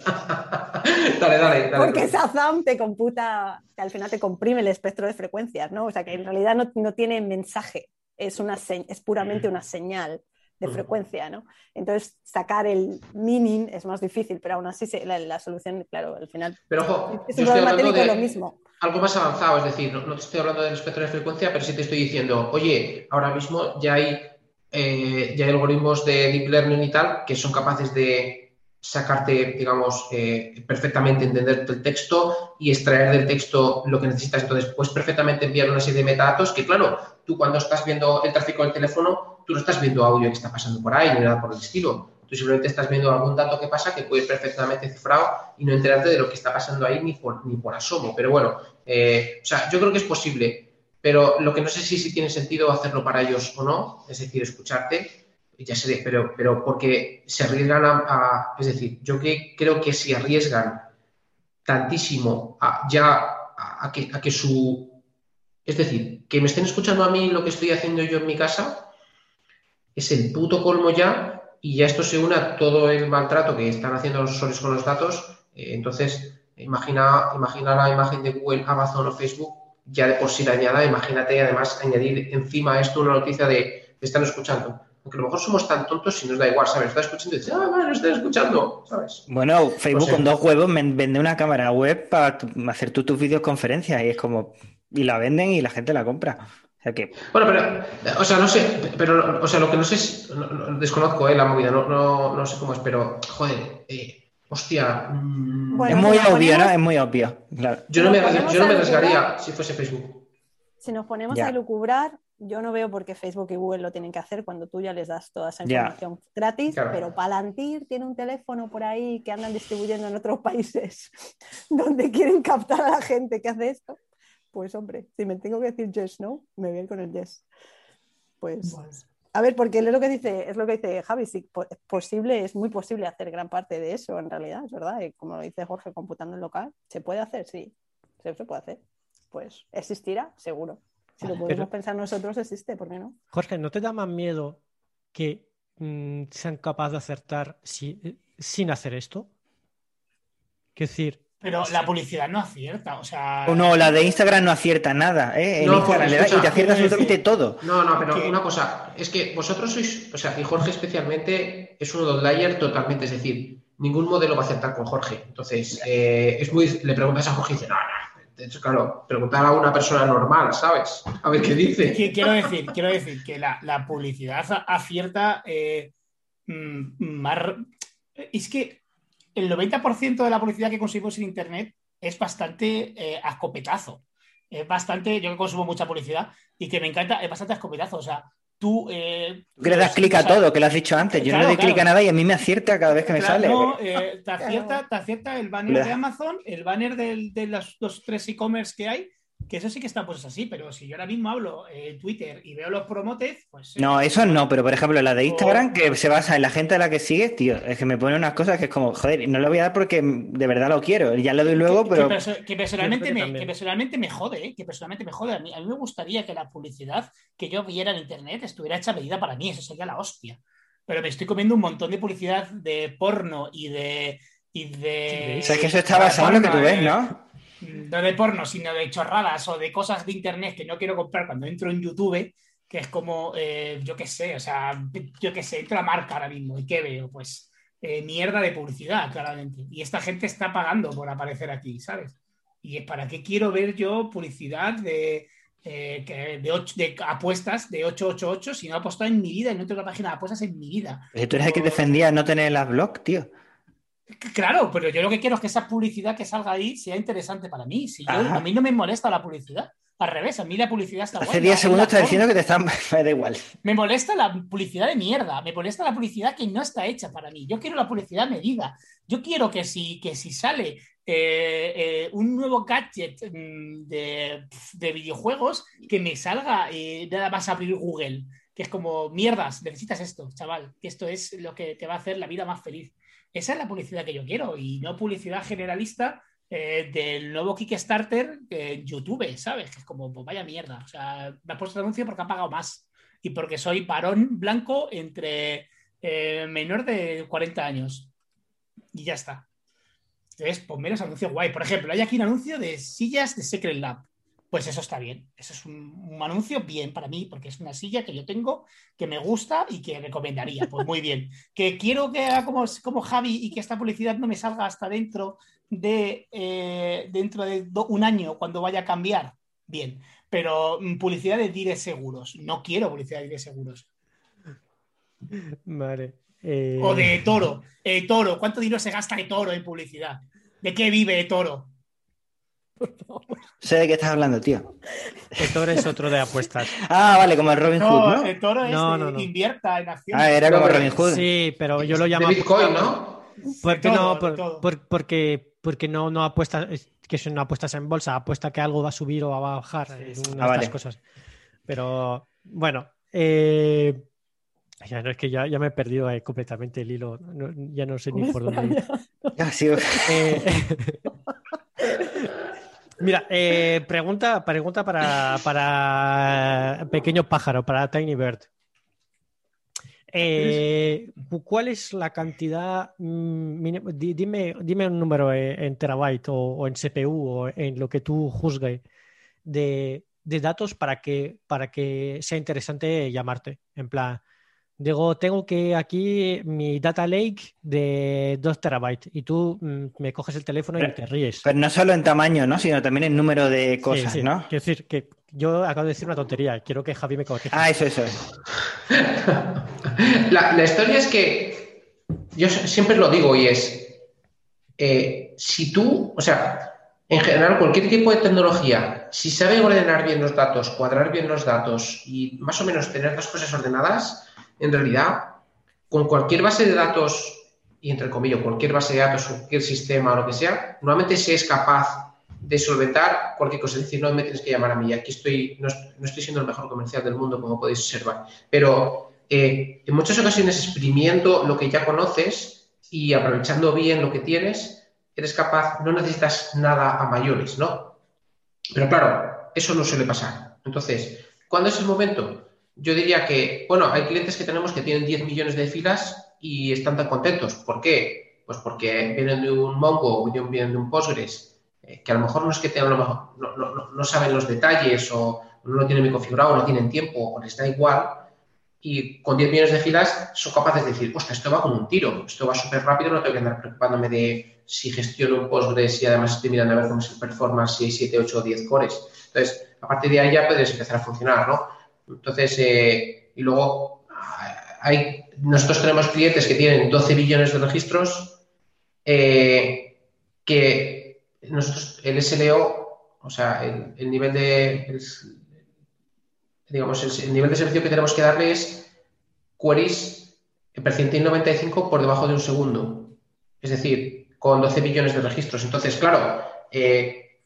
dale, dale, dale. Porque Shazam te computa, que al final te comprime el espectro de frecuencias, ¿no? O sea, que en realidad no, no tiene mensaje, es, una se- es puramente una señal de frecuencia, ¿no? Entonces, sacar el meaning es más difícil, pero aún así se, la, la solución, claro, al final Pero ojo, es yo un estoy problema hablando técnico, es de lo mismo. algo más avanzado, es decir, no, no te estoy hablando del espectro de frecuencia, pero sí te estoy diciendo, oye, ahora mismo ya hay, eh, ya hay algoritmos de deep learning y tal que son capaces de sacarte, digamos, eh, perfectamente entender el texto y extraer del texto lo que necesitas. Entonces, puedes perfectamente enviar una serie de metadatos que, claro, tú cuando estás viendo el tráfico del teléfono, tú no estás viendo audio que está pasando por ahí ni nada por el estilo. Tú simplemente estás viendo algún dato que pasa que puedes perfectamente cifrado y no enterarte de lo que está pasando ahí ni por, ni por asomo. Pero bueno, eh, o sea, yo creo que es posible, pero lo que no sé si, si tiene sentido hacerlo para ellos o no, es decir, escucharte, ya sé, pero, pero porque se arriesgan a, a es decir, yo que creo que si arriesgan tantísimo a, ya a, a, que, a que su... Es decir, que me estén escuchando a mí lo que estoy haciendo yo en mi casa es el puto colmo ya y ya esto se une a todo el maltrato que están haciendo los usuarios con los datos. Eh, entonces, imagina, imagina la imagen de Google, Amazon o Facebook ya de por sí dañada. Imagínate además añadir encima a esto una noticia de te están escuchando. Aunque a lo mejor somos tan tontos y nos da igual, ¿sabes? Estás escuchando y dices, ah, vale, lo están escuchando, ¿sabes? Bueno, Facebook No sé. con dos huevos me vende una cámara web para tu- hacer tú tus videoconferencias y es como... Y la venden y la gente la compra. O sea que... Bueno, pero, o sea, no sé, pero, o sea, lo que no sé es, no, no, desconozco, eh, la movida, no, no, no sé cómo es, pero, joder, eh, hostia, mmm, Bueno, Es si muy nos obvio, ¿no? ponemos, Es muy obvio. Claro. yo si no nos me, arries- ponemos yo no a me lucubrar, arriesgaría si fuese Facebook. si nos ponemos Ya. a lucubrar, yo no veo por qué Facebook y Google lo tienen que hacer cuando tú ya les das toda esa Ya. información gratis, Claro. pero Palantir tiene un teléfono por ahí que andan distribuyendo en otros países donde quieren captar a la gente que hace esto. Pues hombre, si me tengo que decir yes, no, me voy a ir con el yes. Pues, a ver, porque es lo que dice, es lo que dice Javi, sí, po- es posible, es muy posible hacer gran parte de eso en realidad, es verdad, y como lo dice Jorge, computando en local, ¿se puede hacer? Sí, se se puede hacer. Pues existirá, seguro. Si lo podemos Pero- pensar nosotros, existe, ¿por qué no? Jorge, ¿no te da más miedo que mm, sean capaces de acertar si- eh, sin hacer esto? Quiero decir, Pero la publicidad no acierta, o sea... O no, la de Instagram no acierta nada, ¿eh? En No, porque, Instagram le da y te escucha, acierta quiero absolutamente decir- todo. no, no, pero Que- una cosa, es que vosotros sois, o sea, y Jorge especialmente es un outlier totalmente, es decir, ningún modelo va a acertar con Jorge. Entonces, eh, es muy, le preguntas a Jorge y dice, no, no, de hecho, claro, preguntar a una persona normal, ¿sabes? A ver qué que- dice. quiero decir, quiero decir que la, la publicidad acierta eh, mm, más... Es que el noventa por ciento de la publicidad que consumimos en Internet es bastante eh, a escopetazo. Es bastante, yo que consumo mucha publicidad y que me encanta, es bastante a escopetazo. O sea, tú... Eh, Tú que le das los- clic o a sea, todo, que lo has dicho antes. Yo no claro, le doy claro. clic a nada y a mí me acierta cada vez que me Claro, sale. no, eh, te, acierta, Claro. te acierta el banner Bleh. de Amazon, el banner del- de los, los tres e-commerce que hay, que eso sí que está pues así, pero si yo ahora mismo hablo en eh, Twitter y veo los promotes, pues... eh, No, eso no, pero por ejemplo, la de Instagram, O- que se basa en la gente a la que sigues, tío, es que me pone unas cosas que es como, joder, no le voy a dar porque de verdad lo quiero. Ya lo doy luego, que, pero que perso- que personalmente Yo creo que me, también. que personalmente me jode, ¿eh? Que personalmente me jode. A mí, a mí me gustaría que la publicidad que yo viera en Internet estuviera hecha a medida para mí, eso sería la hostia. Pero me estoy comiendo un montón de publicidad de porno y de... Y de Sí, o sea, es que eso está de basado en lo que tú porno, ves, eh, ¿no? no de porno, sino de chorradas o de cosas de internet que no quiero comprar cuando entro en YouTube, que es como, eh, yo qué sé, o sea, yo qué sé, entro a marca ahora mismo y ¿qué veo? Pues eh, mierda de publicidad, claramente. Y esta gente está pagando por aparecer aquí, ¿sabes? ¿Y para qué quiero ver yo publicidad de, eh, que- de, ocho- de apuestas de ochocientos ochenta y ocho si no he apostado en mi vida y no tengo una página de apuestas en mi vida? Si tú eres el que O- defendía no tener las blogs, tío. Claro, pero yo lo que quiero es que esa publicidad que salga ahí sea interesante para mí. Si yo, Ajá. a mí no me molesta la publicidad. Al revés, a mí la publicidad está Hace guay. diez La- segundos la estás diciendo forma. que te están... Me da igual. Me molesta la publicidad de mierda. Me molesta la publicidad que no está hecha para mí. Yo quiero la publicidad medida. Yo quiero que si, que si sale eh, eh, un nuevo gadget mm, de, de videojuegos, que me salga eh, nada más abrir Google. Que es como, mierdas, necesitas esto, chaval. Que esto es lo que te va a hacer la vida más feliz. Esa es la publicidad que yo quiero y no publicidad generalista eh, del nuevo Kickstarter en YouTube, ¿sabes? Que es como, pues vaya mierda. O sea, me ha puesto el anuncio porque ha pagado más y porque soy varón blanco entre eh, menor de cuarenta años. Y ya está. Entonces, pues menos anuncio guay. Por ejemplo, hay aquí un anuncio de sillas de Secret Lab. Pues eso está bien. Eso es un, un anuncio bien para mí, porque es una silla que yo tengo, que me gusta y que recomendaría. Pues muy bien. Que quiero que haga como, como Javi y que esta publicidad no me salga hasta dentro de, eh, dentro de do, un año cuando vaya a cambiar. Bien. Pero mm, publicidad de Dire Seguros. No quiero publicidad de Dire Seguros. Vale. Eh, O de Toro. Eh, Toro. ¿Cuánto dinero se gasta de Toro en publicidad? ¿De qué vive Toro? Sé de qué estás hablando, tío. Etor es otro de apuestas. Ah, vale, como el Robin Hood, No, ¿no? el toro es No, de no, no. invierta en acciones. Ah, era No, como pero- Robin Hood. Sí, pero yo lo De llamo Bitcoin, apuesta ¿no? porque De todo, no, de por- todo. por- porque, porque no, no apuestas, es- que son no apuestas en bolsa, apuesta que algo va a subir o va a bajar, Sí, es sí. una Ah, de vale. estas cosas. Pero bueno, eh, ya no es que ya, ya me he perdido eh, completamente el hilo, no- ya no sé ni Me por dónde ir. extraña. Ah, sí. Eh, Mira, eh, pregunta, pregunta para, para Pequeño Pájaro, para Tiny Bird. Eh, cu- ¿cuál es la cantidad? mm, mínima- di- dime, dime un número en, en terabyte o, o en C P U o en lo que tú juzgues de, de datos para que, para que sea interesante llamarte. En plan, digo, tengo que aquí mi data lake de dos terabytes y tú mm, me coges el teléfono y te ríes. Pero no solo en tamaño, ¿no? Sino también en número de Sí, cosas, sí. ¿no? Quiero decir que yo acabo de decir una tontería. Quiero que Javi me corrija. Ah, eso, eso. eso. La, la historia es que yo siempre lo digo y es, eh, si tú, o sea, en general cualquier tipo de tecnología, si sabe ordenar bien los datos, cuadrar bien los datos y más o menos tener las cosas ordenadas, en realidad, con cualquier base de datos, y entre comillas, cualquier base de datos, cualquier sistema o lo que sea, normalmente se es capaz de solventar cualquier cosa. Es decir, no me tienes que llamar a mí. Aquí estoy, no, no estoy siendo el mejor comercial del mundo, como podéis observar. Pero eh, en muchas ocasiones, exprimiendo lo que ya conoces y aprovechando bien lo que tienes, eres capaz, no necesitas nada a mayores, ¿no? Pero claro, eso no suele pasar. Entonces, ¿cuándo es el momento? Yo diría que, bueno, hay clientes que tenemos que tienen diez millones de filas y están tan contentos. ¿Por qué? Pues porque vienen de un Mongo o vienen de un Postgres, eh, que a lo mejor no es que tengan lo mejor, no, no, no saben los detalles o no lo tienen bien configurado, o no tienen tiempo o les da igual. Y con diez millones de filas son capaces de decir, ostras, esto va como un tiro, esto va súper rápido, no tengo que andar preocupándome de si gestiono un Postgres y además estoy mirando a ver cómo es el performance, si hay siete, ocho o diez cores. Entonces, a partir de ahí ya puedes empezar a funcionar, ¿no? Entonces, eh, y luego, hay, nosotros tenemos clientes que tienen doce billones de registros, eh, que nosotros, el S L O, o sea, el, el nivel de... El, digamos, el, el nivel de servicio que tenemos que darle es queries percentil noventa y cinco por debajo de un segundo. Es decir, con doce billones de registros. Entonces, claro, eh,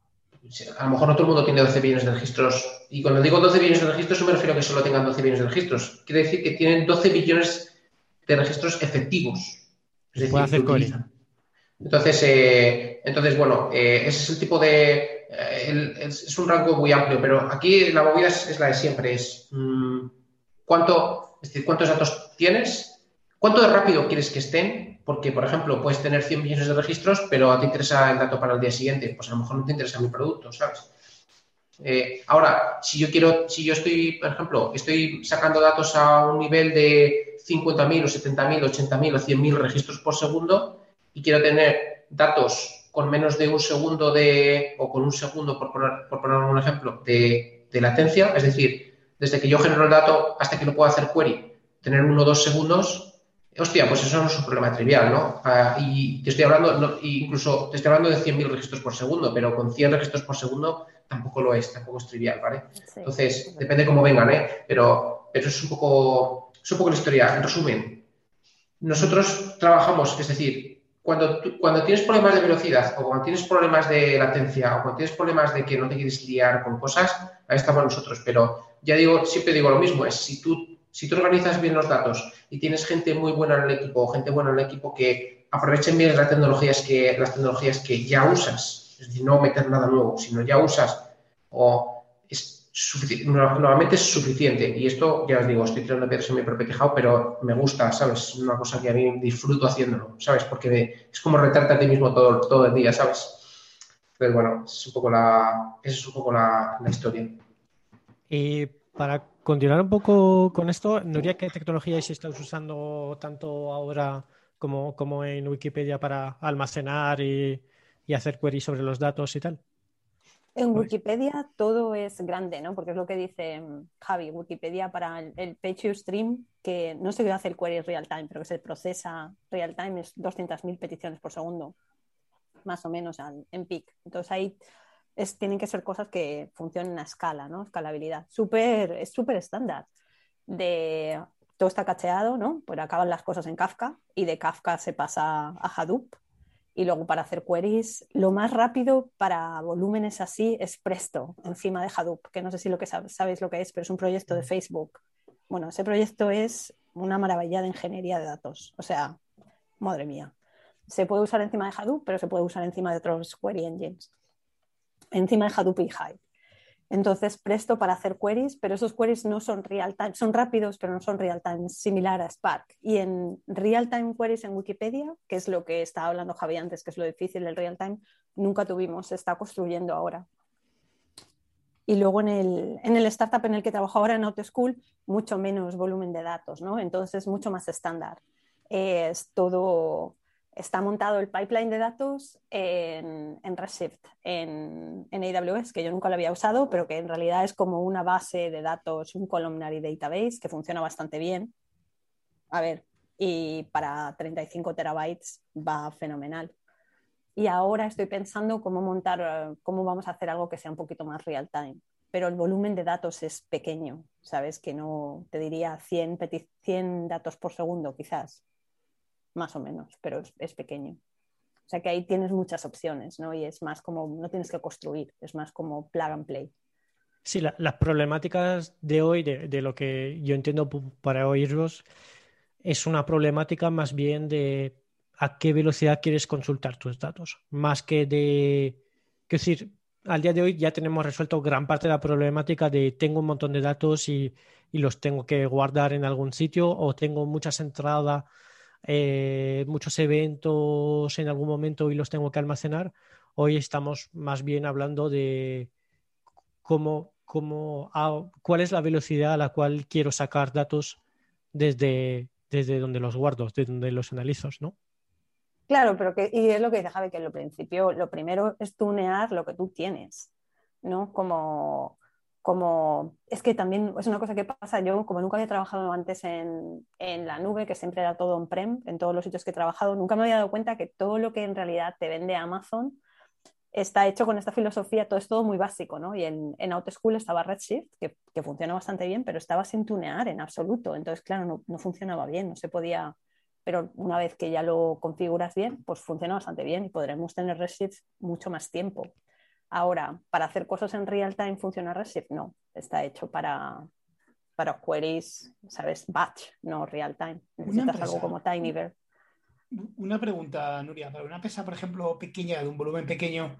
a lo mejor no todo el mundo tiene doce billones de registros. Y cuando digo doce billones de registros, no me refiero a que solo tengan doce billones de registros. Quiere decir que tienen doce billones de registros efectivos. Es Se puede decir, que hacer query. utilizan. Entonces, eh, entonces bueno, eh, ese es el tipo de... Eh, el, es, es un rango muy amplio, pero aquí la movida es, es la de siempre. Es mmm, cuánto, es decir, cuántos datos tienes, cuánto de rápido quieres que estén, porque, por ejemplo, puedes tener cien millones de registros, pero te interesa el dato para el día siguiente. Pues a lo mejor no te interesa mi producto, ¿sabes? Eh, ahora, si yo quiero, si yo estoy, por ejemplo, estoy sacando datos a un nivel de cincuenta mil o setenta mil, ochenta mil o cien mil registros por segundo y quiero tener datos con menos de un segundo de, o con un segundo, por poner, por poner un ejemplo, de, de latencia, es decir, desde que yo genero el dato hasta que lo puedo hacer query, tener uno o dos segundos, hostia, pues eso no es un problema trivial, ¿no? Uh, y te estoy hablando, no, incluso te estoy hablando de cien mil registros por segundo, pero con cien registros por segundo tampoco lo es, tampoco es trivial, ¿vale? Sí, Entonces, sí. depende cómo vengan, ¿eh? Pero, pero eso es un poco, es un poco la historia. En resumen, nosotros trabajamos, es decir, cuando, tú, cuando tienes problemas de velocidad o cuando tienes problemas de latencia o cuando tienes problemas de que no te quieres liar con cosas, ahí estamos nosotros. Pero ya digo, siempre digo lo mismo, es si tú, si tú organizas bien los datos y tienes gente muy buena en el equipo o gente buena en el equipo que aprovechen bien las tecnologías que, las tecnologías que ya usas, es decir, no meter nada nuevo, sino ya usas o es normalmente es suficiente. Y esto, ya os digo, estoy tirando piedras en mi propio tejado, pero me gusta, ¿sabes? Es una cosa que a mí disfruto haciéndolo, ¿sabes? Porque me, es como retarte a ti mismo todo, todo el día, ¿sabes? Pero bueno, es un poco la, esa es un poco la, la historia. Y para continuar un poco con esto, Nuria, ¿qué tecnologías estáis usando tanto ahora como, como en Wikipedia para almacenar y, y hacer queries sobre los datos y tal? En Wikipedia todo es grande, ¿no? Porque es lo que dice Javi, Wikipedia para el, el page stream, que no se hace el query real time, pero que se procesa real time, es doscientas mil peticiones por segundo. más o menos al, en peak. Entonces ahí es, tienen que ser cosas que funcionen a escala, ¿no? Escalabilidad. Súper, es súper estándar. De todo está cacheado, ¿no? Pues acaban las cosas en Kafka y de Kafka se pasa a Hadoop. Y luego para hacer queries, lo más rápido para volúmenes así es Presto, encima de Hadoop, que no sé si lo que sabéis, sabéis lo que es, pero es un proyecto de Facebook. Bueno, ese proyecto es una maravilla de ingeniería de datos. O sea, madre mía. Se puede usar encima de Hadoop, pero se puede usar encima de otros query engines. Encima de Hadoop y Hive. Entonces, Presto para hacer queries, pero esos queries no son real time, son rápidos, pero no son real time, es similar a Spark. Y en real time queries en Wikipedia, que es lo que estaba hablando Javi antes, que es lo difícil del real time, nunca tuvimos, se está construyendo ahora. Y luego en el, en el startup en el que trabajo ahora, en Autoschool, mucho menos volumen de datos, ¿no? Entonces, mucho más estándar. Es todo... Está montado el pipeline de datos en, en Redshift, en, en A W S, que yo nunca lo había usado, pero que en realidad es como una base de datos, un columnary database que funciona bastante bien. A ver, y para treinta y cinco terabytes va fenomenal. Y ahora estoy pensando cómo montar, cómo vamos a hacer algo que sea un poquito más real time. Pero el volumen de datos es pequeño, ¿sabes? Que no, te diría cien, cien datos por segundo quizás. Más o menos, pero es, es pequeño. O sea que ahí tienes muchas opciones, ¿no? Y es más como, no tienes que construir, es más como plug and play. Sí, la, las problemáticas de hoy, de, de lo que yo entiendo para oírlos, es una problemática más bien de a qué velocidad quieres consultar tus datos, más que de... Quiero decir, al día de hoy ya tenemos resuelto gran parte de la problemática de tengo un montón de datos y, y los tengo que guardar en algún sitio o tengo muchas entradas, eh, muchos eventos en algún momento y los tengo que almacenar. Hoy estamos más bien hablando de cómo, cómo, a, cuál es la velocidad a la cual quiero sacar datos desde, desde donde los guardo, desde donde los analizo, ¿no? Claro, pero que, y es lo que dice Javi, que en lo principio, lo primero es tunear lo que tú tienes, ¿no? Como, como, es que también es una cosa que pasa, yo como nunca había trabajado antes en, en la nube, que siempre era todo on-prem, en todos los sitios que he trabajado, nunca me había dado cuenta que todo lo que en realidad te vende Amazon está hecho con esta filosofía, todo es todo muy básico, ¿no? Y en, en Autoschool estaba Redshift, que, que funciona bastante bien, pero estaba sin tunear en absoluto, entonces claro, no, no funcionaba bien, no se podía... Pero una vez que ya lo configuras bien, pues funciona bastante bien y podremos tener Redshift mucho más tiempo. Ahora, para hacer cosas en real time, ¿funciona Redshift? No, está hecho para, para queries, ¿sabes? Batch, no real time. Necesitas algo como Tinyverse. Una pregunta, Nuria. Para una empresa, por ejemplo, pequeña, de un volumen pequeño,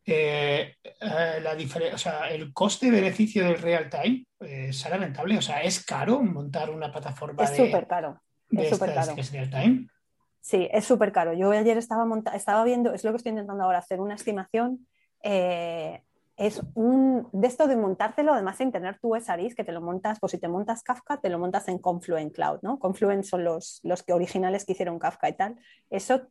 eh, eh, la diferencia, o sea, el coste-beneficio del real time eh, ¿será rentable? O sea, ¿es caro montar una plataforma es de... súper caro. de Es súper estas caro. que es real time? Sí, es súper caro. Yo ayer estaba, monta estaba viendo, es lo que estoy intentando ahora, hacer una estimación. Eh, es un de esto de montártelo, además sin tener tu S R Is, que te lo montas, pues si te montas Kafka, te lo montas en Confluent Cloud, ¿no? Confluent son los, los que originales que hicieron Kafka y tal. Eso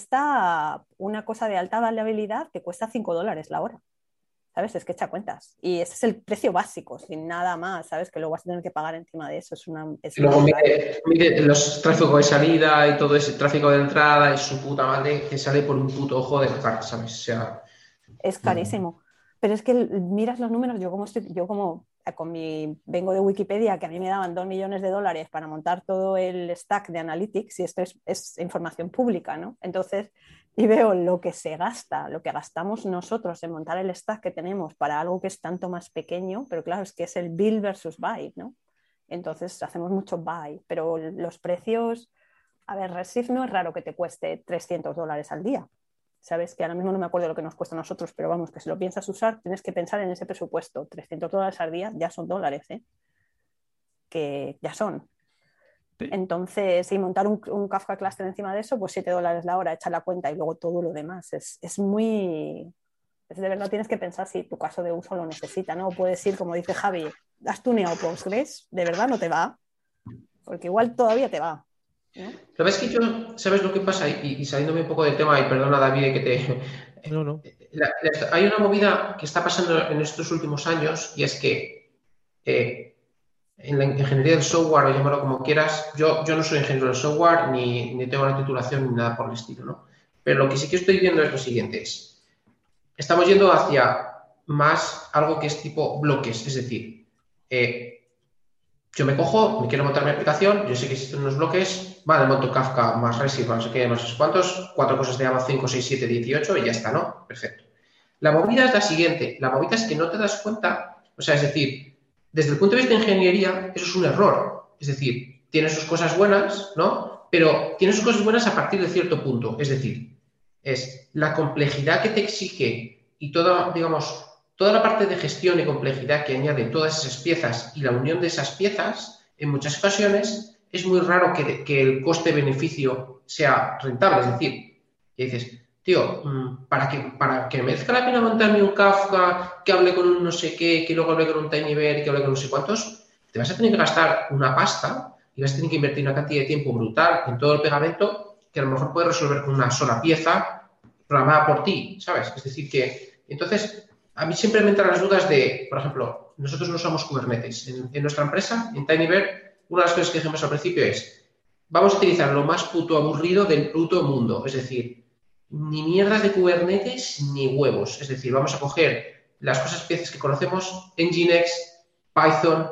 cuesta una cosa de alta variabilidad que cuesta cinco dólares la hora. ¿Sabes? Es que echa cuentas. Y ese es el precio básico, sin nada más, ¿sabes? Que luego vas a tener que pagar encima de eso. Es una... Es Luego una mide, mide los tráfico de salida y todo ese tráfico de entrada y su puta madre que sale por un puto ojo de la cara, ¿sabes? O sea... Es carísimo. Pero es que miras los números, yo como estoy, yo como con mi, vengo de Wikipedia, que a mí me daban dos millones de dólares para montar todo el stack de Analytics, y esto es, es información pública, ¿no? Entonces, y veo lo que se gasta, lo que gastamos nosotros en montar el stack que tenemos para algo que es tanto más pequeño, pero claro, es que es el build versus buy, ¿no? Entonces hacemos mucho buy, pero los precios, a ver, Redshift no es raro que te cueste trescientos dólares al día. Sabes que ahora mismo no me acuerdo lo que nos cuesta a nosotros, pero vamos, que si lo piensas usar, tienes que pensar en ese presupuesto. trescientos dólares al día ya son dólares, ¿eh? Que ya son. Entonces, y montar un, un Kafka cluster encima de eso, pues siete dólares la hora, echa la cuenta y luego todo lo demás. Es, es muy... Es de verdad tienes que pensar si tu caso de uso lo necesita, ¿no? O puedes ir, como dice Javi, ¿has tuneado Postgres? ¿De verdad no te va? Porque igual todavía te va, ¿no? ¿Sabes que yo, sabes lo que pasa? Y, y saliéndome un poco del tema, y perdona David que te... No, no. La, la, hay una movida que está pasando en estos últimos años y es que eh, en la ingeniería del software, o llámalo como quieras, yo, yo no soy ingeniero del software ni, ni tengo una titulación ni nada por el estilo, ¿no? pero lo que sí que estoy viendo es lo siguiente. Es, estamos yendo hacia más algo que es tipo bloques, es decir, eh, yo me cojo, me quiero montar mi aplicación, yo sé que existen unos bloques, vale, monto Kafka más Redshift, no sé qué, no sé cuántos, cuatro cosas de Java, cinco, seis, siete, dieciocho y ya está, ¿no? Perfecto. La movida es la siguiente, la movida es que no te das cuenta, o sea, es decir, desde el punto de vista de ingeniería, eso es un error, es decir, tiene sus cosas buenas, ¿no? Pero tiene sus cosas buenas a partir de cierto punto, es decir, es la complejidad que te exige y toda, digamos, toda la parte de gestión y complejidad que añade todas esas piezas y la unión de esas piezas, en muchas ocasiones es muy raro que, que el coste-beneficio sea rentable. Es decir, que dices, tío, para que, para que me merezca la pena montarme un Kafka, que hable con un no sé qué, que luego hable con un TinyBear, que hable con no sé cuántos, te vas a tener que gastar una pasta y vas a tener que invertir una cantidad de tiempo brutal en todo el pegamento que a lo mejor puedes resolver con una sola pieza programada por ti, ¿sabes? Es decir, que entonces... A mí siempre me entran las dudas de, por ejemplo, nosotros no usamos Kubernetes. En, en nuestra empresa, en TinyBear, una de las cosas que dijimos al principio es, vamos a utilizar lo más puto aburrido del puto mundo. Es decir, ni mierdas de Kubernetes ni huevos. Es decir, vamos a coger las cosas, piezas que conocemos, Nginx, Python,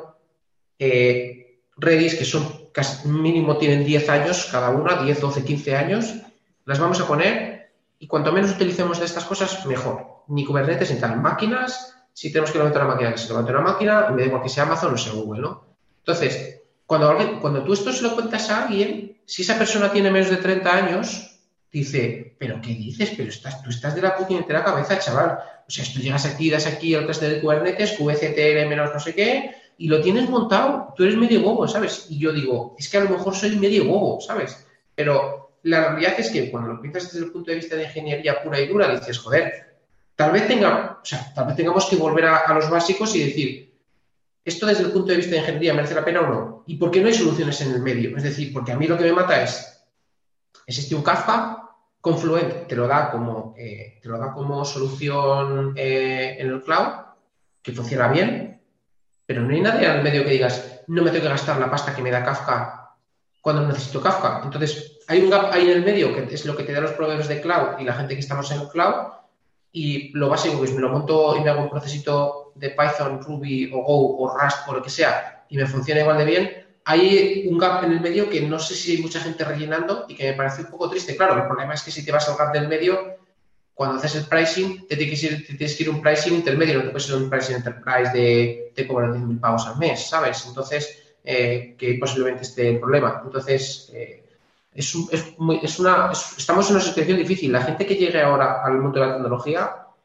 eh, Redis, que son casi mínimo tienen diez años cada una, diez, doce, quince años, las vamos a poner y cuanto menos utilicemos de estas cosas, mejor. Ni Kubernetes ni tal. Máquinas, si tenemos que levantar una máquina, que se levante una máquina, en vez de igual que sea Amazon o sea Google, ¿no? Entonces, cuando, alguien, cuando tú esto se lo cuentas a alguien, si esa persona tiene menos de treinta años, dice, ¿pero qué dices? Pero estás, tú estás de la puñetera cabeza, chaval. O sea, tú llegas aquí, das aquí el cluster de Kubernetes, kubectl menos no sé qué, y lo tienes montado. Tú eres medio bobo, ¿sabes? Y yo digo, es que a lo mejor soy medio bobo, ¿sabes? Pero la realidad es que cuando lo piensas desde el punto de vista de ingeniería pura y dura, dices, joder, Tal vez, tenga, o sea, tal vez tengamos que volver a, a los básicos y decir, ¿esto desde el punto de vista de ingeniería merece la pena o no? ¿Y por qué no hay soluciones en el medio? Es decir, porque a mí lo que me mata es, existe un Kafka, Confluent te lo da como, eh, te lo da como solución eh, en el cloud, que funciona bien, pero no hay nadie en el medio que digas, no me tengo que gastar la pasta que me da Kafka cuando necesito Kafka. Entonces, hay un gap ahí en el medio que es lo que te dan los proveedores de cloud y la gente que estamos en el cloud. Y lo básico es me lo monto y me hago un procesito de Python, Ruby o Go o Rust o lo que sea y me funciona igual de bien. Hay un gap en el medio que no sé si hay mucha gente rellenando y que me parece un poco triste. Claro, el problema es que si te vas al gap del medio, cuando haces el pricing, te tienes que ir, te tienes que ir un pricing intermedio, no te puedes ir un pricing enterprise de te cobran diez mil pavos al mes, ¿sabes? Entonces, eh, que posiblemente esté el problema. Entonces, eh, Es, un, es, muy, es una, es, estamos en una situación difícil. La gente que llegue ahora al mundo de la tecnología,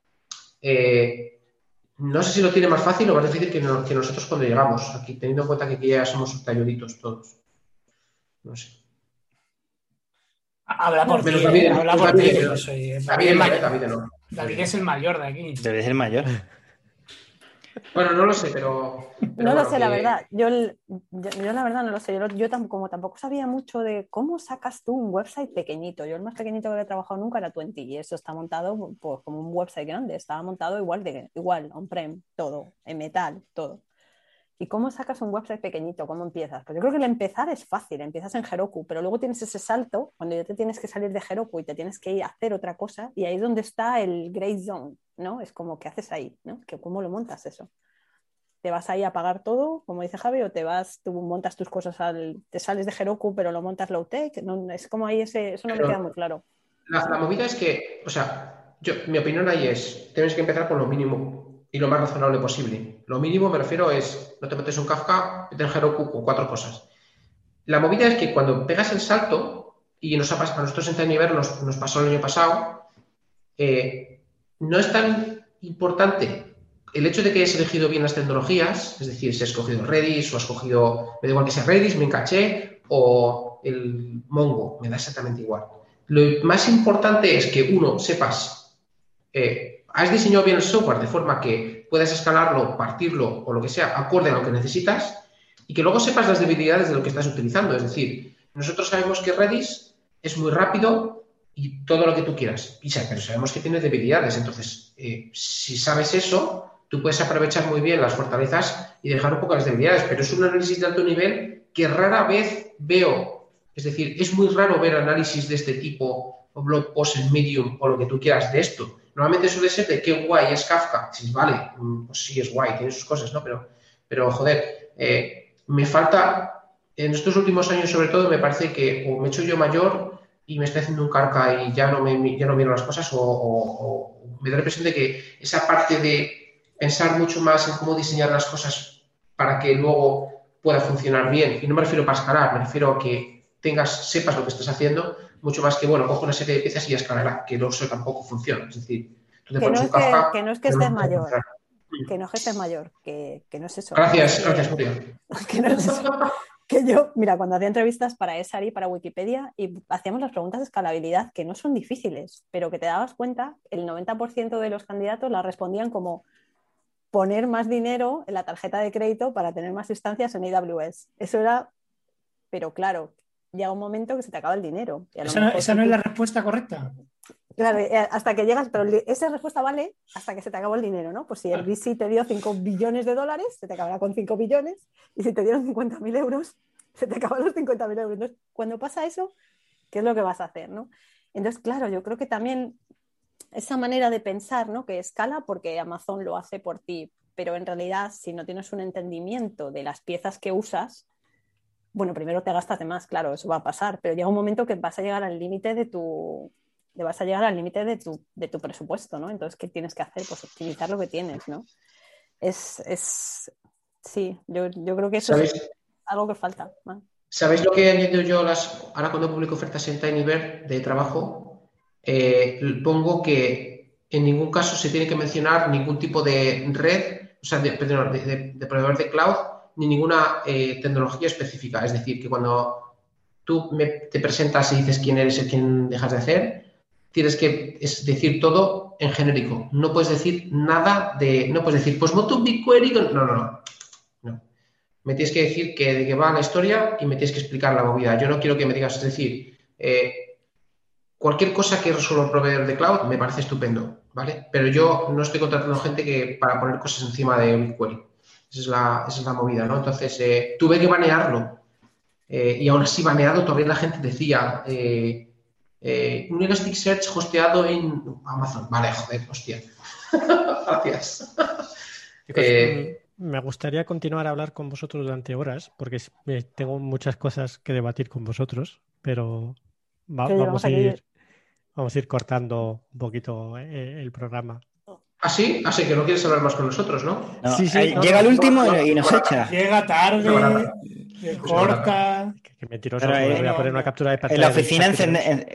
eh, no sé si lo tiene más fácil o más difícil que, no, que nosotros cuando llegamos, aquí teniendo en cuenta que aquí ya somos talluditos todos. No sé. Habla por Menos ti, David, eh, habla por David, ti. David, Yo soy, David, David, es no, mayor. David no. David es el mayor de aquí. Debe ser mayor. Bueno, no lo sé, pero... pero no bueno, lo sé, que... la verdad. Yo, yo, yo la verdad no lo sé. Yo, yo tampoco, como tampoco sabía mucho de cómo sacas tú un website pequeñito. Yo el más pequeñito que he trabajado nunca era veinte y eso está montado pues, como un website grande. Estaba montado igual, de igual on-prem, todo, en metal, todo. ¿Y cómo sacas un website pequeñito? ¿Cómo empiezas? Pues yo creo que el empezar es fácil, empiezas en Heroku, pero luego tienes ese salto cuando ya te tienes que salir de Heroku y te tienes que ir a hacer otra cosa y ahí es donde está el gray zone, ¿no? Es como, ¿qué haces ahí? ¿No? ¿Cómo lo montas eso? ¿Te vas ahí a pagar todo, como dice Javi, o te vas, tú montas tus cosas, al, te sales de Heroku pero lo montas low-tech? No, es como ahí ese, eso no pero me queda muy claro. La, la movida es que, o sea, yo, mi opinión ahí es, tienes que empezar con lo mínimo y lo más razonable posible. Lo mínimo me refiero es, no te metes un Kafka, mete en Heroku con cuatro cosas. La movida es que cuando pegas el salto, y nos ha pasado, a nosotros en TinyBear nos, nos pasó el año pasado, eh, no es tan importante el hecho de que hayas elegido bien las tecnologías, es decir, si has escogido Redis o has escogido, me da igual que sea Redis, Memcache o el Mongo, me da exactamente igual. Lo más importante es que, uno, sepas, eh, has diseñado bien el software de forma que puedas escalarlo, partirlo o lo que sea, acorde a lo que necesitas, y que luego sepas las debilidades de lo que estás utilizando. Es decir, nosotros sabemos que Redis es muy rápido y todo lo que tú quieras, pero sabemos que tiene debilidades. Entonces, eh, si sabes eso, tú puedes aprovechar muy bien las fortalezas y dejar un poco las debilidades, pero es un análisis de alto nivel que rara vez veo. Es decir, es muy raro ver análisis de este tipo o blog post en Medium o lo que tú quieras de esto. Normalmente suele ser de qué guay es Kafka. Sí, vale, pues sí es guay, tiene sus cosas, ¿no? Pero, pero joder, eh, me falta, en estos últimos años sobre todo, me parece que o me he hecho yo mayor y me estoy haciendo un carca y ya no, me, ya no miro las cosas o, o, o me da la impresión de que esa parte de pensar mucho más en cómo diseñar las cosas para que luego pueda funcionar bien. Y no me refiero a escalar, me refiero a que tengas, sepas lo que estás haciendo, mucho más que, bueno, cojo una serie de piezas y ya escalará, que no, eso tampoco funciona. Es decir, tú te Que pones no un es que, Kafka... que no es que estés mayor, que no es que estés mayor, que, que no es eso. Gracias, es que, gracias, Julia. Que no es eso. Que yo, mira, cuando hacía entrevistas para ESARI, para Wikipedia, y hacíamos las preguntas de escalabilidad, que no son difíciles, pero que te dabas cuenta, el noventa por ciento de los candidatos las respondían como poner más dinero en la tarjeta de crédito para tener más instancias en A W S. Eso era, pero claro, llega un momento que se te acaba el dinero. Y a lo Esa no, mejor esa tú- no es la respuesta correcta. Claro, eh, hasta que llegas, pero esa respuesta vale hasta que se te acabó el dinero, ¿no? Pues si el V C te dio cinco billones de dólares, se te acabará con cinco billones, y si te dieron cincuenta mil euros, se te acaban los cincuenta mil euros. Entonces, cuando pasa eso, ¿qué es lo que vas a hacer, no? Entonces, claro, yo creo que también esa manera de pensar, ¿no? Que escala porque Amazon lo hace por ti, pero en realidad, si no tienes un entendimiento de las piezas que usas, bueno, primero te gastas de más, claro, eso va a pasar, pero llega un momento que vas a llegar al límite de tu... te vas a llegar al límite de tu, de tu presupuesto, ¿no? Entonces, ¿qué tienes que hacer? Pues optimizar lo que tienes, ¿no? Es, es sí, yo, yo creo que eso ¿Sabéis? es algo que falta, ¿no? ¿Sabéis lo que añadido yo las, ahora cuando publico ofertas en Tinybear de trabajo? Eh, pongo que en ningún caso se tiene que mencionar ningún tipo de red, o sea, de, perdón, de, de, de proveedor de cloud, ni ninguna eh, tecnología específica. Es decir, que cuando tú me, te presentas y dices quién eres y quién dejas de hacer, tienes que es decir todo en genérico. No puedes decir nada de... No puedes decir, pues monto un BigQuery con... No, no, no. no. Me tienes que decir que, de qué va la historia y me tienes que explicar la movida. Yo no quiero que me digas, es decir, eh, cualquier cosa que resuelva el proveedor de cloud me parece estupendo, ¿vale? Pero yo no estoy contratando gente que para poner cosas encima de BigQuery. Esa es la, esa es la movida, ¿no? Entonces, eh, tuve que banearlo. Eh, y aún así baneado, todavía la gente decía... Eh, Eh, un Elasticsearch hosteado en Amazon. Vale, joder, hostia. Gracias. Chicos, eh, me gustaría continuar a hablar con vosotros durante horas, porque tengo muchas cosas que debatir con vosotros, pero va, vamos a ir, vamos a ir cortando un poquito eh, el programa. ¿Así? Así que no quieres hablar más con nosotros, ¿no? No, sí, sí, ahí no, llega no, el último no, y nos no, echa. Llega tarde, se corta. Que, que mentiroso, Pero, os eh, voy a poner una captura de pantalla. En la oficina del chat que encende...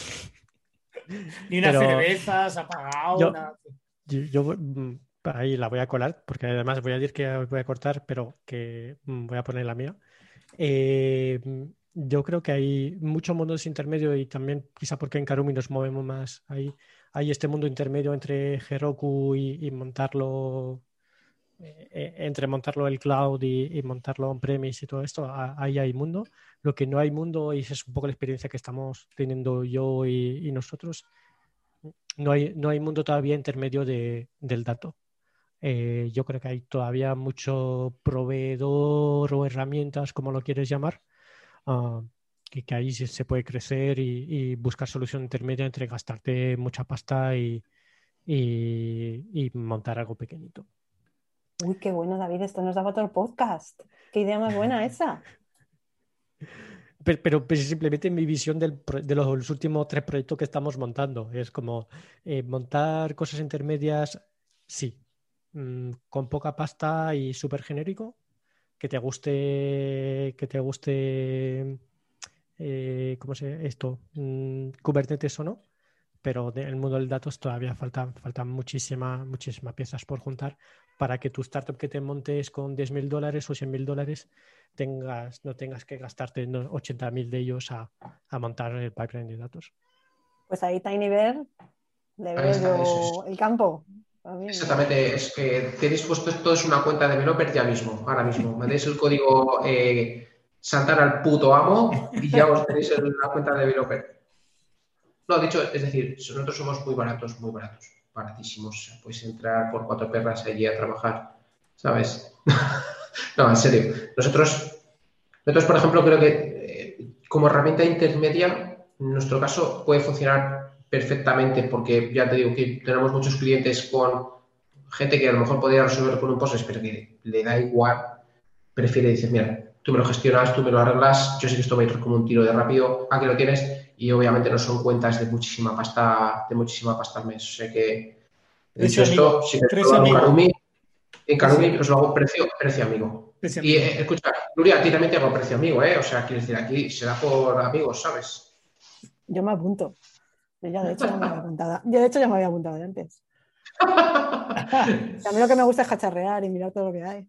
Ni una Pero cerveza, se ha apagado, yo, nada. yo, yo ahí la voy a colar, porque además voy a decir que os voy a cortar, pero que voy a poner la mía. Eh, yo creo que hay muchos mundos intermedios y también quizá porque en Karumi nos movemos más. Hay, hay este mundo intermedio entre Heroku y, y montarlo, eh, entre montarlo el cloud y, y montarlo on-premise y todo esto. Ahí hay mundo. Lo que no hay mundo, y esa es un poco la experiencia que estamos teniendo yo y, y nosotros, no hay, no hay mundo todavía intermedio de, del dato. Eh, yo creo que hay todavía mucho proveedor o herramientas, como lo quieres llamar, uh, y que ahí se, se puede crecer y, y buscar solución intermedia entre gastarte mucha pasta y, y, y montar algo pequeñito. Uy, qué bueno, David, esto nos daba todo el podcast. Qué idea más buena esa. Pero, pero, pero simplemente mi visión del, de los, los últimos tres proyectos que estamos montando es como eh, montar cosas intermedias, sí, mmm, con poca pasta y súper genérico, que te guste, que te guste, eh, ¿cómo se llama esto? Mm, Kubernetes o no, pero en el mundo del datos todavía faltan, faltan muchísimas muchísimas piezas por juntar para que tu startup que te montes con diez mil dólares o cien mil dólares tengas, no tengas que gastarte ochenta mil de ellos a, a montar el pipeline de datos. Pues ahí Tinybear le veo yo eso, el campo. Exactamente, es que tenéis puesto esto es una cuenta de developer ya mismo, ahora mismo. Metéis el código eh, Santana al puto amo y ya os tenéis en la cuenta de developer. No, dicho, es decir, nosotros somos muy baratos, muy baratos, baratísimos. Puedes entrar por cuatro perras allí a trabajar, ¿sabes? No, en serio. Nosotros, nosotros, por ejemplo, creo que eh, como herramienta intermedia en nuestro caso puede funcionar perfectamente porque ya te digo que tenemos muchos clientes con gente que a lo mejor podría resolver con un Postgres, pero que le da igual, prefiere decir, mira, tú me lo gestionas, tú me lo arreglas, yo sé que esto va a ir como un tiro de rápido, aquí lo tienes, y obviamente no son cuentas de muchísima pasta, de muchísima pasta al mes. O sea que, dicho Precio esto, amigo, si te precio lo hago en amigo, Karumi, en precio Karumi amigo, os lo hago precio, precio amigo. precio Y amigo. eh, escucha, Nuria, a ti también te hago precio amigo, ¿eh? O sea, quiero decir, aquí se da por amigos, ¿sabes? Yo me apunto. Yo ya de hecho ya me había apuntado. Yo de hecho ya me había apuntado de antes. A mí lo que me gusta es cacharrear y mirar todo lo que hay.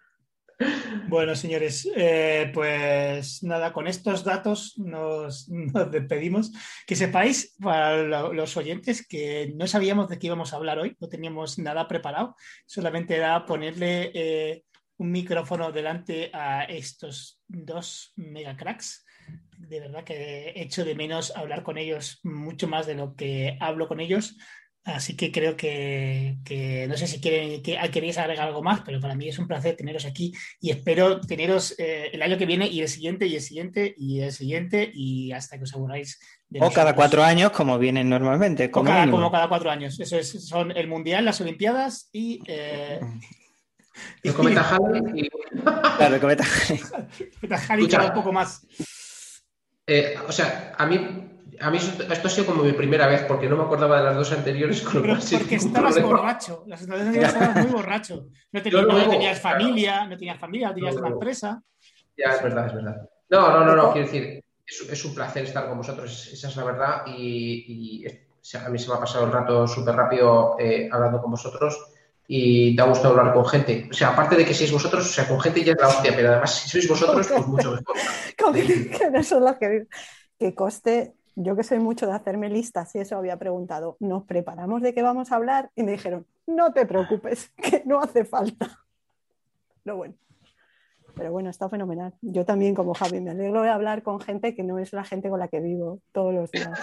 Bueno, señores, eh, pues nada, con estos datos nos, nos despedimos. Que sepáis, para lo- los oyentes, que no sabíamos de qué íbamos a hablar hoy, no teníamos nada preparado, solamente era ponerle eh, un micrófono delante a estos dos mega cracks. De verdad que echo de menos hablar con ellos mucho más de lo que hablo con ellos. Así que creo que, que no sé si quieren, que, queréis agregar algo más, pero para mí es un placer teneros aquí y espero teneros eh, el año que viene y el siguiente y el siguiente y el siguiente y hasta que os aburráis de O cada nosotros. cuatro años, como vienen normalmente, O como cada, mínimo. como cada cuatro años. Eso es, son el Mundial, las Olimpiadas y... Eh, El y cometa Halley y... Claro, que meta- Harry cada un poco Escucha, más. eh, o sea, a mí, a mí esto, esto ha sido como mi primera vez porque no me acordaba de las dos anteriores, con lo Pero cual sin porque ningún estabas problema. borracho. Las situaciones anteriores estabas muy borracho. No Yo tenías, no, no luego, tenías claro, familia, no tenías familia, no tenías no, una no, empresa. ya es verdad, es verdad. No, no, no, no, Eco- quiero decir, es, es un placer estar con vosotros, esa es la verdad, y, y es- o sea, a mí se me ha pasado el rato súper rápido eh, hablando con vosotros y da gusto hablar con gente. O sea, aparte de que sois vosotros, o sea, con gente ya es la hostia, pero además si sois vosotros, pues mucho mejor. Como que, que no son los que viven. Que coste, yo que soy mucho de hacerme listas y eso había preguntado, ¿nos preparamos de qué vamos a hablar? Y me dijeron, no te preocupes, que no hace falta. Pero bueno, pero bueno, está fenomenal. Yo también, como Javi, me alegro de hablar con gente que no es la gente con la que vivo todos los días.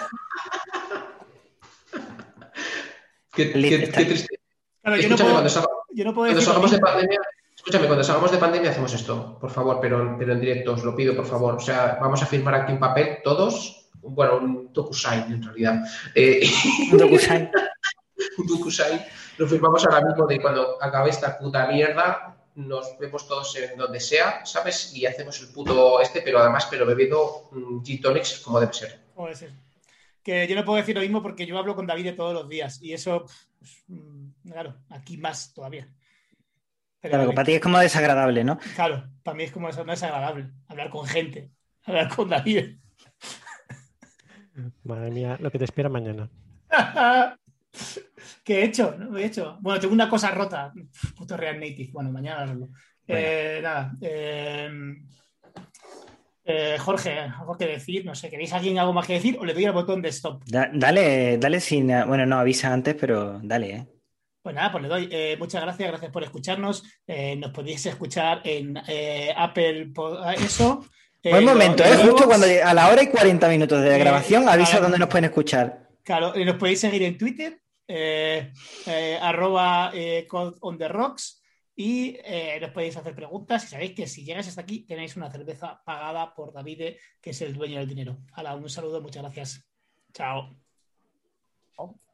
Qué, Liz, qué- está- qué triste. Claro, yo no Escúchame, cuando, puedo, salga- yo no puedo cuando decir lo salgamos de mismo. pandemia, escúchame, cuando salgamos de pandemia hacemos esto, por favor, pero, pero en directo, os lo pido, por favor. O sea, vamos a firmar aquí un papel todos, bueno, un DocuSign en realidad. Eh, un DocuSign. un DocuSign, lo firmamos ahora mismo de cuando acabe esta puta mierda, nos vemos todos en donde sea, ¿sabes? Y hacemos el puto este, pero además, pero bebiendo mm, gin tonics como debe ser. Puede ser. Que yo no puedo decir lo mismo porque yo hablo con David todos los días y eso, pues, claro, aquí más todavía. Pero Claro, que vale. para ti es como desagradable, ¿no? Claro, para mí es como eso, no es agradable hablar con gente, hablar con David. Madre mía, lo que te espera mañana. ¿Qué he hecho? No he hecho. Bueno, tengo una cosa rota. Puto Real Native. Bueno, mañana lo hablo. Eh, nada. Eh, eh, Jorge, ¿algo que decir? No sé, ¿queréis alguien algo más que decir o le doy al botón de stop? Da- dale, dale sin. Bueno, no avisa antes, pero dale, ¿eh? Pues nada, pues le doy. Eh, muchas gracias, gracias por escucharnos. Eh, nos podéis escuchar en eh, Apple, eso. Buen Eh, momento, en ¿eh? Justo iVoox. cuando a la hora y cuarenta minutos de Eh, grabación avisa claro. dónde nos pueden escuchar. Claro, y nos podéis seguir en Twitter, eh, eh, arroba eh, Code on the Rocks, y eh, nos podéis hacer preguntas. Y sabéis que si llegáis hasta aquí tenéis una cerveza pagada por Davide, que es el dueño del dinero. Hala, un saludo, muchas gracias. Chao.